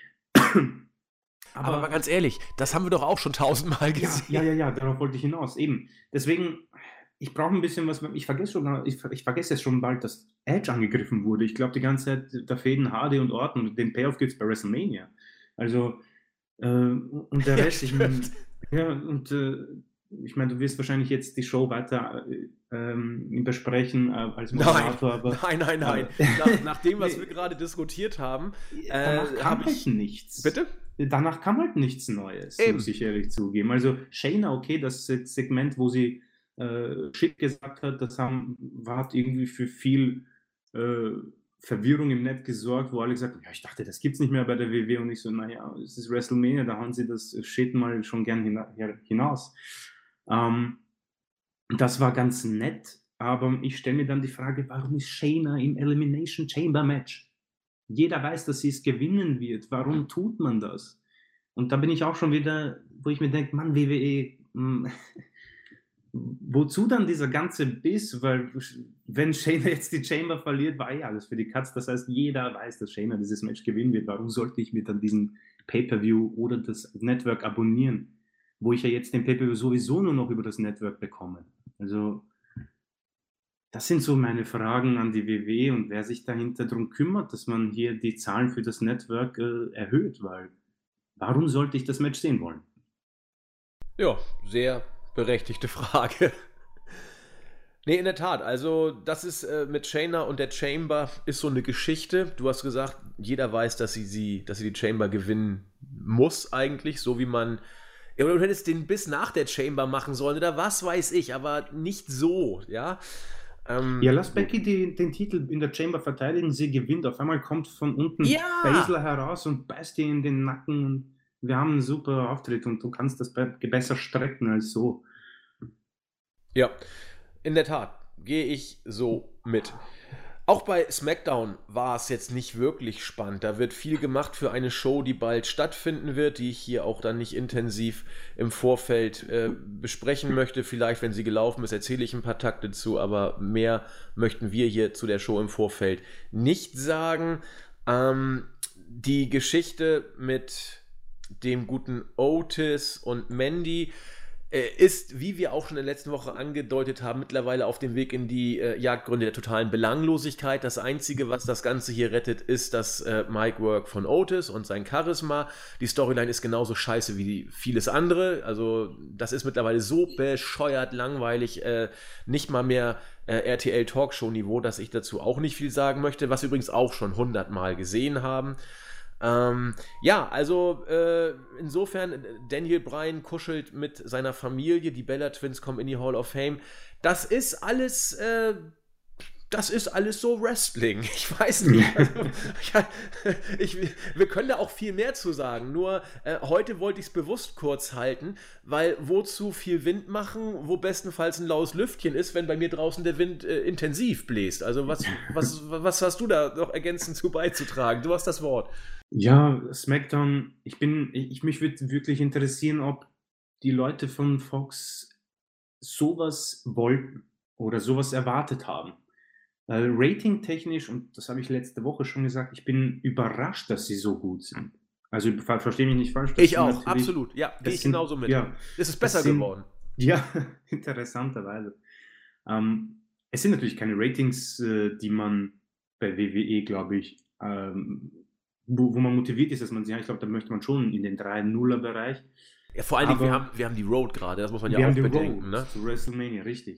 [SPEAKER 1] Aber mal ganz ehrlich, das haben wir doch auch schon tausendmal
[SPEAKER 2] Ja,
[SPEAKER 1] gesehen.
[SPEAKER 2] ja, ja, ja, darauf wollte ich hinaus. Eben. Deswegen, ich brauche ein bisschen was. Ich vergesse schon, ich, ich vergesse es schon bald, dass Edge angegriffen wurde. Ich glaube die ganze Zeit, da fäden Hardy und Orton. Den Payoff gibt es bei WrestleMania. Also, äh, und der
[SPEAKER 1] Ja,
[SPEAKER 2] Rest, ich meine,
[SPEAKER 1] stimmt.
[SPEAKER 2] ja, und äh, ich meine, du wirst wahrscheinlich jetzt die Show weiter äh, ähm, besprechen äh, als
[SPEAKER 1] Nein,
[SPEAKER 2] Moderator, aber
[SPEAKER 1] nein, nein, nein.
[SPEAKER 2] aber-
[SPEAKER 1] Nach, nach dem, was
[SPEAKER 2] Nee.
[SPEAKER 1] wir gerade diskutiert haben,
[SPEAKER 2] danach
[SPEAKER 1] äh,
[SPEAKER 2] kam
[SPEAKER 1] habe
[SPEAKER 2] halt
[SPEAKER 1] ich.
[SPEAKER 2] nichts.
[SPEAKER 1] Bitte?
[SPEAKER 2] Danach kam halt nichts Neues,
[SPEAKER 1] Eben.
[SPEAKER 2] muss ich ehrlich zugeben. Also Shayna, okay, das Se- Segment, wo sie äh, Shit gesagt hat, das haben, war, hat irgendwie für viel äh, Verwirrung im Netz gesorgt, wo alle gesagt haben, ja, ich dachte, das gibt's nicht mehr bei der W W E und ich so, naja, es ist WrestleMania, da haben sie das Shit mal schon gern hina hinaus. Ähm, das war ganz nett, aber ich stelle mir dann die Frage, warum ist Shayna im Elimination Chamber Match? Jeder weiß, dass sie es gewinnen wird. Warum tut man das? Und da bin ich auch schon wieder, wo ich mir denke, Mann, W W E, mh, wozu dann dieser ganze Biss? Weil wenn Shayna jetzt die Chamber verliert, war eh alles für die Katz. Das heißt, jeder weiß, dass Shayna dieses Match gewinnen wird. Warum sollte ich mir dann diesen Pay-Per-View oder das Network abonnieren, wo ich ja jetzt den Pay-Per-View sowieso nur noch über das Network bekomme? Also das sind so meine Fragen an die W W E und wer sich dahinter darum kümmert, dass man hier die Zahlen für das Network äh, erhöht, weil warum sollte ich das Match sehen wollen?
[SPEAKER 1] Ja, sehr berechtigte Frage. Nee, in der Tat. Also, das ist äh, mit Shayna und der Chamber ist so eine Geschichte. Du hast gesagt, jeder weiß, dass sie, sie, dass sie die Chamber gewinnen muss, eigentlich, so wie man. Ja, oder du hättest den bis nach der Chamber machen sollen oder was weiß ich, aber nicht so, ja. Ähm,
[SPEAKER 2] Ja, lass Becky die, den Titel in der Chamber verteidigen, sie gewinnt. Auf einmal kommt von unten
[SPEAKER 1] Ja!
[SPEAKER 2] Baszler heraus und beißt ihr in den Nacken. Und wir haben einen super Auftritt und du kannst das be besser strecken als so.
[SPEAKER 1] Ja, in der Tat, gehe ich so mit. Auch bei SmackDown war es jetzt nicht wirklich spannend. Da wird viel gemacht für eine Show, die bald stattfinden wird, die ich hier auch dann nicht intensiv im Vorfeld äh, besprechen möchte. Vielleicht, wenn sie gelaufen ist, erzähle ich ein paar Takte zu, aber mehr möchten wir hier zu der Show im Vorfeld nicht sagen. Ähm, die Geschichte mit dem guten Otis und Mandy ist, wie wir auch schon in der letzten Woche angedeutet haben, mittlerweile auf dem Weg in die äh, Jagdgründe der totalen Belanglosigkeit. Das Einzige, was das Ganze hier rettet, ist das äh, Mic-Work von Otis und sein Charisma. Die Storyline ist genauso scheiße wie vieles andere. Also das ist mittlerweile so bescheuert langweilig, äh, nicht mal mehr äh, R T L-Talkshow-Niveau, dass ich dazu auch nicht viel sagen möchte, was wir übrigens auch schon hundertmal gesehen haben. Ähm, ja, also äh, insofern, Daniel Bryan kuschelt mit seiner Familie, die Bella Twins kommen in die Hall of Fame. Das ist alles, äh, das ist alles so Wrestling. Ich weiß nicht. Also, ja, ich, wir können da auch viel mehr zu sagen. Nur äh, heute wollte ich es bewusst kurz halten, weil wozu viel Wind machen, wo bestenfalls ein laues Lüftchen ist, wenn bei mir draußen der Wind äh, intensiv bläst. Also was, was, was hast du da noch ergänzend zu beizutragen? Du hast das Wort.
[SPEAKER 2] Ja, SmackDown, ich bin, ich, mich würde wirklich interessieren, ob die Leute von Fox sowas wollten oder sowas erwartet haben. Weil ratingtechnisch, und das habe ich letzte Woche schon gesagt, ich bin überrascht, dass sie so gut sind. Also ver verstehe mich nicht falsch. das
[SPEAKER 1] Ich
[SPEAKER 2] sind
[SPEAKER 1] auch,
[SPEAKER 2] natürlich-
[SPEAKER 1] absolut. Ja, gehe
[SPEAKER 2] das
[SPEAKER 1] ich
[SPEAKER 2] sind-
[SPEAKER 1] genauso mit.
[SPEAKER 2] Ja,
[SPEAKER 1] Es ist besser
[SPEAKER 2] das sind-
[SPEAKER 1] geworden.
[SPEAKER 2] ja, interessanterweise. Ähm, es sind natürlich keine Ratings, äh, die man bei W W E, glaube ich, ähm, wo, wo man motiviert ist, dass man sich, ja, ich glaube, da möchte man schon in den drei nuller Bereich.
[SPEAKER 1] Ja, vor allen Dingen, wir
[SPEAKER 2] Aber-
[SPEAKER 1] haben, wir haben die Road gerade, das muss man ja
[SPEAKER 2] Wir
[SPEAKER 1] auch
[SPEAKER 2] haben die
[SPEAKER 1] bedenken.
[SPEAKER 2] Road
[SPEAKER 1] Ne?
[SPEAKER 2] zu WrestleMania, richtig.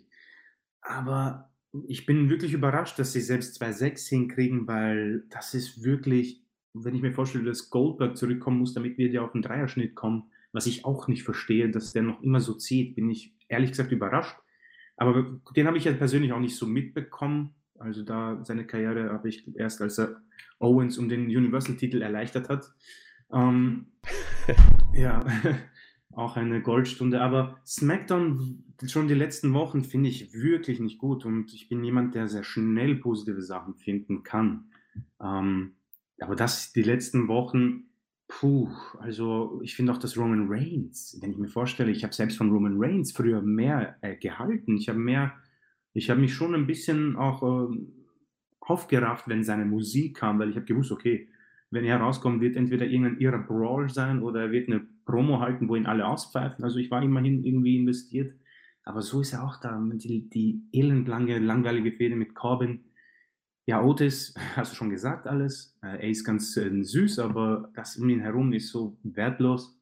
[SPEAKER 2] Aber ich bin wirklich überrascht, dass sie selbst zwei Komma sechs hinkriegen, weil das ist wirklich, wenn ich mir vorstelle, dass Goldberg zurückkommen muss, damit wir ja auf den Dreierschnitt kommen, was ich auch nicht verstehe, dass der noch immer so zieht, bin ich ehrlich gesagt überrascht. Aber den habe ich ja persönlich auch nicht so mitbekommen. Also da seine Karriere habe ich erst, als er Owens um den Universal-Titel erleichtert hat. Ähm, ja, auch eine Goldstunde. Aber SmackDown schon die letzten Wochen finde ich wirklich nicht gut und ich bin jemand, der sehr schnell positive Sachen finden kann. Ähm, aber das die letzten Wochen, puh, also ich finde auch, dass Roman Reigns, wenn ich mir vorstelle, ich habe selbst von Roman Reigns früher mehr äh, gehalten. Ich habe mehr, ich habe mich schon ein bisschen auch ähm, aufgerafft, wenn seine Musik kam, weil ich habe gewusst, okay, wenn er rauskommt, wird entweder irgendein irrer Brawl sein oder er wird eine Promo halten, wo ihn alle auspfeifen. Also ich war immerhin irgendwie investiert. Aber so ist er auch da. Die, die elendlange, langweilige Fehde mit Corbin. Ja, Otis, hast du schon gesagt alles. Äh, er ist ganz äh, süß, aber das um ihn herum ist so wertlos.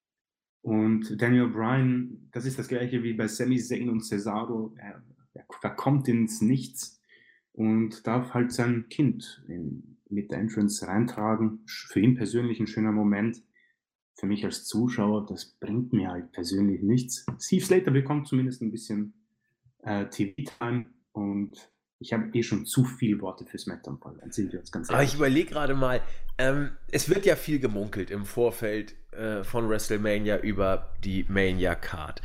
[SPEAKER 2] Und Daniel Bryan, das ist das gleiche wie bei Sami Zayn und Cesaro. Er, er, er kommt ins Nichts und darf halt sein Kind in, mit der Entrance reintragen. Für ihn persönlich ein schöner Moment. Für mich als Zuschauer, das bringt mir halt persönlich nichts. Steve Slater bekommt zumindest ein bisschen äh, T V-Time und ich habe eh schon zu viele Worte für SmackDown verloren, sind wir uns ganz ehrlich.
[SPEAKER 1] Aber ich überlege gerade mal, ähm, es wird ja viel gemunkelt im Vorfeld äh, von WrestleMania über die Mania-Card.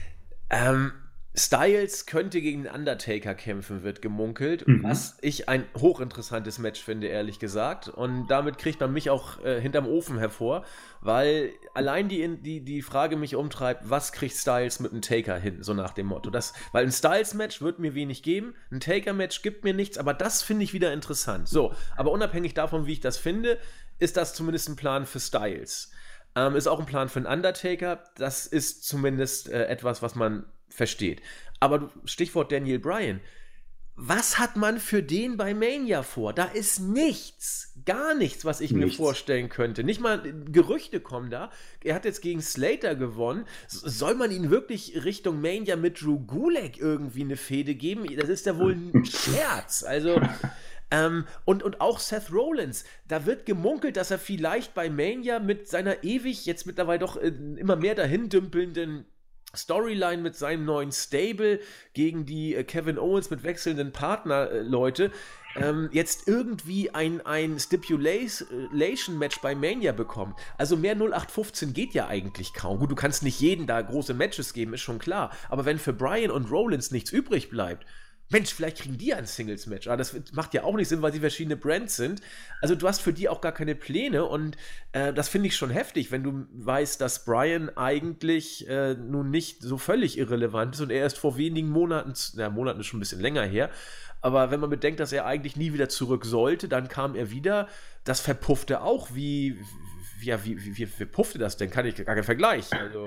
[SPEAKER 1] Ähm, Styles könnte gegen den Undertaker kämpfen, wird gemunkelt,
[SPEAKER 2] Mhm.
[SPEAKER 1] was ich ein hochinteressantes Match finde, ehrlich gesagt. Und damit kriegt man mich auch äh, hinterm Ofen hervor, weil allein die, die, die Frage mich umtreibt, was kriegt Styles mit einem Taker hin, so nach dem Motto. Das, weil ein Styles-Match wird mir wenig geben, ein Taker-Match gibt mir nichts, aber das finde ich wieder interessant. So, aber unabhängig davon, wie ich das finde, ist das zumindest ein Plan für Styles. Ähm, ist auch ein Plan für einen Undertaker. Das ist zumindest äh, etwas, was man versteht. Aber Stichwort Daniel Bryan. Was hat man für den bei Mania vor? Da ist nichts, gar nichts, was ich
[SPEAKER 2] Nichts.
[SPEAKER 1] mir vorstellen könnte. Nicht mal Gerüchte kommen da. Er hat jetzt gegen Slater gewonnen. Soll man ihn wirklich Richtung Mania mit Drew Gulak irgendwie eine Fehde geben? Das ist ja wohl ein Scherz. Also Ähm, und, und auch Seth Rollins, da wird gemunkelt, dass er vielleicht bei Mania mit seiner ewig, jetzt mittlerweile doch äh, immer mehr dahin dümpelnden Storyline mit seinem neuen Stable gegen die äh, Kevin Owens mit wechselnden Partnerleute äh, ähm, jetzt irgendwie ein, ein Stipulation-Match bei Mania bekommt. Also mehr null acht fünfzehn geht ja eigentlich kaum. Gut, du kannst nicht jeden da große Matches geben, ist schon klar. Aber wenn für Bryan und Rollins nichts übrig bleibt, Mensch, vielleicht kriegen die ein Singles-Match. Aber das macht ja auch nicht Sinn, weil sie verschiedene Brands sind. Also du hast für die auch gar keine Pläne und äh, das finde ich schon heftig, wenn du weißt, dass Bryan eigentlich äh, nun nicht so völlig irrelevant ist und er erst vor wenigen Monaten, na, Monaten ist schon ein bisschen länger her, aber wenn man bedenkt, dass er eigentlich nie wieder zurück sollte, dann kam er wieder, das verpuffte auch. Wie, wie, ja, wie, wie, wie verpuffte das denn? Kann ich gar keinen Vergleich. Also.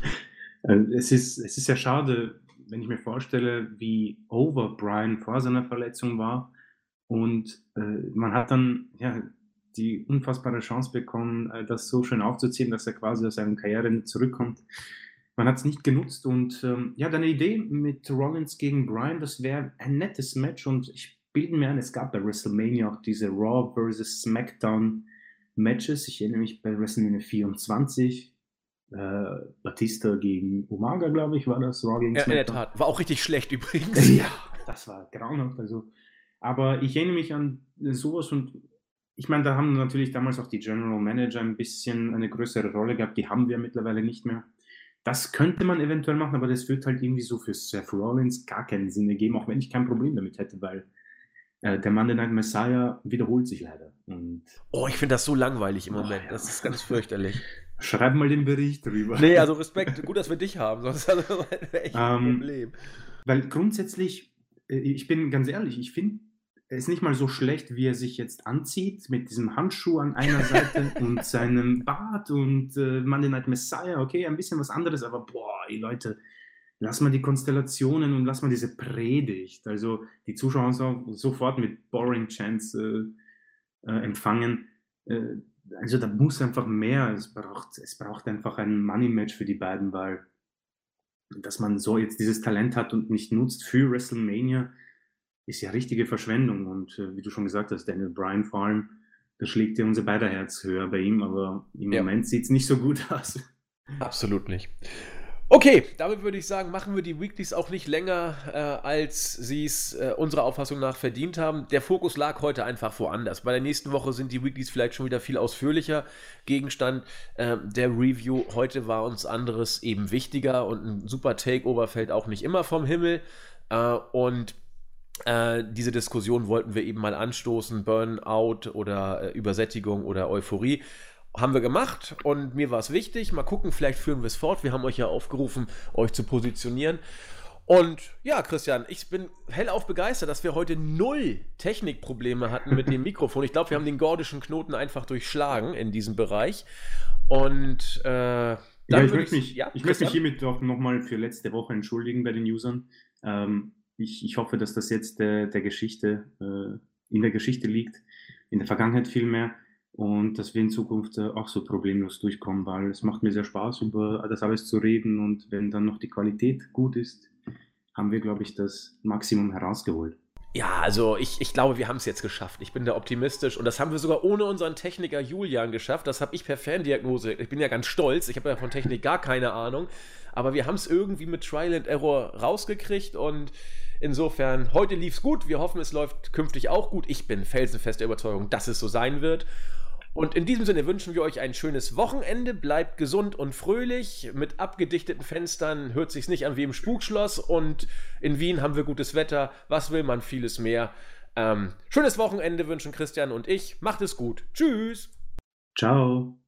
[SPEAKER 2] Es ist, es ist ja schade, wenn ich mir vorstelle, wie over Bryan vor seiner Verletzung war und äh, man hat dann ja die unfassbare Chance bekommen, äh, das so schön aufzuziehen, dass er quasi aus seiner Karriere zurückkommt. Man hat es nicht genutzt und ähm, ja, deine Idee mit Rollins gegen Bryan, das wäre ein nettes Match und ich bilde mir ein, es gab bei WrestleMania auch diese Raw versus SmackDown Matches. Ich erinnere mich bei WrestleMania vierundzwanzig, äh, Batista gegen Umaga, glaube ich, war das, Raw gegen
[SPEAKER 1] Ja, in der
[SPEAKER 2] SmackDown.
[SPEAKER 1] Tat. War auch richtig schlecht übrigens.
[SPEAKER 2] Ja, das war grauenhaft. Also. Aber ich erinnere mich an sowas und ich meine, da haben natürlich damals auch die General Manager ein bisschen eine größere Rolle gehabt. Die haben wir mittlerweile nicht mehr. Das könnte man eventuell machen, aber das wird halt irgendwie so für Seth Rollins gar keinen Sinn ergeben, auch wenn ich kein Problem damit hätte, weil äh, der Monday Night Messiah wiederholt sich leider. Und
[SPEAKER 1] oh, ich finde das so langweilig im
[SPEAKER 2] Oh,
[SPEAKER 1] Moment.
[SPEAKER 2] ja.
[SPEAKER 1] Das ist ganz fürchterlich.
[SPEAKER 2] Schreib mal den Bericht drüber.
[SPEAKER 1] Nee, also Respekt. Gut, dass wir dich haben, sonst ist das echt ein
[SPEAKER 2] Ähm,
[SPEAKER 1] Problem.
[SPEAKER 2] Weil grundsätzlich, äh, ich bin ganz ehrlich, ich finde es nicht mal so schlecht, wie er sich jetzt anzieht, mit diesem Handschuh an einer Seite und seinem Bart und äh, Monday Night Messiah, okay, ein bisschen was anderes, aber boah, ey Leute, lass mal die Konstellationen und lass mal diese Predigt. Also die Zuschauer haben so, sofort mit Boring Chants äh, äh, empfangen. Äh, also da muss einfach mehr, es braucht, es braucht einfach ein Money-Match für die beiden, weil dass man so jetzt dieses Talent hat und nicht nutzt für WrestleMania, ist ja richtige Verschwendung. Und äh, wie du schon gesagt hast, Daniel Bryan vor allem, da schlägt ja unser beider Herz höher bei ihm, aber im
[SPEAKER 1] Ja.
[SPEAKER 2] Moment sieht es nicht so gut aus.
[SPEAKER 1] Absolut nicht. Okay, damit würde ich sagen, machen wir die Weeklies auch nicht länger, äh, als sie es äh, unserer Auffassung nach verdient haben. Der Fokus lag heute einfach woanders. Bei der nächsten Woche sind die Weeklies vielleicht schon wieder viel ausführlicher. Gegenstand äh, der Review. Heute war uns anderes eben wichtiger und ein super Takeover fällt auch nicht immer vom Himmel. Äh, und äh, diese Diskussion wollten wir eben mal anstoßen. Burnout oder äh, Übersättigung oder Euphorie. Haben wir gemacht und mir war es wichtig. Mal gucken, vielleicht führen wir es fort. Wir haben euch ja aufgerufen, euch zu positionieren. Und ja, Christian, ich bin hellauf begeistert, dass wir heute null Technikprobleme hatten mit dem Mikrofon. Ich glaube, wir haben den gordischen Knoten einfach durchschlagen in diesem Bereich. Und äh, dann
[SPEAKER 2] ja, ich
[SPEAKER 1] würde
[SPEAKER 2] möchte mich,
[SPEAKER 1] ja,
[SPEAKER 2] ich möchte mich
[SPEAKER 1] Christian?
[SPEAKER 2] hiermit auch nochmal für letzte Woche entschuldigen bei den Usern. Ähm, ich, ich hoffe, dass das jetzt der, der Geschichte, äh, in der Geschichte liegt, in der Vergangenheit vielmehr. Und dass wir in Zukunft äh, auch so problemlos durchkommen, weil es macht mir sehr Spaß, über das alles zu reden. Und wenn dann noch die Qualität gut ist, haben wir, glaube ich, das Maximum herausgeholt.
[SPEAKER 1] Ja, also ich, ich glaube, wir haben es jetzt geschafft. Ich bin da optimistisch und das haben wir sogar ohne unseren Techniker Julian geschafft. Das habe ich per Ferndiagnose. Ich bin ja ganz stolz. Ich habe ja von Technik gar keine Ahnung. Aber wir haben es irgendwie mit Trial and Error rausgekriegt und insofern, heute lief es gut. Wir hoffen, es läuft künftig auch gut. Ich bin felsenfest der Überzeugung, dass es so sein wird. Und in diesem Sinne wünschen wir euch ein schönes Wochenende. Bleibt gesund und fröhlich. Mit abgedichteten Fenstern hört sich's nicht an wie im Spukschloss. Und in Wien haben wir gutes Wetter. Was will man? Vieles mehr. Ähm, schönes Wochenende wünschen Christian und ich. Macht es gut. Tschüss.
[SPEAKER 2] Ciao.